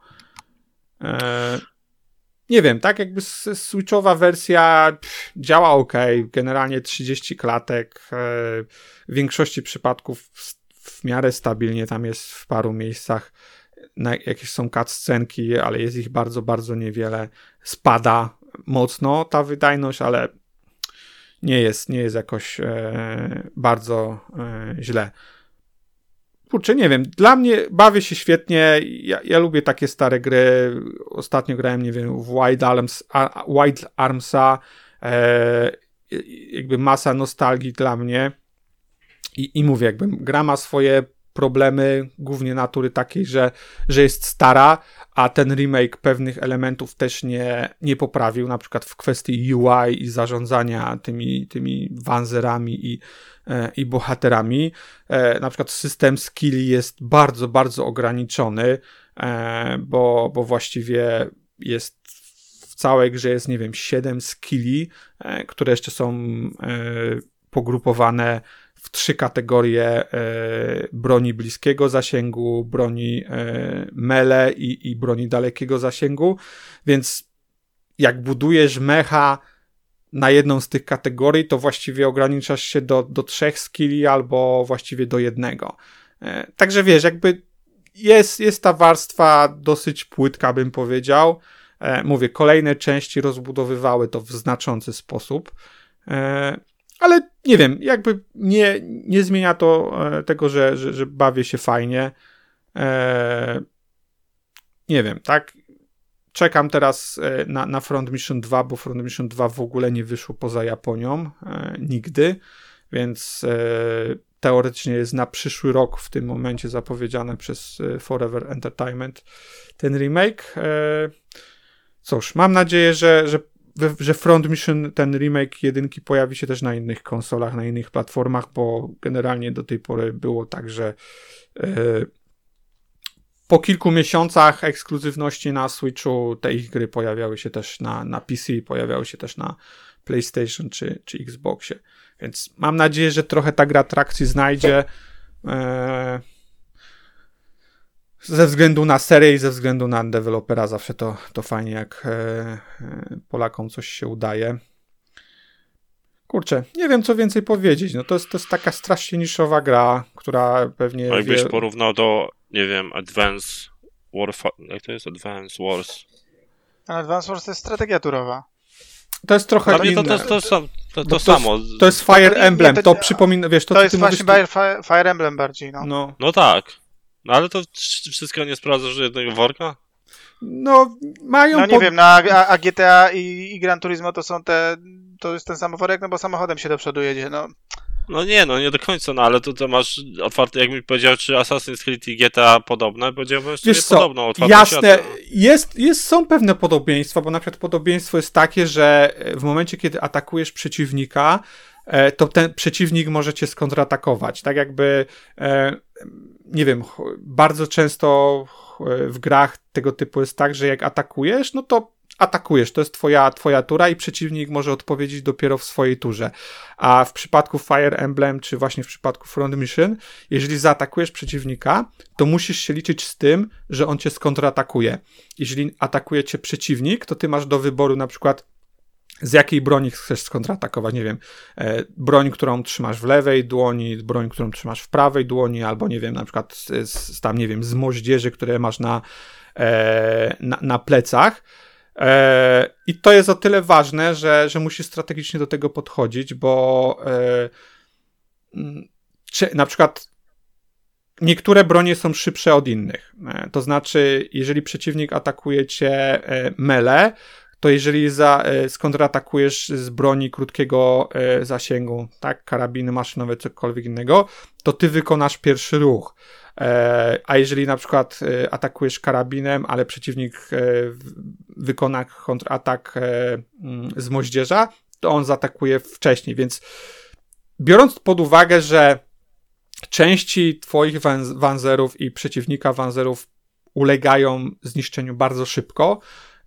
E, Nie wiem, tak jakby switchowa wersja pff, działa ok, generalnie trzydzieści klatek, e, w większości przypadków w, w miarę stabilnie, tam jest w paru miejscach na, jakieś są cutscenki, ale jest ich bardzo, bardzo niewiele, spada mocno ta wydajność, ale nie jest, nie jest jakoś e, bardzo e, źle. Kurczę, nie wiem, dla mnie bawię się świetnie, ja, ja lubię takie stare gry, ostatnio grałem, nie wiem, w Wild, Arms, a, Wild Armsa, e, jakby masa nostalgii dla mnie i, i mówię, jakby gra ma swoje problemy, głównie natury takiej, że, że jest stara, a ten remake pewnych elementów też nie, nie poprawił, na przykład w kwestii U I i zarządzania tymi, tymi wanzerami i i bohaterami. Na przykład system skilli jest bardzo, bardzo ograniczony, bo, bo właściwie jest w całej grze jest, nie wiem, siedem skilli, które jeszcze są pogrupowane w trzy kategorie broni bliskiego zasięgu, broni melee i, i broni dalekiego zasięgu, więc jak budujesz mecha na jedną z tych kategorii, to właściwie ograniczasz się do, do trzech skilli albo właściwie do jednego. E, także wiesz, jakby jest, jest ta warstwa dosyć płytka, bym powiedział. E, mówię, kolejne części rozbudowywały to w znaczący sposób. E, ale nie wiem, jakby nie, nie zmienia to e, tego, że, że, że bawię się fajnie. E, nie wiem, tak? Czekam teraz na, na Front Mission dwa, bo Front Mission dwa w ogóle nie wyszło poza Japonią e, nigdy, więc e, teoretycznie jest na przyszły rok w tym momencie zapowiedziane przez e, Forever Entertainment ten remake. E, cóż, mam nadzieję, że, że, że Front Mission, ten remake jedynki pojawi się też na innych konsolach, na innych platformach, bo generalnie do tej pory było tak, że e, po kilku miesiącach ekskluzywności na Switchu te ich gry pojawiały się też na, na P C, pojawiały się też na PlayStation czy, czy Xboxie. Więc mam nadzieję, że trochę ta gra trakcji znajdzie e, ze względu na serię i ze względu na dewelopera. Zawsze to, to fajnie, jak e, Polakom coś się udaje. Kurczę, nie wiem, co więcej powiedzieć. No to jest, to jest taka strasznie niszowa gra, która pewnie... No jakbyś wie... porównał do, nie wiem, Advance Warfare... Jak to jest? Advance Wars? Advance Wars to jest strategia turowa. To jest trochę Dla mnie inne. to, to, to, to, to, to to samo. Jest, to jest Fire to nie, Emblem, nie, to, to, to przypomina, wiesz, to, to co jest ty właśnie mówisz, Fire, Fire Emblem bardziej, no. no. No tak. No ale to wszystko nie sprawdzasz jednego worka? No, mają... No nie pod... wiem, no, a, a G T A i, i Gran Turismo to są te... To jest ten sam worek, no bo samochodem się do przodu jedzie, no. No nie, no nie do końca, no ale to, to masz otwarte, jak mi powiedział, czy Assassin's Creed i G T A podobne, powiedziałbym, że Wiesz co, podobną otwartą jasne, świata. jest, jest, są pewne podobieństwa, bo na przykład podobieństwo jest takie, że w momencie, kiedy atakujesz przeciwnika, to ten przeciwnik może cię skontratakować. Tak jakby, nie wiem, bardzo często w grach tego typu jest tak, że jak atakujesz, no to atakujesz, to jest twoja, twoja tura i przeciwnik może odpowiedzieć dopiero w swojej turze. A w przypadku Fire Emblem, czy właśnie w przypadku Front Mission, jeżeli zaatakujesz przeciwnika, to musisz się liczyć z tym, że on cię skontratakuje. Jeżeli atakuje cię przeciwnik, to ty masz do wyboru na przykład z jakiej broni chcesz skontratakować, nie wiem, e, broń, którą trzymasz w lewej dłoni, broń, którą trzymasz w prawej dłoni, albo nie wiem, na przykład z, z, tam, nie wiem, z moździerzy, które masz na, e, na, na plecach. E, I to jest o tyle ważne, że, że musisz strategicznie do tego podchodzić, bo e, czy, na przykład niektóre bronie są szybsze od innych. E, to znaczy, jeżeli przeciwnik atakuje cię e, melee, to jeżeli za, e, skontratakujesz z broni krótkiego e, zasięgu, tak, karabiny maszynowe, cokolwiek innego, to ty wykonasz pierwszy ruch. E, a jeżeli na przykład e, atakujesz karabinem, ale przeciwnik e, wykona kontratak e, m, z moździerza, to on zaatakuje wcześniej, więc biorąc pod uwagę, że części twoich wan- wanzerów i przeciwnika wanzerów ulegają zniszczeniu bardzo szybko,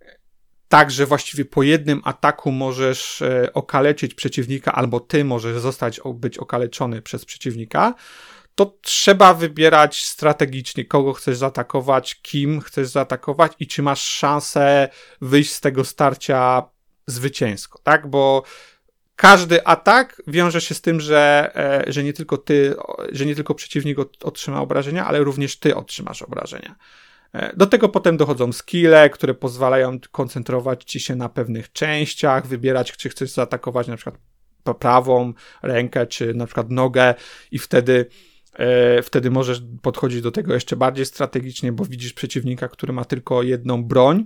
tak, że właściwie po jednym ataku możesz e, okaleczyć przeciwnika, albo ty możesz zostać, być okaleczony przez przeciwnika, to trzeba wybierać strategicznie, kogo chcesz zaatakować, kim chcesz zaatakować i czy masz szansę wyjść z tego starcia zwycięsko, tak? Bo każdy atak wiąże się z tym, że, e, że nie tylko ty, że nie tylko przeciwnik od, otrzyma obrażenia, ale również ty otrzymasz obrażenia. Do tego potem dochodzą skille, które pozwalają koncentrować ci się na pewnych częściach, wybierać, czy chcesz zaatakować na przykład prawą rękę, czy na przykład nogę i wtedy, e, wtedy możesz podchodzić do tego jeszcze bardziej strategicznie, bo widzisz przeciwnika, który ma tylko jedną broń,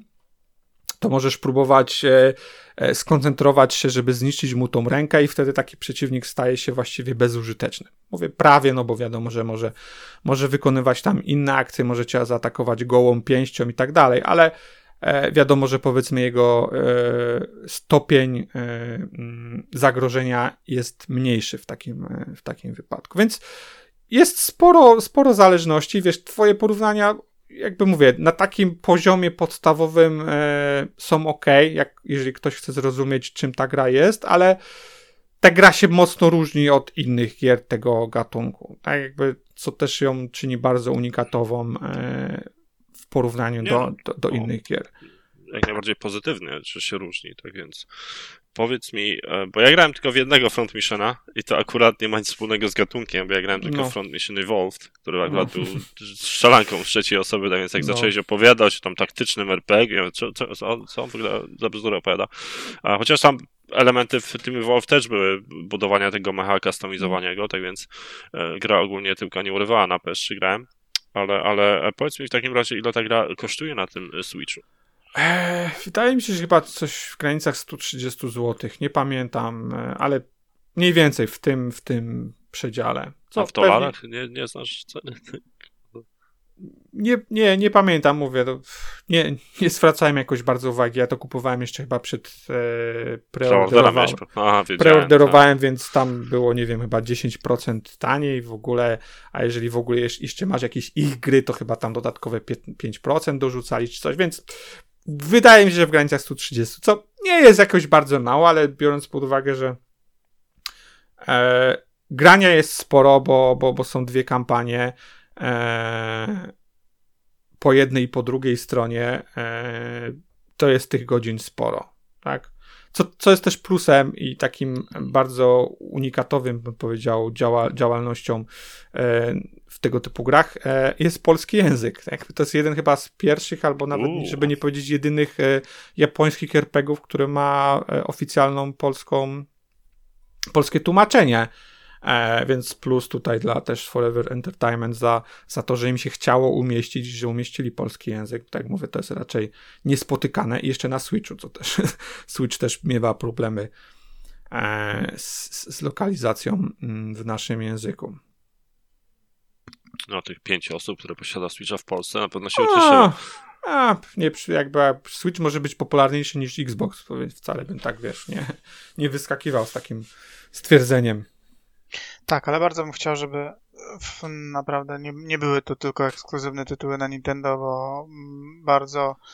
to możesz próbować e, e, skoncentrować się, żeby zniszczyć mu tą rękę i wtedy taki przeciwnik staje się właściwie bezużyteczny. Mówię prawie, no bo wiadomo, że może, może wykonywać tam inne akcje, może cię zaatakować gołą pięścią i tak dalej, ale e, wiadomo, że powiedzmy jego e, stopień e, m, zagrożenia jest mniejszy w takim, e, w takim wypadku. Więc jest sporo, sporo zależności. Wiesz, twoje porównania, jakby mówię, na takim poziomie podstawowym e, są ok, jak jeżeli ktoś chce zrozumieć, czym ta gra jest, ale ta gra się mocno różni od innych gier tego gatunku. Tak jakby, co też ją czyni bardzo unikatową e, w porównaniu Nie, do, do, do no, innych gier. Jak najbardziej pozytywnie, że się różni, tak więc powiedz mi, bo ja grałem tylko w jednego Front Missiona i to akurat nie ma nic wspólnego z gatunkiem, bo ja grałem tylko No. w Front Mission Evolved, który akurat No. był strzelanką z trzeciej osoby, tak więc jak No. zaczęłeś opowiadać o tam taktycznym er pe gie, co, co, co, co on w ogóle za bzdurę opowiada, a chociaż tam elementy w tym Evolve też były budowania tego mecha, customizowania go, tak więc e, gra ogólnie tylko nie urywała na P S trzy grałem, ale, ale powiedz mi w takim razie, ile ta gra kosztuje na tym Switchu? Eee, wydaje mi się, że chyba coś w granicach sto trzydzieści złotych. Nie pamiętam, ale mniej więcej w tym, w tym przedziale. Co A w dolarach? Pewnie... Nie, nie znasz ceny? Nie, nie, nie pamiętam, mówię. To nie, nie zwracałem jakoś bardzo uwagi. Ja to kupowałem jeszcze chyba przed e, preorderowałem. Aha, preorderowałem, tak. Więc tam było, nie wiem, chyba dziesięć procent taniej w ogóle, a jeżeli w ogóle jeszcze masz jakieś ich gry, to chyba tam dodatkowe pięć procent dorzucali czy coś, więc wydaje mi się, że w granicach sto trzydzieści, co nie jest jakoś bardzo mało, ale biorąc pod uwagę, że e, grania jest sporo, bo, bo, bo są dwie kampanie e, po jednej i po drugiej stronie, e, to jest tych godzin sporo, tak? Co, co jest też plusem i takim bardzo unikatowym, bym powiedział, działa, działalnością e, w tego typu grach, e, jest polski język. Tak? To jest jeden chyba z pierwszych, albo nawet, Uuu. żeby nie powiedzieć, jedynych e, japońskich er pe gie ów, który ma e, oficjalną polską, polskie tłumaczenie. E, więc plus tutaj dla też Forever Entertainment za, za to, że im się chciało umieścić, że umieścili polski język. Tak jak mówię, to jest raczej niespotykane i jeszcze na Switchu, co też Switch też miewa problemy e, z, z lokalizacją w naszym języku. No, tych pięć osób, które posiada Switcha w Polsce, na pewno się ucieszyło. A, nie, jakby Switch może być popularniejszy niż Xbox, więc wcale bym tak, wiesz, nie, nie wyskakiwał z takim stwierdzeniem. Tak, ale bardzo bym chciał, żeby w, naprawdę nie, nie były to tylko ekskluzywne tytuły na Nintendo, bo bardzo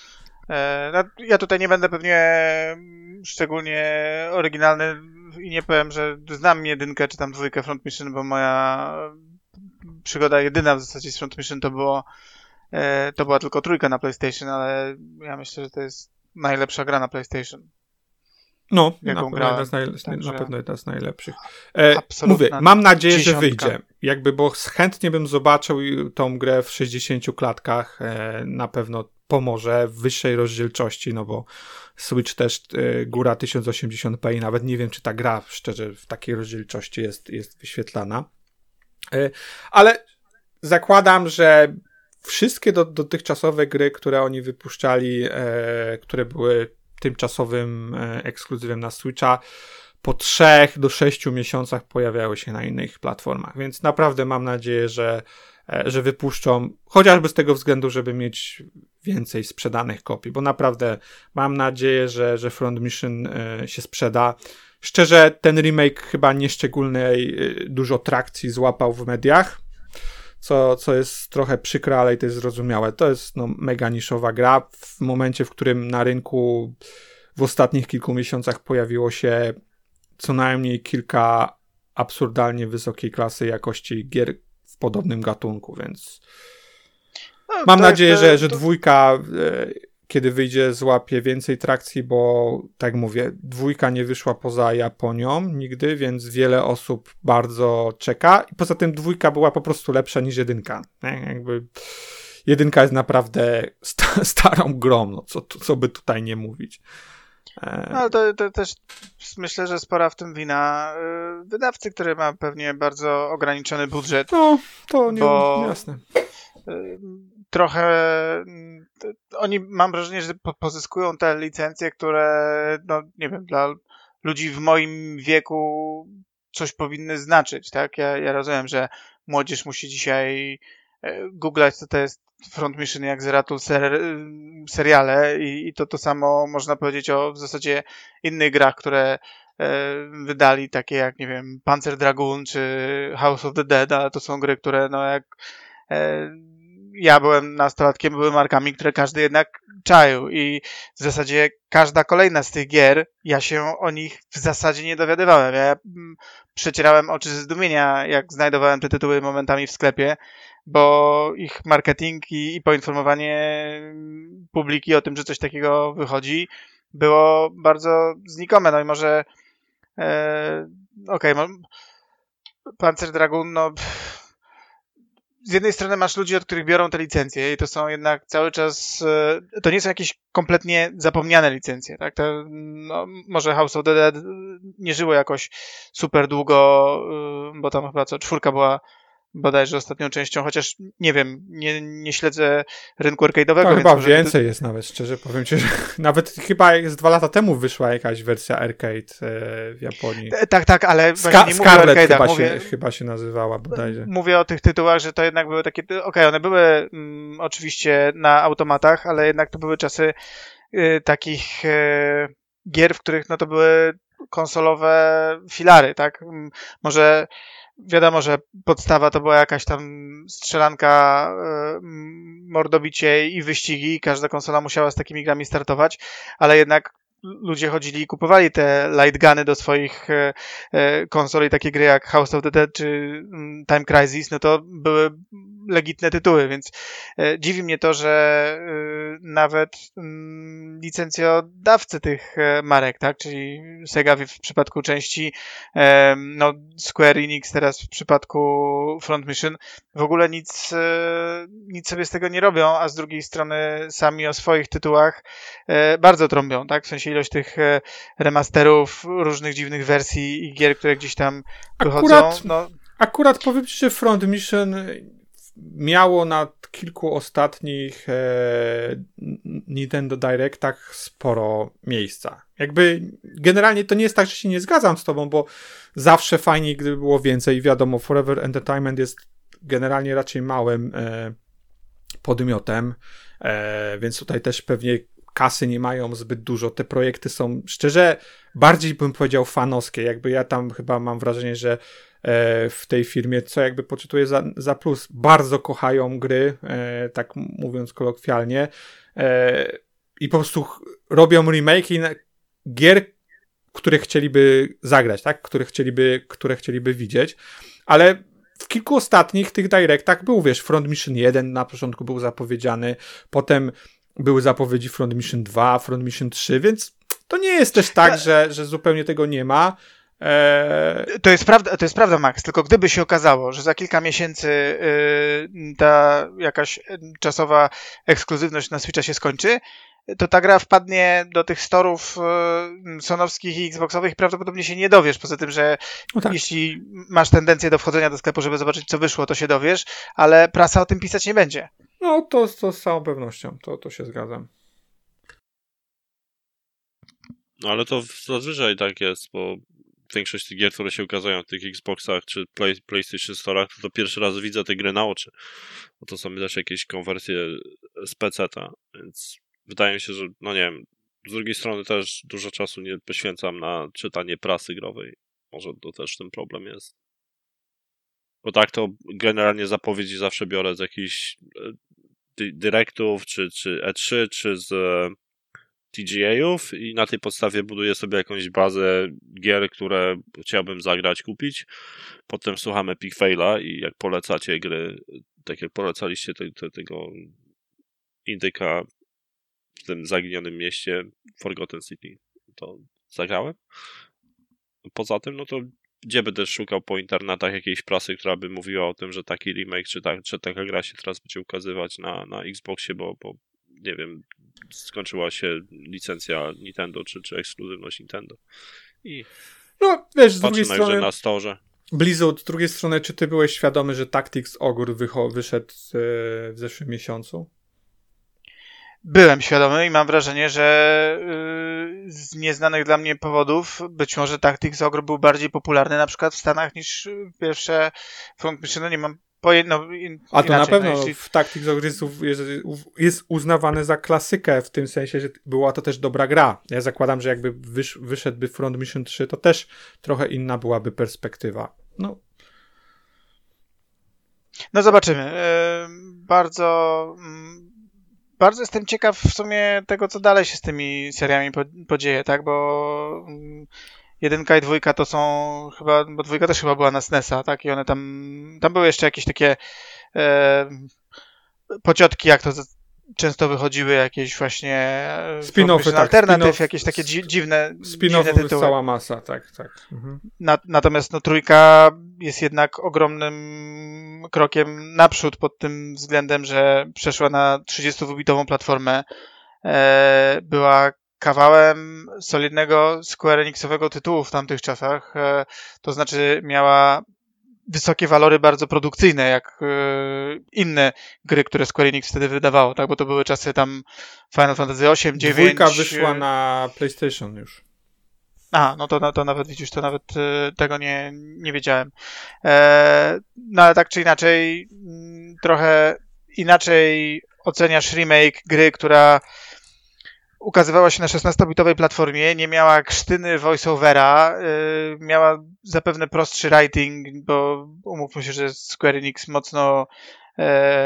No, ja tutaj nie będę pewnie szczególnie oryginalny i nie powiem, że znam jedynkę czy tam dwójkę Front Mission, bo moja przygoda jedyna w zasadzie z Front Mission to było to była tylko trójka na PlayStation, ale ja myślę, że to jest najlepsza gra na PlayStation. No, jaką na, grałem. Jedna z najle- Także... na pewno jedna z najlepszych. E, mówię, Absolutna mam nadzieję, dziesiątka. że wyjdzie. Jakby, bo chętnie bym zobaczył tą grę w sześćdziesięciu klatkach. E, na pewno pomoże w wyższej rozdzielczości, no bo Switch też e, góra tysiąc osiemdziesiąt p i nawet nie wiem, czy ta gra szczerze w takiej rozdzielczości jest, jest wyświetlana. E, ale zakładam, że wszystkie do, dotychczasowe gry, które oni wypuszczali, e, które były tymczasowym e, ekskluzywem na Switcha, po trzech do sześciu miesiącach pojawiały się na innych platformach, więc naprawdę mam nadzieję, że, e, że wypuszczą, chociażby z tego względu, żeby mieć więcej sprzedanych kopii, bo naprawdę mam nadzieję, że, że Front Mission e, się sprzeda. Szczerze, ten remake chyba nieszczególnej e, dużo trakcji złapał w mediach, Co, co jest trochę przykre, ale i to jest zrozumiałe. To jest no, mega niszowa gra. W momencie, w którym na rynku w ostatnich kilku miesiącach pojawiło się co najmniej kilka absurdalnie wysokiej klasy jakości gier w podobnym gatunku, więc no, mam nadzieję, jest, że, że to... dwójka, e, kiedy wyjdzie, złapie więcej trakcji, bo tak mówię, dwójka nie wyszła poza Japonią nigdy, więc wiele osób bardzo czeka i poza tym dwójka była po prostu lepsza niż jedynka. Nie? Jakby jedynka jest naprawdę sta- starą grą, no, co, co by tutaj nie mówić. E... No ale to, to też myślę, że spora w tym wina yy, wydawcy, który ma pewnie bardzo ograniczony budżet. No, to nie, bo... jasne. Yy, trochę oni, mam wrażenie, że pozyskują te licencje, które, no nie wiem, dla ludzi w moim wieku coś powinny znaczyć, tak? Ja, ja rozumiem, że młodzież musi dzisiaj googlać, co to jest Front Mission jak Zeratul ser, seriale i, i to to samo można powiedzieć o w zasadzie innych grach, które e, wydali, takie jak, nie wiem, Panzer Dragoon czy House of the Dead, ale to są gry, które no jak e, ja byłem nastolatkiem, były markami, które każdy jednak czaił i w zasadzie każda kolejna z tych gier, ja się o nich w zasadzie nie dowiadywałem. Ja przecierałem oczy ze zdumienia, jak znajdowałem te tytuły momentami w sklepie, bo ich marketing i, i poinformowanie publiki o tym, że coś takiego wychodzi, było bardzo znikome. No i może e, okej, okay, Panzer Dragoon, no z jednej strony masz ludzi, od których biorą te licencje i to są jednak cały czas, to nie są jakieś kompletnie zapomniane licencje, tak? To, no, może House of the Dead nie żyło jakoś super długo, bo tam chyba co, czwórka była bodajże ostatnią częścią, chociaż nie wiem, nie, nie śledzę rynku arcade'owego. No, chyba może... więcej jest nawet, szczerze powiem ci, że nawet chyba z dwa lata temu wyszła jakaś wersja arcade e, w Japonii. Tak, tak, ale Ska- nie Scarlet mówię o chyba, mówię... się, chyba się nazywała bodajże. Mówię o tych tytułach, że to jednak były takie, okej, okay, one były mm, oczywiście na automatach, ale jednak to były czasy y, takich y, gier, w których no to były konsolowe filary, tak? Może wiadomo, że podstawa to była jakaś tam strzelanka, y, mordobicie i wyścigi. Każda konsola musiała z takimi grami startować, ale jednak ludzie chodzili i kupowali te light guny do swoich e, e, konsol i takie gry jak House of the Dead czy mm, Time Crisis, no to były legitne tytuły, więc e, dziwi mnie to, że e, nawet mm, licencjodawcy tych e, marek, tak, czyli Sega w, w przypadku części, e, no Square Enix teraz w przypadku Front Mission, w ogóle nic, e, nic sobie z tego nie robią, a z drugiej strony sami o swoich tytułach e, bardzo trąbią, tak, w sensie ilość tych remasterów, różnych dziwnych wersji i gier, które gdzieś tam wychodzą. Akurat, no. akurat powiem ci, że Front Mission miało na kilku ostatnich e, Nintendo Directach sporo miejsca. Jakby generalnie to nie jest tak, że się nie zgadzam z tobą, bo zawsze fajniej, gdyby było więcej. Wiadomo, Forever Entertainment jest generalnie raczej małym e, podmiotem, e, więc tutaj też pewnie kasy nie mają zbyt dużo. Te projekty są, szczerze, bardziej bym powiedział fanowskie. Jakby ja tam chyba mam wrażenie, że e, w tej firmie, co jakby poczytuję za, za plus, bardzo kochają gry, e, tak mówiąc kolokwialnie. E, i po prostu robią remake'i na gier, które chcieliby zagrać, tak? Które chcieliby, które chcieliby widzieć, ale w kilku ostatnich tych directach był, wiesz, Front Mission jeden na początku był zapowiedziany, potem były zapowiedzi Front Mission dwa, Front Mission trzy, więc to nie jest też tak, że, że zupełnie tego nie ma. Eee... To jest prawda, to jest prawda, Max, tylko gdyby się okazało, że za kilka miesięcy yy, ta jakaś czasowa ekskluzywność na Switcha się skończy, to ta gra wpadnie do tych storów yy, sonowskich i xboxowych i prawdopodobnie się nie dowiesz, poza tym, że no tak. Jeśli masz tendencję do wchodzenia do sklepu, żeby zobaczyć, co wyszło, to się dowiesz, ale prasa o tym pisać nie będzie. No, to, to z całą pewnością, to, to się zgadzam. No, ale to zazwyczaj tak jest, bo większość tych gier, które się ukazują w tych Xboxach czy Play, PlayStation Store'ach, to, to pierwszy raz widzę te gry na oczy. Bo to są też jakieś konwersje z peceta, więc wydaje mi się, że, no nie wiem, z drugiej strony też dużo czasu nie poświęcam na czytanie prasy growej. Może to też ten problem jest. Bo tak to generalnie zapowiedzi zawsze biorę z jakichś directów, czy, czy E trzy, czy z T G A-ów i na tej podstawie buduję sobie jakąś bazę gier, które chciałbym zagrać, kupić. Potem słucham Epic Faila i jak polecacie gry, tak jak polecaliście te, te, tego indyka w tym zaginionym mieście Forgotten City, to zagrałem. Poza tym, no to gdzie będę szukał po internetach jakiejś prasy, która by mówiła o tym, że taki remake, czy, tak, czy taka gra się teraz będzie ukazywać na, na Xboxie, bo, bo nie wiem, skończyła się licencja Nintendo, czy, czy ekskluzywność Nintendo. I no, wiesz, z drugiej patrzę strony na, na storze. Blizzard, z drugiej strony, czy ty byłeś świadomy, że Tactics Ogre wycho- wyszedł w zeszłym miesiącu? Byłem świadomy i mam wrażenie, że yy, z nieznanych dla mnie powodów być może Tactics Ogre był bardziej popularny na przykład w Stanach niż pierwsze Front Mission. Nie mam pojęcia. No, in, A to inaczej, na pewno no, jeśli... w Tactics Ogre jest, jest, jest uznawane za klasykę w tym sensie, że była to też dobra gra. Ja zakładam, że jakby wysz, wyszedłby Front Mission trzy, to też trochę inna byłaby perspektywa. No, no zobaczymy. Yy, bardzo... Yy, Bardzo jestem ciekaw w sumie tego, co dalej się z tymi seriami podzieje, tak, bo jedynka i dwójka to są chyba, bo dwójka też chyba była na S N E S a, tak, i one tam, tam były jeszcze jakieś takie e, pociotki, jak to często wychodziły, jakieś właśnie spin-offy, tak, alternatyw, spin-off, jakieś takie dzi- dziwne, spin-offów dziwne jest cała masa, tak, tak. Mhm. Na, natomiast no trójka jest jednak ogromnym krokiem naprzód pod tym względem, że przeszła na trzydziestodwubitową platformę, e, była kawałem solidnego Square Enixowego tytułu w tamtych czasach, e, to znaczy miała wysokie walory bardzo produkcyjne, jak yy, inne gry, które Square Enix wtedy wydawało, tak, bo to były czasy tam Final Fantasy osiem, dziewięć... Dwójka wyszła na PlayStation już. A, no to, to nawet widzisz, to nawet y, tego nie, nie wiedziałem. E, no ale tak czy inaczej, m, trochę inaczej oceniasz remake gry, która ukazywała się na szesnastobitowej platformie, nie miała krztyny voiceovera, yy, miała zapewne prostszy writing, bo umówmy się, że Square Enix mocno yy,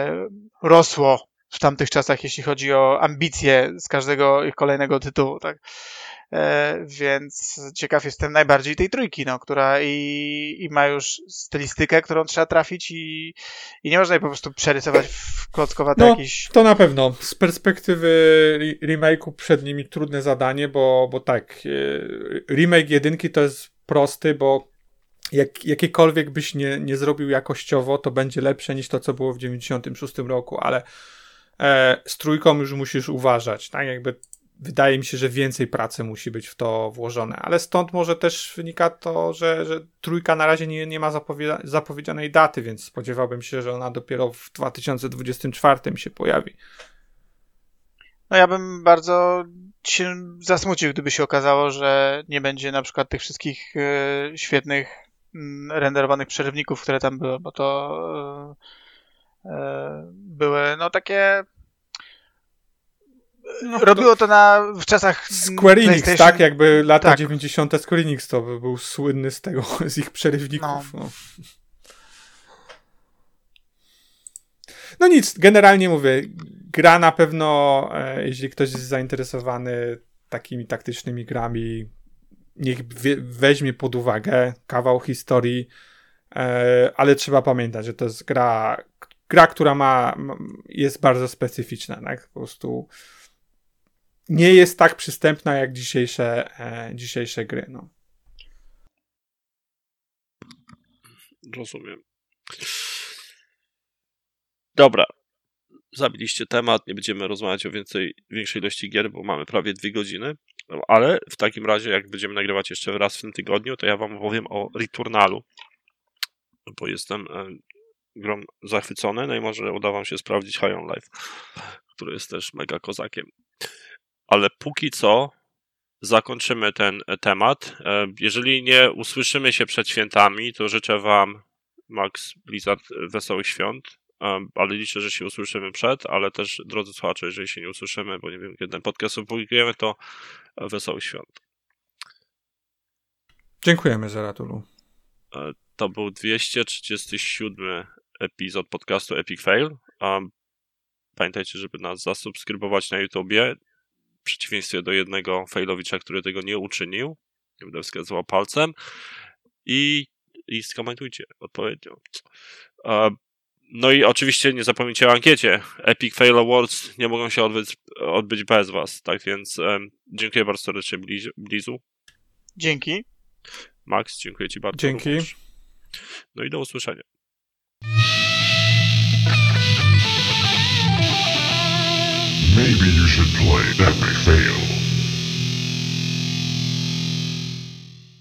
rosło w tamtych czasach, jeśli chodzi o ambicje z każdego ich kolejnego tytułu, tak? Yy, więc ciekaw jestem najbardziej tej trójki, no, która i, i ma już stylistykę, którą trzeba trafić i, i nie można jej po prostu przerysować w klockowate no, jakieś... to na pewno. Z perspektywy remake'u przed nimi trudne zadanie, bo, bo tak, remake jedynki to jest prosty, bo jak, jakiekolwiek byś nie, nie zrobił jakościowo, to będzie lepsze niż to, co było w dziewięćdziesiątym szóstym roku, ale e, z trójką już musisz uważać, tak, jakby wydaje mi się, że więcej pracy musi być w to włożone, ale stąd może też wynika to, że, że trójka na razie nie, nie ma zapowiada- zapowiedzianej daty, więc spodziewałbym się, że ona dopiero w dwa tysiące dwudziestym czwartym się pojawi. No ja bym bardzo się zasmucił, gdyby się okazało, że nie będzie na przykład tych wszystkich e, świetnych m, renderowanych przerywników, które tam były, bo to e, e, były no takie No, robiło to na, w czasach Square Enix, tak? Jakby lata tak. dziewięćdziesiąte Square Enix to by był słynny z tego, z ich przerywników. No. No. no nic, generalnie mówię, gra na pewno, e, jeśli ktoś jest zainteresowany takimi taktycznymi grami, niech wie, weźmie pod uwagę kawał historii, e, ale trzeba pamiętać, że to jest gra, gra, która ma, jest bardzo specyficzna, tak? Po prostu nie jest tak przystępna jak dzisiejsze, e, dzisiejsze gry. No. Rozumiem. Dobra. Zabiliście temat, nie będziemy rozmawiać o więcej, większej ilości gier, bo mamy prawie dwie godziny, ale w takim razie, jak będziemy nagrywać jeszcze raz w tym tygodniu, to ja wam opowiem o Returnalu, bo jestem e, grą zachwycony, no i może uda wam się sprawdzić High on Life, który jest też mega kozakiem. Ale póki co zakończymy ten temat. E, jeżeli nie usłyszymy się przed świętami, to życzę wam, Max, Blizzard, wesołych świąt. Ale liczę, że się usłyszymy przed, ale też, drodzy słuchacze, jeżeli się nie usłyszymy, bo nie wiem, kiedy ten podcast opublikujemy, to wesołych świąt. Dziękujemy, Zaratulu. To był dwieście trzydziesty siódmy epizod podcastu Epic Fail. Pamiętajcie, żeby nas zasubskrybować na YouTubie, w przeciwieństwie do jednego failowicza, który tego nie uczynił. Nie będę wskazywał palcem. I, i skomentujcie odpowiednio. No i oczywiście nie zapomnijcie o ankiecie. Epic Fail Awards nie mogą się odbyć, odbyć bez was. Tak więc um, dziękuję bardzo serdecznie, Blizu. Dzięki. Max, dziękuję ci bardzo. Dzięki. Również. No i do usłyszenia. Maybe you should play Epic Fail.